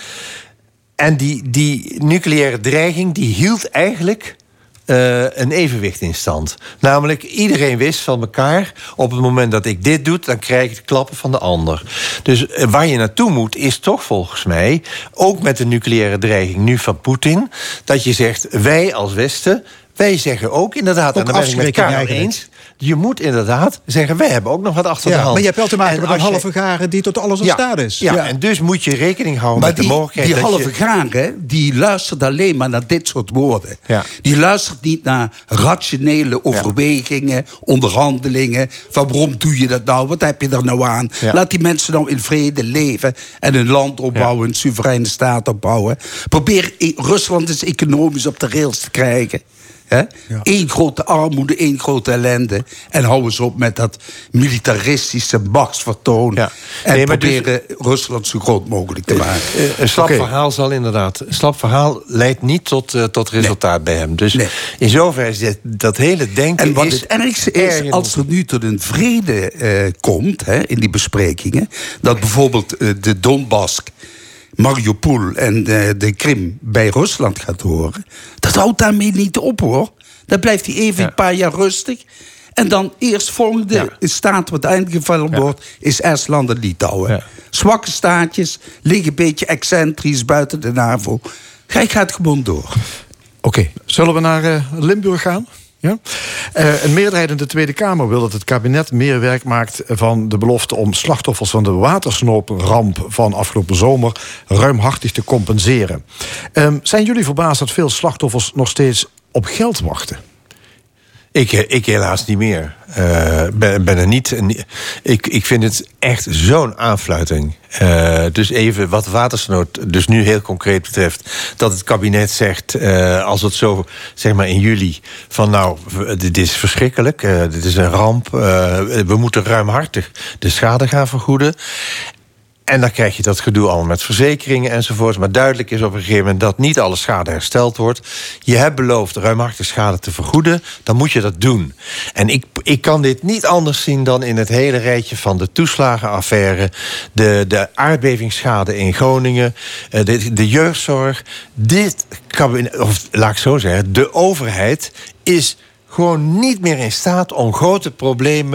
En die, die nucleaire dreiging die hield eigenlijk... Uh, een evenwicht in stand. Namelijk, iedereen wist van elkaar, op het moment dat ik dit doe, dan krijg ik de klappen van de ander. Dus uh, waar je naartoe moet, is toch volgens mij, ook met de nucleaire dreiging nu van Poetin, dat je zegt, wij als Westen, wij zeggen ook inderdaad, Ook en dan ben ik met afschrikking Karel eigenlijk. eens, je moet inderdaad zeggen, wij hebben ook nog wat achter Ja, de hand. maar je hebt wel te maken En met een als je- halve garen die tot alles in ja, staat is. Ja, Ja. en dus moet je rekening houden Maar met die, de mogelijkheid die dat halve je... gragen, die luistert alleen maar naar dit soort woorden. Ja. Die luistert niet naar rationele overwegingen, onderhandelingen. Van waarom doe je dat nou? Wat heb je er nou aan? Ja. Laat die mensen nou in vrede leven en hun land opbouwen, een soevereine staat opbouwen. Probeer i- Rusland eens economisch op de rails te krijgen. Hè? Ja. Eén grote armoede, één grote ellende. En hou eens op met dat militaristische machtsvertoon. Ja. En Nee, maar dus- proberen Rusland zo groot mogelijk te maken. Uh, een slap Oké. verhaal zal inderdaad... Een slap verhaal leidt niet tot, uh, tot resultaat bij hem. Dus Nee. in zoverre is dit, dat hele denken... En wat is het ergste is, erg als er nu tot een vrede eh, komt, hè, in die besprekingen, dat bijvoorbeeld eh, de Donbass, Mariupol en eh, de Krim bij Rusland gaat horen, dat houdt daarmee niet op, hoor. Dan blijft hij even Ja. een paar jaar rustig. En dan eerst volgende Ja. staat wat uitgevallen Ja. wordt, is Estland en Litouwen. Ja. Zwakke staatjes, liggen een beetje excentrisch buiten de NAVO. Hij gaat gewoon door. Oké, zullen we naar uh, Limburg gaan? Ja? Uh, een meerderheid in de Tweede Kamer wil dat het kabinet meer werk maakt van de belofte om slachtoffers van de watersnoodramp van afgelopen zomer ruimhartig te compenseren. Um, zijn jullie verbaasd dat veel slachtoffers nog steeds op geld wachten? Ik, ik helaas niet meer. Uh, ben, ben er niet. Ik, ik vind het echt zo'n aanfluiting. Uh, dus even wat watersnood dus nu heel concreet betreft. Dat het kabinet zegt, uh, als het zo, zeg maar in juli, van nou, dit is verschrikkelijk. Uh, dit is een ramp. Uh, we moeten ruimhartig de schade gaan vergoeden. En dan krijg je dat gedoe allemaal met verzekeringen enzovoort. Maar duidelijk is op een gegeven moment dat niet alle schade hersteld wordt. Je hebt beloofd ruimhartig schade te vergoeden. Dan moet je dat doen. En ik, ik kan dit niet anders zien dan in het hele rijtje van de toeslagenaffaire, de, de aardbevingsschade in Groningen, de, de jeugdzorg. Dit kabinet, of laat ik zo zeggen, de overheid is gewoon niet meer in staat om grote problemen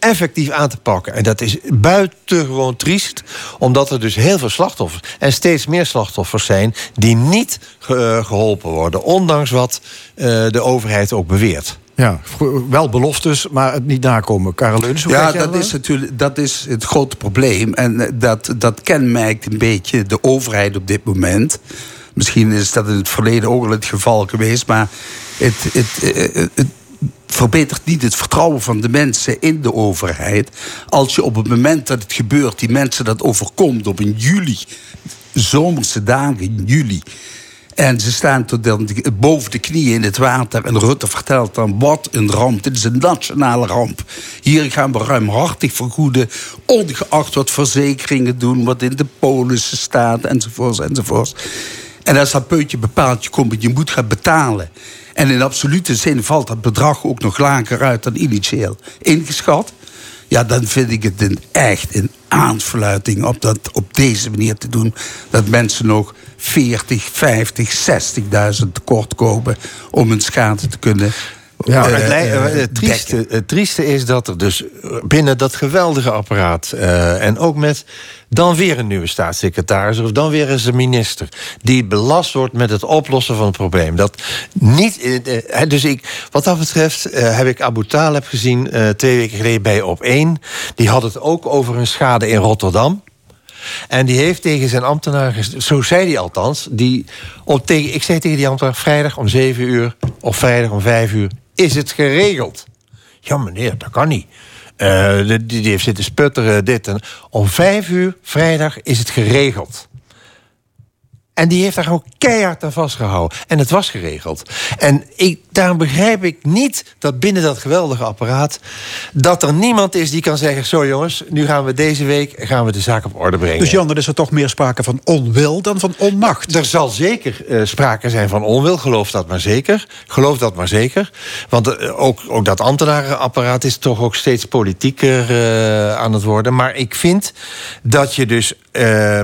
effectief aan te pakken. En dat is buitengewoon triest, omdat er dus heel veel slachtoffers en steeds meer slachtoffers zijn die niet ge- geholpen worden, ondanks wat uh, de overheid ook beweert. Ja, wel beloftes, maar het niet nakomen. Karel Leunis, hoe Ja, kijk jij dat daar? is natuurlijk dat is het grote probleem. En dat, dat kenmerkt een beetje de overheid op dit moment. Misschien is dat in het verleden ook al het geval geweest, maar het, het, het, het verbetert niet het vertrouwen van de mensen in de overheid. Als je op het moment dat het gebeurt, die mensen dat overkomt op een juli, zomerse dagen in juli. En ze staan tot dan boven de knieën in het water. En Rutte vertelt dan, wat een ramp. Dit is een nationale ramp. Hier gaan we ruimhartig vergoeden, ongeacht wat verzekeringen doen, wat in de polissen staat, enzovoorts, enzovoorts. En als dat puntje bepaald je komt, je moet gaan betalen. En in absolute zin valt dat bedrag ook nog lager uit dan initieel ingeschat. Ja, dan vind ik het een, echt een aanfluiting op dat op deze manier te doen. Dat mensen nog veertig, vijftig, zestigduizend tekort komen om hun schade te kunnen. Ja, uh, het, lei- uh, het, trieste, het trieste is dat er dus binnen dat geweldige apparaat, Uh, en ook met dan weer een nieuwe staatssecretaris of dan weer eens een minister die belast wordt met het oplossen van het probleem. Dat niet, uh, dus ik, wat dat betreft uh, heb ik Abu Taleb gezien uh, twee weken geleden bij Op één. Die had het ook over een schade in Rotterdam. En die heeft tegen zijn ambtenaar, zo zei hij althans, die, op tegen, ik zei tegen die ambtenaar, vrijdag om zeven uur of vrijdag om vijf uur is het geregeld. Ja, meneer, dat kan niet. Uh, die, die heeft zitten sputteren, dit en om vijf uur vrijdag is het geregeld. En die heeft daar ook keihard aan vastgehouden. En het was geregeld. En ik, daarom begrijp ik niet dat binnen dat geweldige apparaat dat er niemand is die kan zeggen, zo jongens, nu gaan we deze week gaan we de zaak op orde brengen. Dus Jan, dan is er toch meer sprake van onwil dan van onmacht? Er zal zeker uh, sprake zijn van onwil, geloof dat maar zeker. Geloof dat maar zeker. Want uh, ook, ook dat ambtenarenapparaat is toch ook steeds politieker uh, aan het worden. Maar ik vind dat je dus Uh,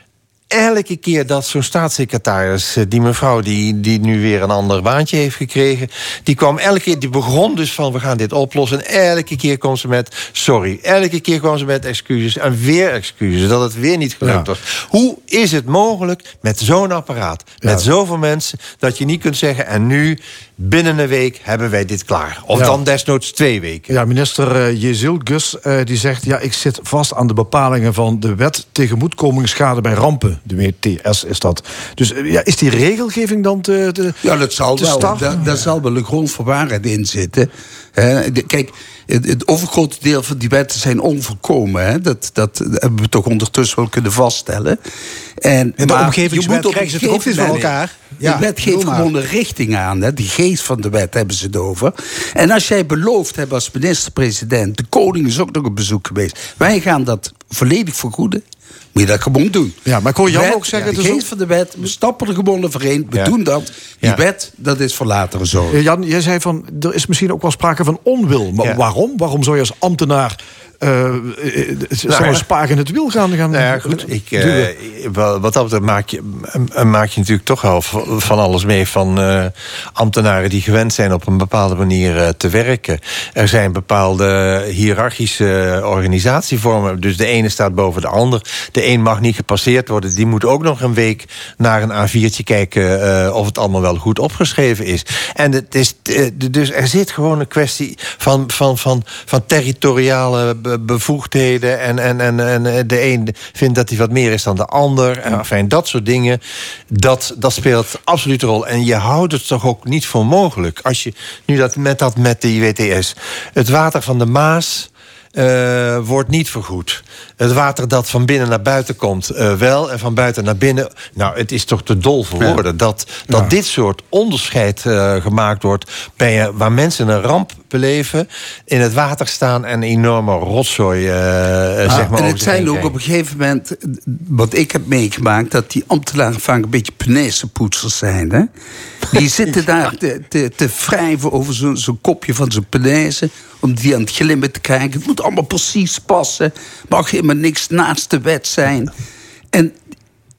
elke keer dat zo'n staatssecretaris, die mevrouw die, die nu weer een ander baantje heeft gekregen, die kwam elke keer, die begon dus van we gaan dit oplossen. En elke keer kwam ze met sorry. Elke keer kwam ze met excuses en weer excuses, dat het weer niet gelukt Ja. was. Hoe is het mogelijk met zo'n apparaat, Ja. met zoveel mensen, dat je niet kunt zeggen en nu binnen een week hebben wij dit klaar. Of Ja. dan desnoods twee weken. Ja, minister uh, Jezilgus uh, die zegt, ja, ik zit vast aan de bepalingen van de wet tegemoetkomingsschade bij rampen. De W T S is dat. Dus uh, ja, is die regelgeving dan te, te Ja, dat zal te wel. starten? Daar, daar zal wel een grond van waarheid in zitten. Hè, de- kijk, het, het overgrote deel van die wetten zijn onvolkomen. Hè. Dat, dat hebben we toch ondertussen wel kunnen vaststellen. En, In de maar omgevingswet je moet op krijgen ze een toch ook gegeven niet van moment- elkaar? Ja, de wet geeft doe maar. gewoon een richting aan. Hè. Die geest van de wet hebben ze het over. En als jij beloofd hebt als minister-president, de koning is ook nog op bezoek geweest, wij gaan dat volledig vergoeden, moet je dat gewoon doen. Ja, maar ik hoor Jan Wet, ook zeggen, De het is geest ook- van de wet, we stappen er gewoon overheen, we Ja. doen dat. Die Ja. wet, dat is voor latere zorg. Uh, Jan, jij zei van, er is misschien ook wel sprake van onwil. Maar Ja. waarom? Waarom zou je als ambtenaar uh, uh, uh, zo'n ja. spaak in het wiel gaan, gaan Nou ja, goed. Ik, uh, duwen? wel, wat dat betreft maak je, uh, maak je natuurlijk toch wel v- van alles mee van uh, ambtenaren die gewend zijn op een bepaalde manier uh, te werken. Er zijn bepaalde hiërarchische organisatievormen. Dus de ene staat boven de ander. De een mag niet gepasseerd worden. Die moet ook nog een week naar een A viertje kijken uh, of het allemaal wel goed opgeschreven is. En het is, uh, dus er zit gewoon een kwestie van, van, van, van territoriale be- bevoegdheden. En, en, en, en de een vindt dat hij wat meer is dan de ander. En enfin, dat soort dingen, dat, dat speelt absoluut een rol. En je houdt het toch ook niet voor mogelijk. Als je nu dat met dat met die W T S, het water van de Maas Uh, wordt niet vergoed. Het water dat van binnen naar buiten komt, uh, wel. En van buiten naar binnen. Nou, het is toch te dol voor Ja. woorden. Dat, dat Ja. dit soort onderscheid uh, gemaakt wordt bij, uh, waar mensen een ramp beleven, in het water staan en een enorme rotzooi uh, zeg maar en over het zich heen zijn ook krijgen. op een gegeven moment, wat ik heb meegemaakt, dat die ambtenaren vaak een beetje penezenpoetsers zijn. Hè? Die zitten daar te, te, te wrijven over zo'n zo'n kopje van zo'n penezen, om die aan het glimmen te krijgen. Het moet allemaal precies passen. Mag helemaal niks naast de wet zijn. En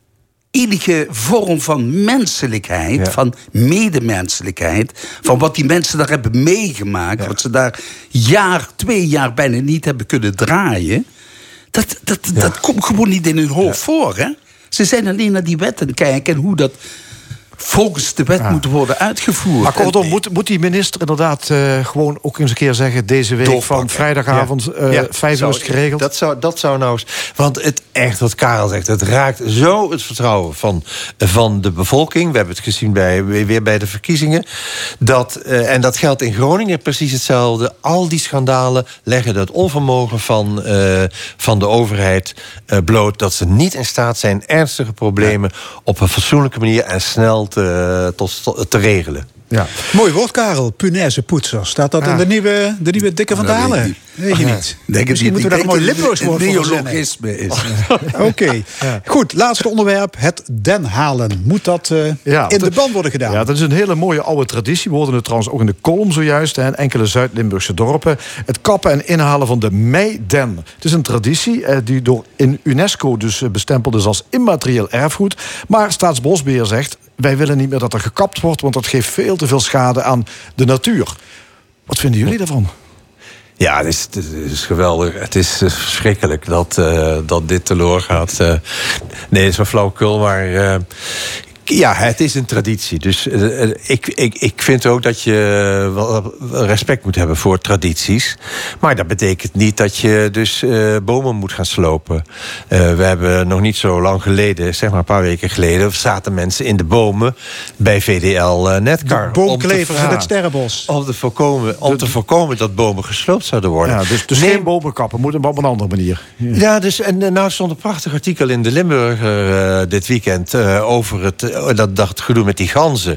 enige vorm van menselijkheid, Ja. van medemenselijkheid, van wat die mensen daar hebben meegemaakt, Ja. wat ze daar jaar, twee jaar bijna niet hebben kunnen draaien, dat, dat, Ja. dat komt gewoon niet in hun hoofd voor. Hè? Ze zijn alleen naar die wetten kijken en hoe dat volgens de wet Ja. moet worden uitgevoerd. Maar kortom, En- moet, moet die minister inderdaad uh, gewoon ook eens een keer zeggen... deze week Doorpakken. van vrijdagavond uh, Ja, vijf uur zou- is het geregeld? Dat zou, dat zou nou eens... Want het echt, wat Karel zegt, het raakt zo het vertrouwen van, van de bevolking. We hebben het gezien bij, weer bij de verkiezingen. Dat, uh, en dat geldt in Groningen precies hetzelfde. Al die schandalen leggen het onvermogen van, uh, van de overheid uh, bloot... dat ze niet in staat zijn ernstige problemen... op een fatsoenlijke manier en snel te, tot, te regelen. Ja. Mooi woord, Karel. Punaise poetser. Staat dat Ja. in de nieuwe, de nieuwe Dikke van Dat weet ik Dalen? niet. Weet je niet? Denk het Misschien niet. moeten we daar Ik een mooi denk dat Limburgs het woord een voor verzinnen. neologisme is. Oké. Goed, laatste onderwerp. Het den halen. Moet dat uh, Ja, in de dat- ban worden gedaan? Ja, dat is een hele mooie oude traditie. We hoorden het trouwens ook in de column zojuist. Hè, in enkele Zuid-Limburgse dorpen. Het kappen en inhalen van de meiden. Het is een traditie eh, die door in UNESCO dus eh, bestempeld is als immaterieel erfgoed. Maar Staatsbosbeheer zegt... wij willen niet meer dat er gekapt wordt... want dat geeft veel te veel schade aan de natuur. Wat vinden jullie daarvan? Ja, het is, het is geweldig. Het is uh, verschrikkelijk dat, uh, dat dit teloor gaat. Uh, nee, het is wel flauwekul, maar... Uh, ja, het is een traditie. Dus uh, ik, ik, ik vind ook dat je wel respect moet hebben voor tradities. Maar dat betekent niet dat je dus uh, bomen moet gaan slopen. Uh, we hebben nog niet zo lang geleden, zeg maar een paar weken geleden... zaten mensen in de bomen bij V D L uh, Netcar. De boomklevers om te- in het Sterrenbos. Om te voorkomen, om te voorkomen dat bomen gesloopt zouden worden. Ja, dus dus Neem- geen bomen kappen, moet op een andere manier. Ja. Ja, dus, en uh, nou stond een prachtig artikel in de Limburger uh, dit weekend... Uh, over het, uh, dat, dat gedoe met die ganzen.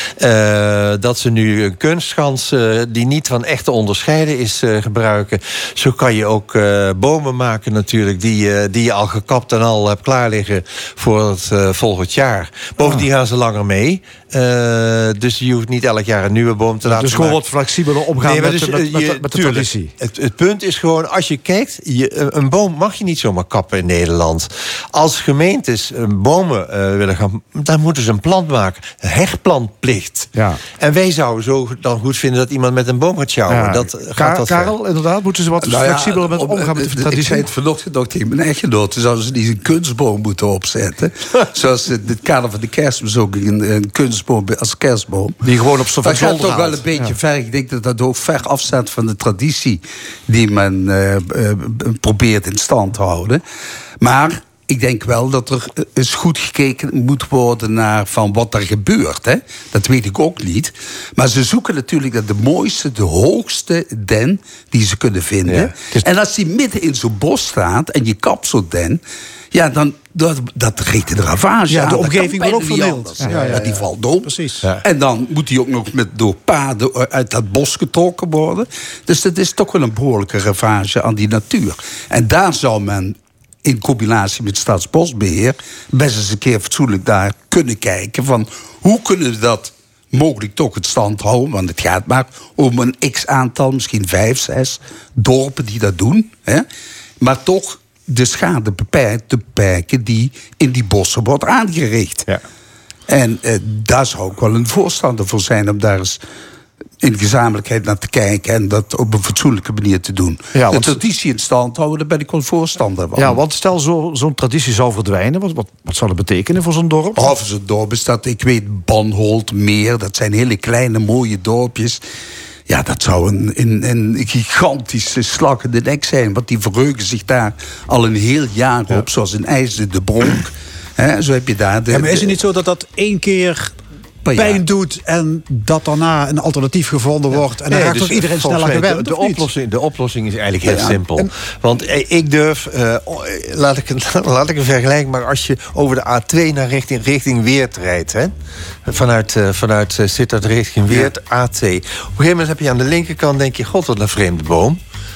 Uh, dat ze nu een kunstgans uh, die niet van echt te onderscheiden is uh, gebruiken. Zo kan je ook uh, bomen maken natuurlijk... Die, uh, die je al gekapt en al hebt klaar liggen voor het uh, volgend jaar. Bovendien gaan ze langer mee. Uh, dus je hoeft niet elk jaar een nieuwe boom te laten Dus gewoon maken. wat flexibeler omgaan Nee, maar met, dus, met, uh, met, je- met de tuurlijk. traditie. Het, het punt is gewoon, als je kijkt... Je, een boom mag je niet zomaar kappen in Nederland. Als gemeentes uh, bomen uh, willen gaan... dan moeten ze een plant maken. Een hegplantplicht. Ja. En wij zouden zo dan goed vinden... dat iemand met een boom gaat sjouwen. Ja. Dat, Ka- gaat dat ver. Karel, inderdaad, moeten ze wat Nou ja, flexibeler met om- omgaan met de Ik zei traditie? het vanochtend nog tegen mijn echtgenote. Zouden ze niet een kunstboom moeten opzetten? Zoals in het kader van de kerstmis ook een, een kunstboom als kerstboom. Die gewoon op z'n Dat gaat zolder toch wel haalt. een beetje Ja. ver. Ik denk dat dat ook ver afstaat van de traditie... die men eh, eh, probeert in stand te houden. Maar... ik denk wel dat er eens goed gekeken moet worden naar van wat er gebeurt. Hè? Dat weet ik ook niet. Maar ze zoeken natuurlijk naar de mooiste, de hoogste den die ze kunnen vinden. Ja. Dus... en als die midden in zo'n bos staat en je kapt zo'n den... ja, dan dat, dat richt een ravage Ja, aan. de Dat omgeving kan wordt ook bijna niet vernield. anders. Ja, Ja, ja, ja. die valt om. Precies. Ja. En dan moet die ook nog met, door paarden uit dat bos getrokken worden. Dus dat is toch wel een behoorlijke ravage aan die natuur. En daar zou men in combinatie met Staatsbosbeheer best eens een keer fatsoenlijk daar kunnen kijken van hoe kunnen we dat mogelijk toch in stand houden. Want het gaat maar om een x-aantal, misschien vijf, zes dorpen die dat doen. Hè? Maar toch de schade beperkt, te beperken die in die bossen wordt aangericht. Ja. En eh, daar zou ik wel een voorstander voor zijn om daar eens in gezamenlijkheid naar te kijken en dat op een fatsoenlijke manier te doen. Ja, de want- traditie in stand houden, daar ben ik wel voorstander van. Ja, want stel zo, zo'n traditie zou verdwijnen. Wat, wat, wat zou dat betekenen voor zo'n dorp? Behalve zo'n dorp is dat, ik weet, Banholt, Meer, dat zijn hele kleine mooie dorpjes. Ja, dat zou een, een, een gigantische slag in de nek zijn. Want die verheugen zich daar al een heel jaar op, zoals in IJsden de Bronk. Hè, zo heb je daar de, Ja, maar is het de- niet zo dat dat één keer per pijn jaar. doet en dat daarna een alternatief gevonden wordt en dan Nee, raakt dus toch iedereen volgens sneller mij gewend? De, de, of niet? oplossing, de oplossing is eigenlijk heel Ja, simpel. en- Want eh, ik durf, eh, oh, eh, laat, ik, een- laat ik een vergelijking maken. Als je over de A twee naar richting, richting Weert rijdt, hè? vanuit, uh, vanuit uh, Sittard richting Weert, A twee. Op een gegeven moment heb je aan de linkerkant, denk je, god, wat een vreemde boom.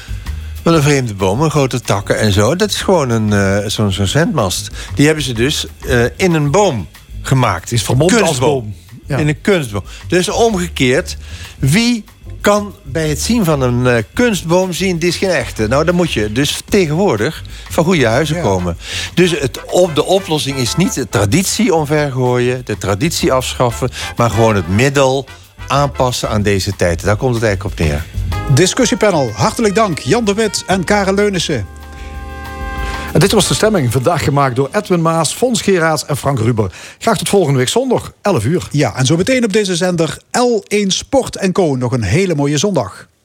Wat een vreemde boom, een grote takken en zo. Dat is gewoon een, uh, zo'n zo'n zendmast. Die hebben ze dus uh, in een boom gemaakt. Het is vermomd als Kunstboom. boom. Ja. In een kunstboom. Dus omgekeerd, wie kan bij het zien van een uh, kunstboom zien, dit is geen echte. Nou, dan moet je dus tegenwoordig van goede huizen ja. komen. Dus het, op, de oplossing is niet de traditie omvergooien, de traditie afschaffen, maar gewoon het middel aanpassen aan deze tijd. Daar komt het eigenlijk op neer. Discussiepanel, hartelijk dank. Jan de Wit en Karen Leunissen. En dit was de stemming, vandaag gemaakt door Edwin Maas, Fons Geraerts en Frank Ruber. Graag tot volgende week zondag, elf uur. Ja, en zo meteen op deze zender L één Sport en Co. Nog een hele mooie zondag.